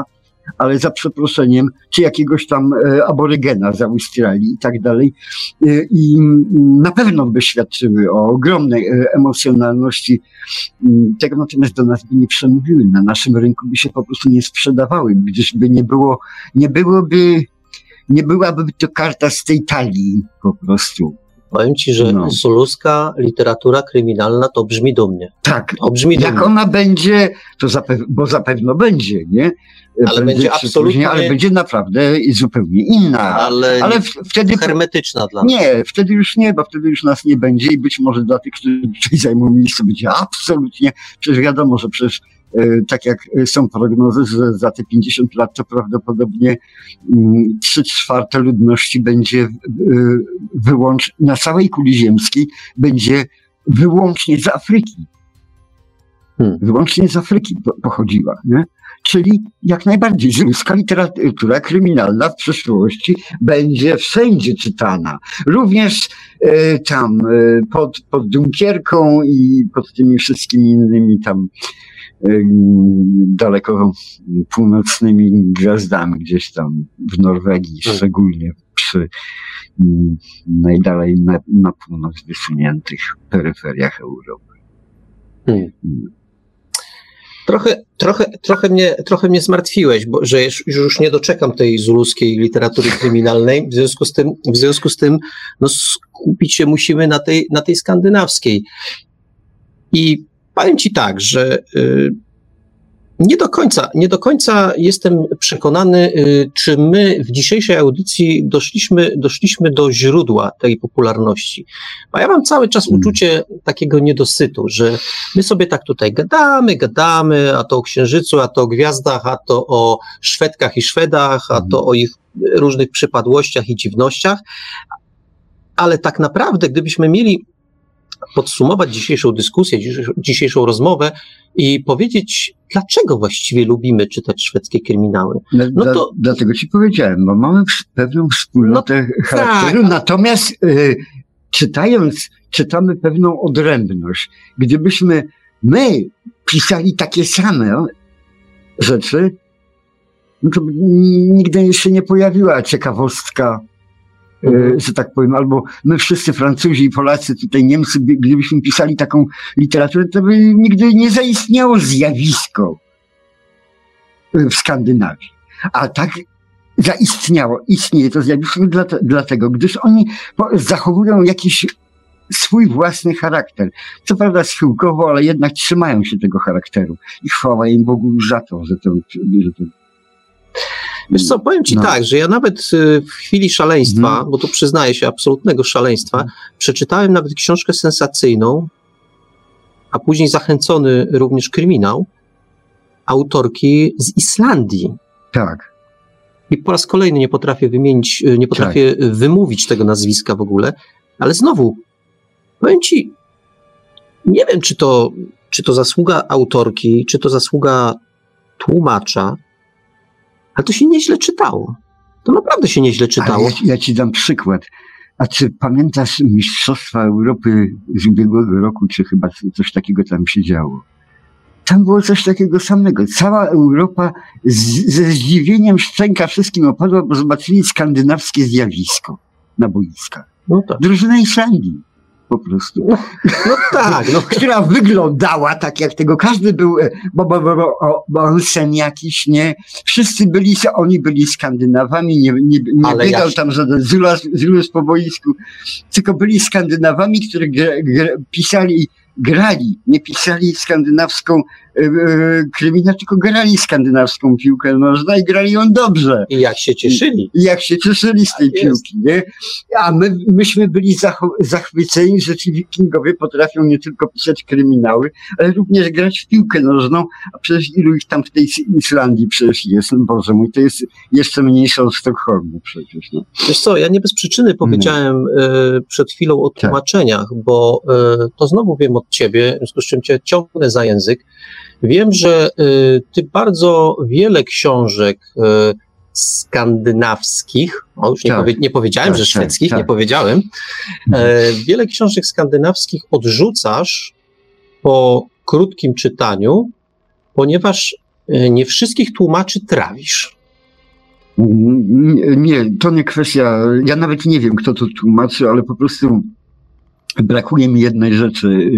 C: ale za przeproszeniem, czy jakiegoś tam e, aborygena z Australii i tak dalej. E, I na pewno by świadczyły o ogromnej e, emocjonalności tego, natomiast do nas by nie przemówiły. Na naszym rynku by się po prostu nie sprzedawały, gdyż by nie było, nie byłoby, nie byłaby to karta z tej talii po prostu.
B: Powiem ci, że
C: No.
B: zuluska literatura kryminalna to brzmi dumnie.
C: Tak,
B: To brzmi
C: jak
B: dumnie.
C: ona będzie, to zapew- bo zapewne będzie, nie?
B: Ale
C: Prędzej
B: będzie
C: czy
B: absolutnie-
C: później, ale będzie naprawdę zupełnie inna.
B: Ale,
C: Ale w, wtedy...
B: hermetyczna dla nas.
C: Nie, wtedy już nie, bo wtedy już nas nie będzie i być może dla tych, którzy tutaj zajmą miejsce, będzie absolutnie, przecież wiadomo, że przecież e, tak jak są prognozy, że za te pięćdziesiąt lat to prawdopodobnie trzy czwarte ludności będzie wyłącznie, na całej kuli ziemskiej będzie wyłącznie z Afryki.
B: Hmm.
C: Wyłącznie z Afryki po, pochodziła, nie? Czyli jak najbardziej ludzka literatura kryminalna w przyszłości będzie wszędzie czytana. Również e, tam e, pod, pod Dunkierką i pod tymi wszystkimi innymi tam e, daleko północnymi gwiazdami gdzieś tam w Norwegii,
B: Hmm.
C: szczególnie przy m, najdalej na, na północ wysuniętych peryferiach Europy.
B: Hmm. Trochę, trochę, trochę, mnie, trochę mnie zmartwiłeś, bo, że już, już nie doczekam tej zuluskiej literatury kryminalnej. W związku z tym, w związku z tym no, skupić się musimy na tej, na tej skandynawskiej. I powiem ci tak, że y, nie do końca, nie do końca jestem przekonany, y, czy my w dzisiejszej audycji doszliśmy, doszliśmy do źródła tej popularności. Bo ja mam cały czas
C: Hmm.
B: uczucie takiego niedosytu, że my sobie tak tutaj gadamy, gadamy, a to o Księżycu, a to o gwiazdach, a to o Szwedkach i Szwedach, a to o ich różnych przypadłościach i dziwnościach, ale tak naprawdę, gdybyśmy mieli podsumować dzisiejszą dyskusję, dzisiejszą, dzisiejszą rozmowę i powiedzieć, dlaczego właściwie lubimy czytać szwedzkie kryminały. No
C: Dla,
B: to-
C: Dlatego ci powiedziałem, bo mamy ws- pewną wspólnotę charakteru,
B: tak.
C: natomiast y, czytając, czytamy pewną odrębność. Gdybyśmy my pisali takie same rzeczy, no to by n- nigdy jeszcze nie pojawiła ciekawostka,
B: Mhm.
C: y, że tak powiem, albo my wszyscy Francuzi i Polacy, tutaj Niemcy, by- gdybyśmy pisali taką literaturę, to by nigdy nie zaistniało zjawisko w Skandynawii. A tak zaistniało, istnieje to zjawisko dla, dlatego, gdyż oni po, zachowują jakiś swój własny charakter. Co prawda schyłkowo, ale jednak trzymają się tego charakteru. I chwała im Bogu już za to, że to... Że to
B: Wiesz co, powiem ci
C: no.
B: tak, że ja nawet y, w chwili szaleństwa,
C: Mhm.
B: bo tu przyznaję się, absolutnego szaleństwa, przeczytałem nawet książkę sensacyjną, a później zachęcony również kryminał autorki z Islandii.
C: Tak.
B: I po raz kolejny nie potrafię wymienić, nie potrafię wymówić tego nazwiska w ogóle, ale znowu, powiem ci, nie wiem, czy to, czy to zasługa autorki, czy to zasługa tłumacza, ale to się nieźle czytało. To naprawdę się nieźle
C: Ale
B: czytało.
C: ja, ja ci dam przykład. A czy pamiętasz Mistrzostwa Europy z ubiegłego roku, czy chyba coś takiego tam się działo? Tam było coś takiego samego. Cała Europa z, ze zdziwieniem szczęka wszystkim opadła, bo zobaczyli skandynawskie zjawisko na boiskach.
B: No tak.
C: Drużyna Islandii. Po prostu.
B: No tak, no.
C: Która wyglądała tak jak tego. Każdy był e, bo, bo, bo, bo, Bonsen jakiś, nie? Wszyscy byli, oni byli Skandynawami, nie, nie, nie
B: Ale
C: biegał
B: ja-
C: tam żaden Zulus, Zulus po boisku, tylko byli Skandynawami, którzy gr, gr, pisali, grali, nie pisali skandynawską e, e, kryminał, tylko grali skandynawską piłkę nożną i grali ją dobrze.
B: I jak się cieszyli.
C: I jak się cieszyli z tej
B: Tak jest.
C: piłki, nie? A my, myśmy byli zach- zachwyceni, że ci wikingowie potrafią nie tylko pisać kryminały, ale również grać w piłkę nożną, a przecież ilu ich tam w tej Islandii przecież jest, no Boże mój, to jest jeszcze mniejsze od Sztokholmu przecież, no.
B: Wiesz co, ja nie bez przyczyny powiedziałem e, przed chwilą o
C: Tak.
B: tłumaczeniach, bo e, to znowu wiem od ciebie, w związku z czym cię ciągnę za język. Wiem, że e, ty bardzo wiele książek e, skandynawskich, o już nie,
C: Tak.
B: powie, nie powiedziałem,
C: Tak,
B: że
C: tak,
B: szwedzkich,
C: tak.
B: nie powiedziałem, e, wiele książek skandynawskich odrzucasz po krótkim czytaniu, ponieważ e, nie wszystkich tłumaczy trawisz.
C: Nie, to nie kwestia, ja nawet nie wiem, kto to tłumaczy, ale po prostu brakuje mi jednej rzeczy.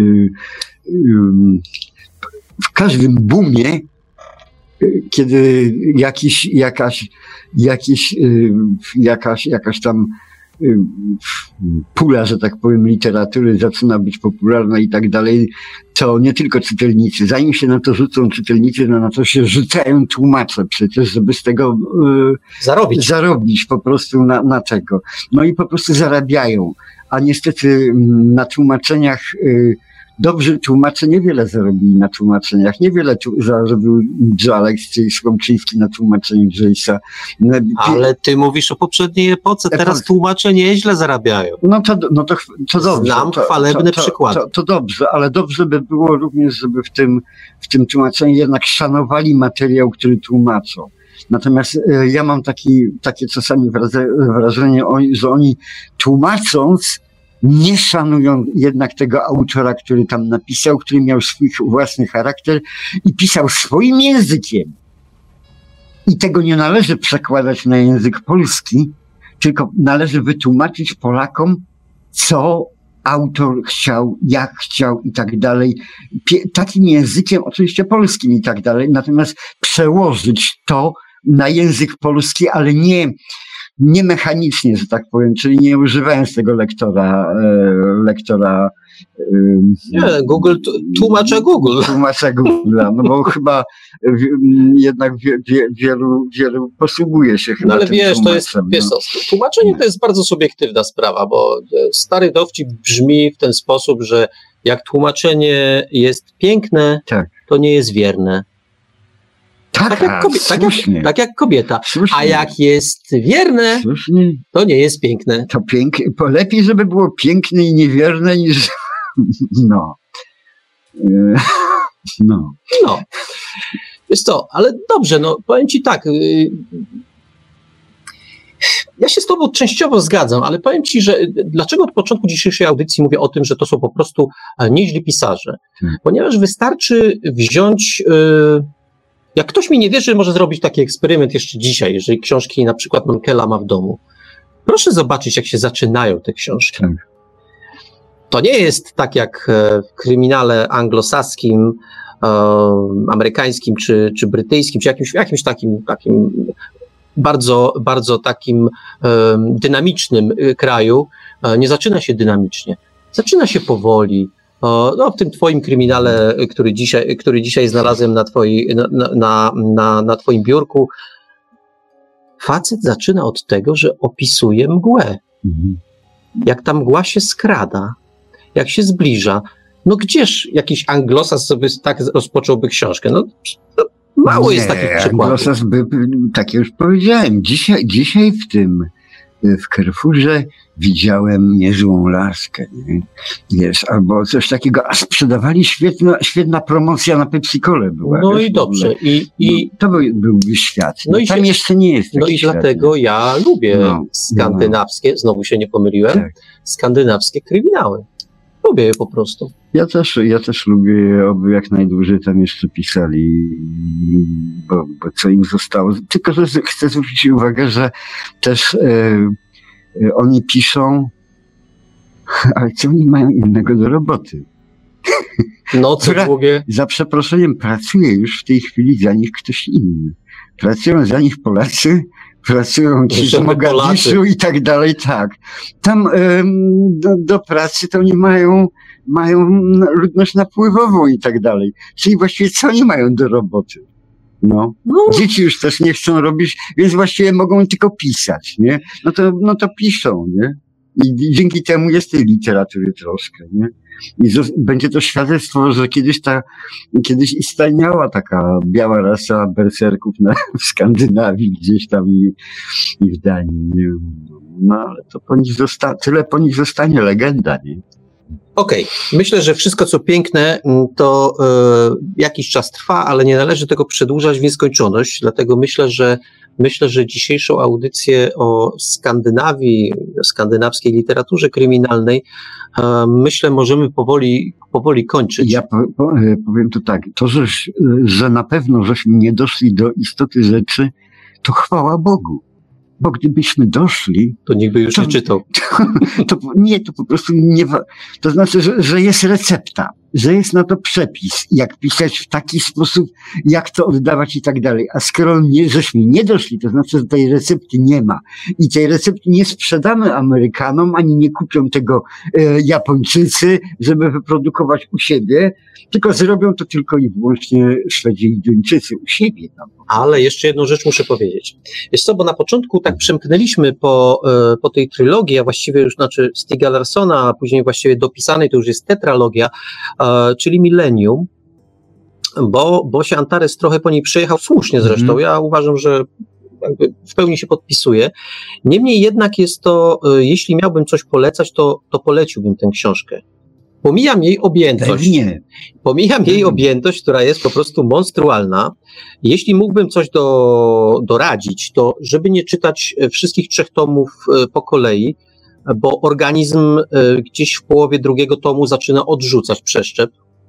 C: W każdym boomie, kiedy jakiś, jakaś, jakiś, jakaś, jakaś tam pula, że tak powiem, literatury zaczyna być popularna i tak dalej, to nie tylko czytelnicy. Zanim się na to rzucą czytelnicy, no na to się rzucają tłumacze przecież, żeby z tego yy,
B: zarobić.
C: zarobić po prostu na, na tego. No i po prostu zarabiają. A niestety na tłumaczeniach yy, dobrzy tłumacze niewiele zarobili na tłumaczeniach. Niewiele tu zarobił Joe Alex czy Słomczyński na tłumaczeniu Joyce'a.
B: Ale ty mówisz o poprzedniej epoce. Teraz Epo... tłumacze nieźle zarabiają.
C: No to, no to, to dobrze.
B: Znam
C: to,
B: chwalebne
C: to, to,
B: przykłady.
C: To, to dobrze, ale dobrze by było również, żeby w tym, w tym tłumaczeniu jednak szanowali materiał, który tłumaczą. Natomiast e, ja mam taki, takie czasami wrażenie, że oni tłumacząc nie szanują jednak tego autora, który tam napisał, który miał swój własny charakter i pisał swoim językiem. I tego nie należy przekładać na język polski, tylko należy wytłumaczyć Polakom, co autor chciał, jak chciał i tak dalej. Takim językiem, oczywiście polskim i tak dalej, natomiast przełożyć to na język polski, ale nie nie mechanicznie, że tak powiem, czyli nie używając tego lektora, e, lektora e,
B: nie, Google, tłumacza Google.
C: Tłumacza Google, no bo chyba w, jednak wie, wie, wielu, wielu posługuje się chyba
B: no ale
C: tym
B: wiesz, to jest,
C: no.
B: wiesz co, tłumaczenie to jest bardzo subiektywna sprawa, bo stary dowcip brzmi w ten sposób, że jak tłumaczenie jest piękne, tak. to nie jest wierne.
C: Tak,
B: tak, jak kobieta, tak, jak, tak jak kobieta. Słusznie. A jak jest wierne, słusznie. To nie jest piękne.
C: To piękne, lepiej, żeby było piękne i niewierne niż... No. No.
B: No. Wiesz co, ale dobrze, no powiem ci tak. Ja się z tobą częściowo zgadzam, ale powiem ci, że dlaczego od początku dzisiejszej audycji mówię o tym, że to są po prostu nieźli pisarze. Hmm. Ponieważ wystarczy wziąć... Yy, Jak ktoś mi nie wierzy, może zrobić taki eksperyment jeszcze dzisiaj, jeżeli książki na przykład Mankella ma w domu. Proszę zobaczyć, jak się zaczynają te książki. Tak. To nie jest tak jak w kryminale anglosaskim, e, amerykańskim czy, czy brytyjskim, czy jakimś, jakimś takim, takim bardzo, bardzo takim e, dynamicznym kraju. E, nie zaczyna się dynamicznie. Zaczyna się powoli. No, w tym twoim kryminale, który dzisiaj, który dzisiaj znalazłem na, twoi, na, na, na, na twoim biurku, facet zaczyna od tego, że opisuje mgłę. Mhm. Jak ta mgła się skrada, jak się zbliża. No gdzież jakiś anglosas sobie tak rozpocząłby książkę? No, no mało nie, jest takich przykładów.
C: Anglosas by, tak już powiedziałem, dzisiaj, dzisiaj w tym w Carrefourze widziałem niezłą laskę, nie? Wiesz, albo coś takiego, a sprzedawali świetna, świetna promocja na Pepsi-Colę była.
B: No
C: wiesz,
B: i dobrze. I, i,
C: no, to by, byłby świat.
B: No i
C: tam
B: się,
C: jeszcze nie jest
B: No i
C: świat,
B: dlatego
C: nie?
B: ja lubię no, skandynawskie, no. znowu się nie pomyliłem, tak. skandynawskie kryminały. Lubię je po prostu.
C: Ja też, ja też lubię, oby jak najdłużej tam jeszcze pisali, bo, bo co im zostało. Tylko, że chcę zwrócić uwagę, że też e, e, oni piszą, ale co oni mają innego do roboty?
B: No, co Pra- długie.
C: Za przeproszeniem pracuje już w tej chwili za nich ktoś inny. Pracują za nich Polacy, pracują ci z Mogadiszu i tak dalej, tak. Tam ym, do, do pracy to oni mają, mają ludność napływową i tak dalej. Czyli właściwie co oni mają do roboty? No. no. Dzieci już też nie chcą robić, więc właściwie mogą tylko pisać, nie? No to, no to piszą, nie? I dzięki temu jest tej literatury troszkę, nie? I z, będzie to świadectwo, że kiedyś ta, kiedyś istniała taka biała rasa berserków na, w Skandynawii gdzieś tam i, i w Danii, nie? No ale to po nich zosta- tyle po nich zostanie legenda, nie?
B: Okej, okay. Myślę, że wszystko co piękne to y, jakiś czas trwa, ale nie należy tego przedłużać w nieskończoność, dlatego myślę, że myślę, że dzisiejszą audycję o Skandynawii, skandynawskiej literaturze kryminalnej, y, myślę, możemy powoli, powoli kończyć.
C: Ja po, po, powiem to tak, to, że, że na pewno żeśmy nie doszli do istoty rzeczy, to chwała Bogu. bo gdybyśmy doszli...
B: To nikt by już
C: to,
B: nie czytał.
C: To, to, nie, to po prostu nie... To znaczy, że, że jest recepta, że jest na to przepis, jak pisać w taki sposób, jak to oddawać i tak dalej. A skoro nie, żeśmy nie doszli, to znaczy, że tej recepty nie ma. I tej recepty nie sprzedamy Amerykanom, ani nie kupią tego e, Japończycy, żeby wyprodukować u siebie, tylko zrobią to tylko i wyłącznie Szwedzi i Duńczycy u siebie tam.
B: Ale jeszcze jedną rzecz muszę powiedzieć. Wiesz co, bo na początku tak przemknęliśmy po, po tej trylogii, a właściwie już, znaczy Stiga Larssona, a później właściwie dopisanej, to już jest tetralogia, czyli Millennium, bo, bo się Antares trochę po niej przejechał, słusznie zresztą. Mm. Ja uważam, że jakby w pełni się podpisuję. Niemniej jednak jest to, jeśli miałbym coś polecać, to, to poleciłbym tę książkę. Pomijam jej objętość.
C: Nie.
B: Pomijam jej objętość, która jest po prostu monstrualna. Jeśli mógłbym coś do, doradzić, to żeby nie czytać wszystkich trzech tomów po kolei, bo organizm gdzieś w połowie drugiego tomu zaczyna odrzucać przeszczep.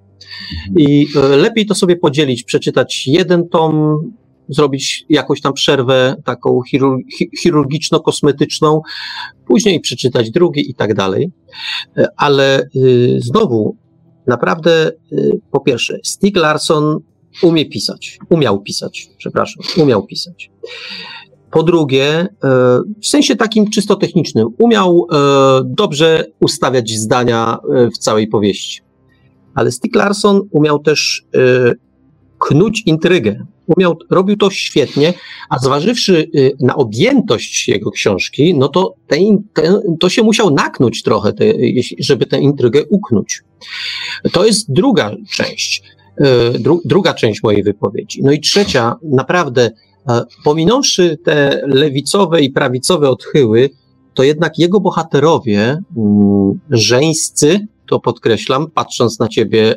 B: I lepiej to sobie podzielić, przeczytać jeden tom, zrobić jakąś tam przerwę taką chirurgiczno-kosmetyczną, później przeczytać drugi i tak dalej. Ale y, znowu, naprawdę, y, po pierwsze, Stieg Larsson umie pisać, umiał pisać, przepraszam, umiał pisać. Po drugie, y, w sensie takim czysto technicznym, umiał y, dobrze ustawiać zdania y, w całej powieści. Ale Stieg Larsson umiał też y, knuć intrygę. Umiał, robił to świetnie, a zważywszy na objętość jego książki, no to te, te, to się musiał naknąć trochę, te, żeby tę intrygę uknąć. To jest druga część, dru, druga część mojej wypowiedzi. No i trzecia, naprawdę, pominąwszy te lewicowe i prawicowe odchyły, to jednak jego bohaterowie, żeńscy, to podkreślam, patrząc na ciebie,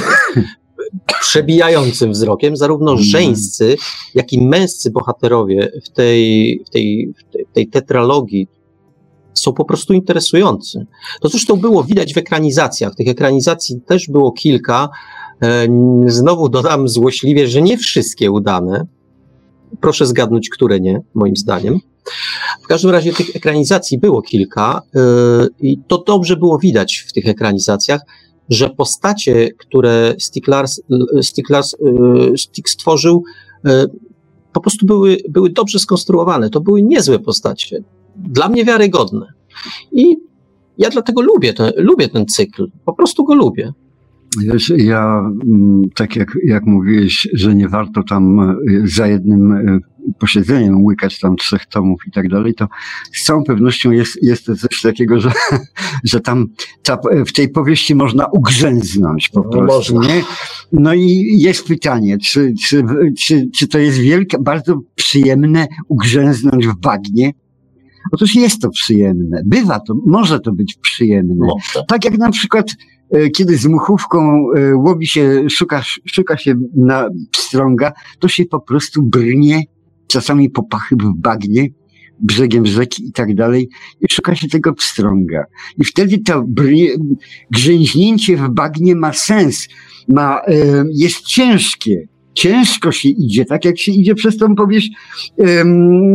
B: przebijającym wzrokiem, zarówno żeńscy, jak i męscy bohaterowie w tej, w tej, w tej, w tej tetralogii są po prostu interesujący. To zresztą było widać w ekranizacjach. Tych ekranizacji też było kilka. Znowu dodam złośliwie, że nie wszystkie udane. Proszę zgadnąć, które nie, moim zdaniem. W każdym razie tych ekranizacji było kilka i to dobrze było widać w tych ekranizacjach, że postacie, które Stieg Lars, Stieg Lars, Stieg stworzył, po prostu były, były dobrze skonstruowane. To były niezłe postacie. Dla mnie wiarygodne. I ja dlatego lubię ten, lubię ten cykl. Po prostu go lubię.
C: Wiesz, ja, tak jak, jak mówiłeś, że nie warto tam za jednym posiedzeniem łykać tam trzech tomów i tak dalej, to z całą pewnością jest, jest coś takiego, że, że tam ta, w tej powieści można ugrzęznąć po prostu, nie? No i jest pytanie, czy, czy, czy, czy to jest wielkie, bardzo przyjemne ugrzęznąć w bagnie? Otóż jest to przyjemne. Bywa to, może to być przyjemne. Może. Tak jak na przykład kiedy z muchówką łowi się, szuka, szuka się na pstrąga, to się po prostu brnie, czasami po pachy w bagnie, brzegiem rzeki i tak dalej, i szuka się tego pstrąga. I wtedy to brnie, grzęźnięcie w bagnie ma sens, ma, jest ciężkie. Ciężko się idzie, tak jak się idzie przez tą powieść um,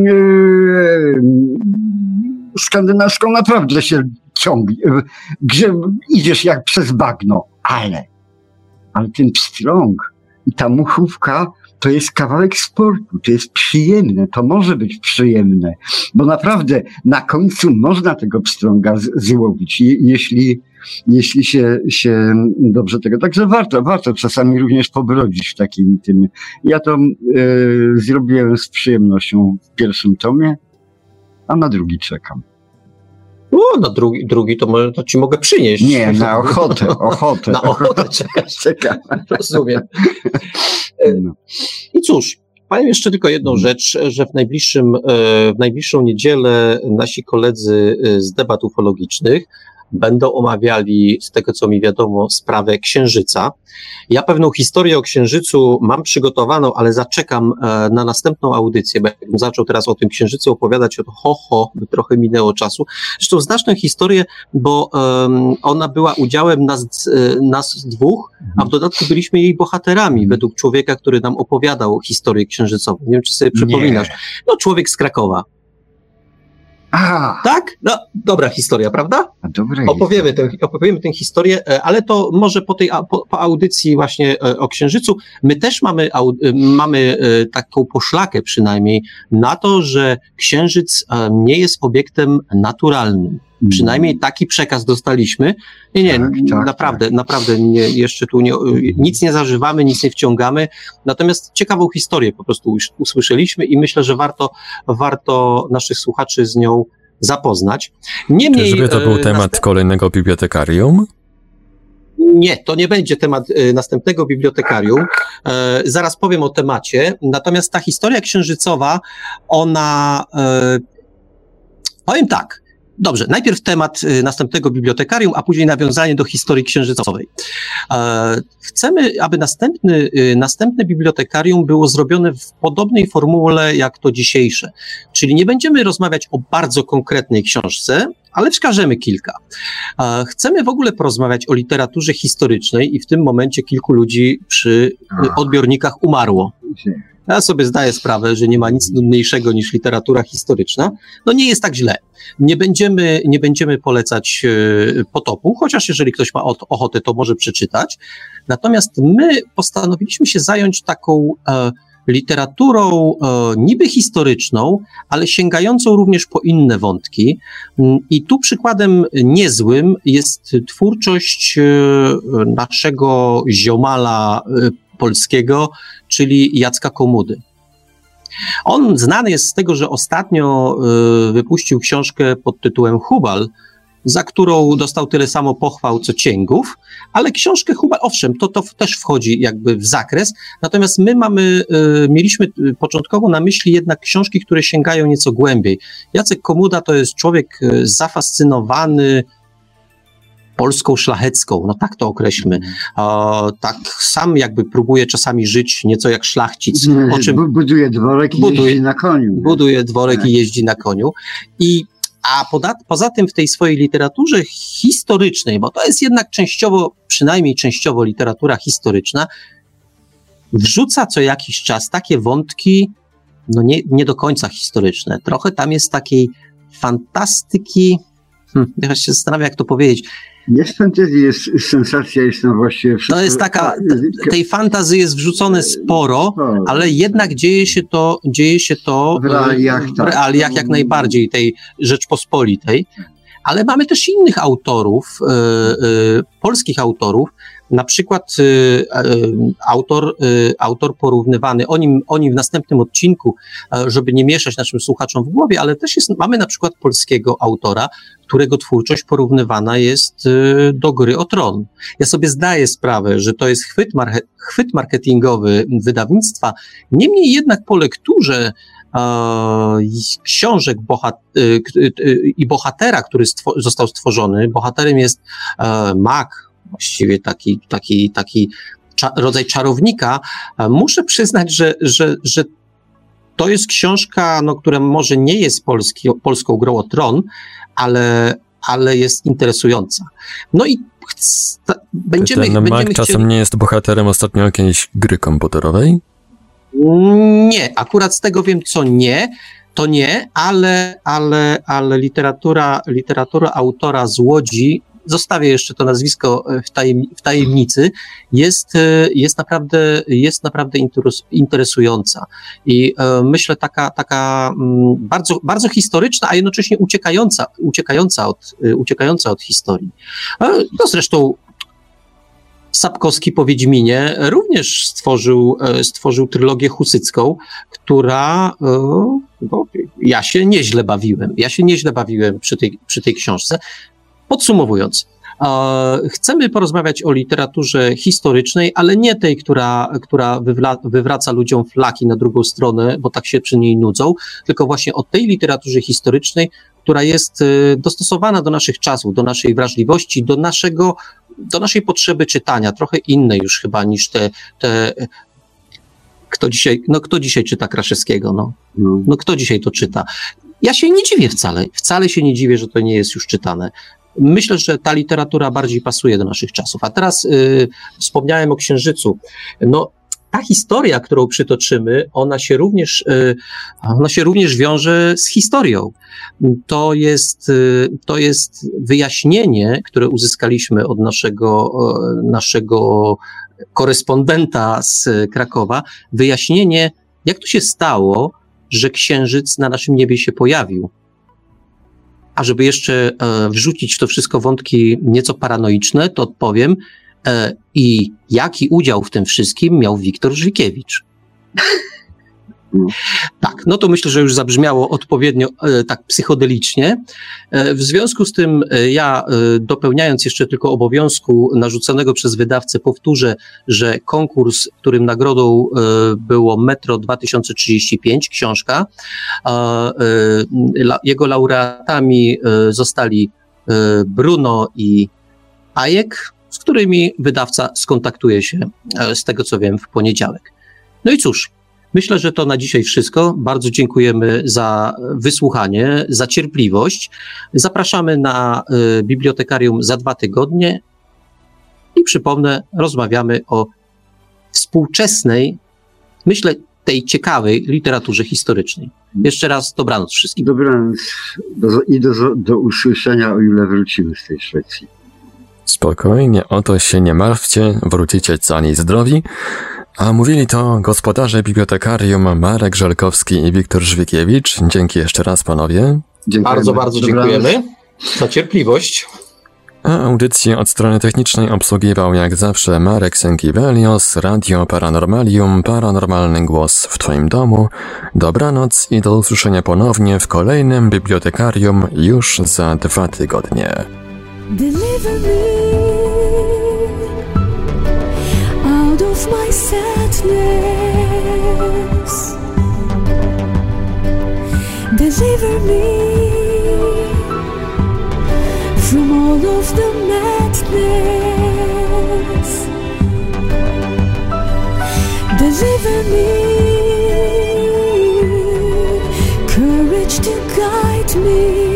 C: um, skandynawską, naprawdę się ciągnie, gdzie idziesz jak przez bagno, ale, ale ten pstrąg i ta muchówka to jest kawałek sportu, to jest przyjemne, to może być przyjemne, bo naprawdę na końcu można tego pstrąga z- złowić, je- jeśli, jeśli się, się dobrze tego, także warto, warto czasami również pobrodzić w takim tym. Ja to yy, zrobiłem z przyjemnością w pierwszym tomie, a na drugi czekam.
B: O, na drugi, drugi to, może, to ci mogę przynieść.
C: Nie, na ochotę, ochotę.
B: Na ochotę czekasz.
C: Czekam.
B: Rozumiem.
C: No.
B: I cóż, powiem jeszcze tylko jedną rzecz, że w najbliższym, w najbliższą niedzielę nasi koledzy z debat ufologicznych będą omawiali, z tego co mi wiadomo, sprawę Księżyca. Ja pewną historię o Księżycu mam przygotowaną, ale zaczekam na następną audycję, bo jakbym zaczął teraz o tym Księżycu opowiadać, to ho, ho, by trochę minęło czasu. Zresztą znasz tę historię, bo um, ona była udziałem nas, nas dwóch, a w dodatku byliśmy jej bohaterami, według człowieka, który nam opowiadał historię księżycową. Nie wiem, czy sobie przypominasz. No, człowiek z Krakowa.
C: A,
B: Tak? No, dobra historia, prawda?
C: a dobra
B: Opowiemy tę, opowiemy tę historię, ale to może po tej po, po audycji właśnie o Księżycu. My też mamy, mamy taką poszlakę przynajmniej na to, że Księżyc nie jest obiektem naturalnym. Przynajmniej taki przekaz dostaliśmy. Nie, nie,
C: tak, tak,
B: naprawdę,
C: tak.
B: naprawdę nie, jeszcze tu nie, nic nie zażywamy, nic nie wciągamy. Natomiast ciekawą historię po prostu usłyszeliśmy i myślę, że warto, warto naszych słuchaczy z nią zapoznać. Niemniej,
A: Czyżby to był temat następ... kolejnego bibliotekarium?
B: Nie, to nie będzie temat y, następnego bibliotekarium. E, zaraz powiem o temacie. Natomiast ta historia księżycowa, ona... E, powiem tak. Dobrze, najpierw temat y, następnego bibliotekarium, a później nawiązanie do historii księżycowej. E, chcemy, aby następny, y, następne bibliotekarium było zrobione w podobnej formule jak to dzisiejsze. Czyli nie będziemy rozmawiać o bardzo konkretnej książce, ale wskażemy kilka. E, chcemy w ogóle porozmawiać o literaturze historycznej i w tym momencie kilku ludzi przy y, odbiornikach umarło. Ja sobie zdaję sprawę, że nie ma nic nudniejszego niż literatura historyczna. No nie jest tak źle. Nie będziemy, nie będziemy polecać e, Potopu, chociaż jeżeli ktoś ma ochotę, to może przeczytać. Natomiast my postanowiliśmy się zająć taką e, literaturą e, niby historyczną, ale sięgającą również po inne wątki. I tu przykładem niezłym jest twórczość e, naszego ziomala e, polskiego, czyli Jacka Komudy. On znany jest z tego, że ostatnio y, wypuścił książkę pod tytułem Hubal, za którą dostał tyle samo pochwał co Cięgów, ale książkę Hubal, owszem, to, to też wchodzi jakby w zakres, natomiast my mamy, y, mieliśmy początkowo na myśli jednak książki, które sięgają nieco głębiej. Jacek Komuda to jest człowiek y, zafascynowany Polską szlachecką, no tak to określmy. O, tak sam jakby próbuje czasami żyć nieco jak szlachcic. O czym
C: buduje dworek i buduje, jeździ na koniu.
B: Buduje dworek tak. i jeździ na koniu. I, a poza, poza tym w tej swojej literaturze historycznej, bo to jest jednak częściowo, przynajmniej częściowo literatura historyczna, wrzuca co jakiś czas takie wątki, no nie, nie do końca historyczne. Trochę tam jest takiej fantastyki, hm, ja się zastanawiam, jak to powiedzieć.
C: Jest fantazja, jest sensacja, jest tam właściwie wszystko.
B: To jest taka, t- tej fantazy jest wrzucone sporo, ale jednak dzieje się to, dzieje się to
C: w realiach,
B: w realiach jak najbardziej tej Rzeczpospolitej. Ale mamy też innych autorów, e, e, polskich autorów, na przykład e, e, autor, e, autor porównywany, o nim, o nim w następnym odcinku, e, żeby nie mieszać naszym słuchaczom w głowie, ale też jest, mamy na przykład polskiego autora, którego twórczość porównywana jest e, do Gry o Tron. Ja sobie zdaję sprawę, że to jest chwyt, mar- chwyt marketingowy wydawnictwa, niemniej jednak po lekturze książek bohat- i bohatera, który stwo- został stworzony. Bohaterem jest mag, właściwie taki, taki, taki cza- rodzaj czarownika. Muszę przyznać, że, że, że to jest książka, no, która może nie jest polski, polską grą o tron, ale, ale jest interesująca. No i chc- ta, będziemy...
A: Ten
B: będziemy
A: mag
B: chcieli...
A: czasem nie jest bohaterem ostatnio jakiejś gry komputerowej?
B: Nie, akurat z tego wiem, co nie, to nie, ale, ale, ale literatura, literatura autora z Łodzi, zostawię jeszcze to nazwisko w, tajem, w tajemnicy, jest, jest naprawdę, jest naprawdę interesująca. I e, myślę taka, taka m, bardzo, bardzo historyczna, a jednocześnie uciekająca, uciekająca, od, uciekająca od historii. E, to zresztą Sapkowski po Wiedźminie również stworzył, stworzył trylogię husycką, która, no, ja się nieźle bawiłem, ja się nieźle bawiłem przy tej, przy tej książce. Podsumowując, chcemy porozmawiać o literaturze historycznej, ale nie tej, która, która wywla, wywraca ludziom flaki na drugą stronę, bo tak się przy niej nudzą, tylko właśnie o tej literaturze historycznej, która jest dostosowana do naszych czasów, do naszej wrażliwości, do naszego do naszej potrzeby czytania, trochę innej już chyba niż te, te kto dzisiaj, no kto dzisiaj czyta Kraszewskiego, no? No kto dzisiaj to czyta? Ja się nie dziwię wcale, wcale się nie dziwię, że to nie jest już czytane. Myślę, że ta literatura bardziej pasuje do naszych czasów. A teraz y, wspomniałem o Księżycu. No ta historia, którą przytoczymy, ona się również, ona się również wiąże z historią. To jest, to jest wyjaśnienie, które uzyskaliśmy od naszego, naszego korespondenta z Krakowa, wyjaśnienie, jak to się stało, że księżyc na naszym niebie się pojawił. A żeby jeszcze e, wrzucić w to wszystko wątki nieco paranoiczne, to odpowiem, e, i jaki udział w tym wszystkim miał Wiktor Żwikiewicz. Tak, no to myślę, że już zabrzmiało odpowiednio e, tak psychodelicznie. E, w związku z tym e, ja, e, dopełniając jeszcze tylko obowiązku narzuconego przez wydawcę, powtórzę, że konkurs, którym nagrodą e, było Metro dwa tysiące trzydzieści pięć, książka, e, e, la, jego laureatami e, zostali e, Bruno i Ajek, z którymi wydawca skontaktuje się, e, z tego co wiem, w poniedziałek. No i cóż, myślę, że to na dzisiaj wszystko. Bardzo dziękujemy za wysłuchanie, za cierpliwość. Zapraszamy na y, bibliotekarium za dwa tygodnie i przypomnę, rozmawiamy o współczesnej, myślę, tej ciekawej literaturze historycznej. Jeszcze raz dobranoc wszystkim.
C: Dobranoc do, i do, do usłyszenia, o ile wrócimy z tej Szwecji.
A: Spokojnie, o to się nie martwcie, wrócicie cali i zdrowi. A mówili to gospodarze bibliotekarium Marek Żelkowski i Wiktor Żwikiewicz. Dzięki jeszcze raz, panowie.
B: Dziękujemy. Bardzo, bardzo dziękujemy za cierpliwość.
A: A audycję od strony technicznej obsługiwał jak zawsze Marek Sękiewelios, Radio Paranormalium, paranormalny głos w twoim domu. Dobranoc i do usłyszenia ponownie w kolejnym bibliotekarium już za dwa tygodnie.
D: Deliver me out of my sadness. Deliver me from all of the madness. Deliver me, courage to guide me.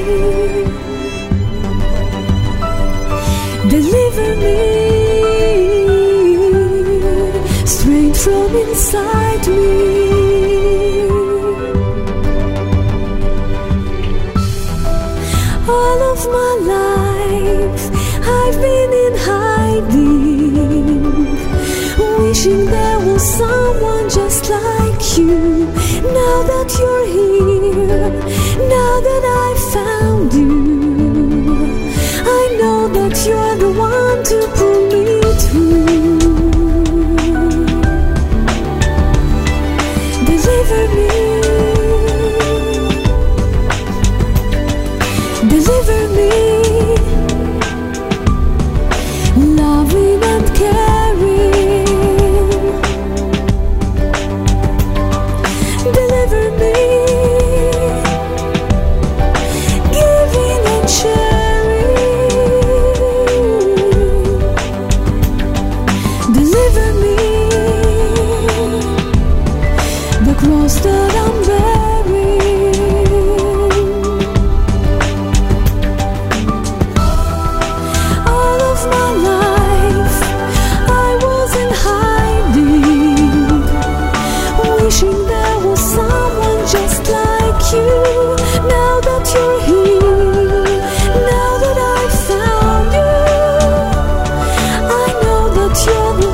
D: Deliver me, strength from inside me. All of my life I've been in hiding, wishing there was someone just like you. Now that you're here, now that I found you, I know that you're the one to pull me through. Deliver me, deliver me, loving and caring. Deliver me, giving and sharing. Deliver me, the cross that I'm bearing. All of my life I was in hiding, wishing there was someone just like you. Now that you're here, now that I found you, I know that you're the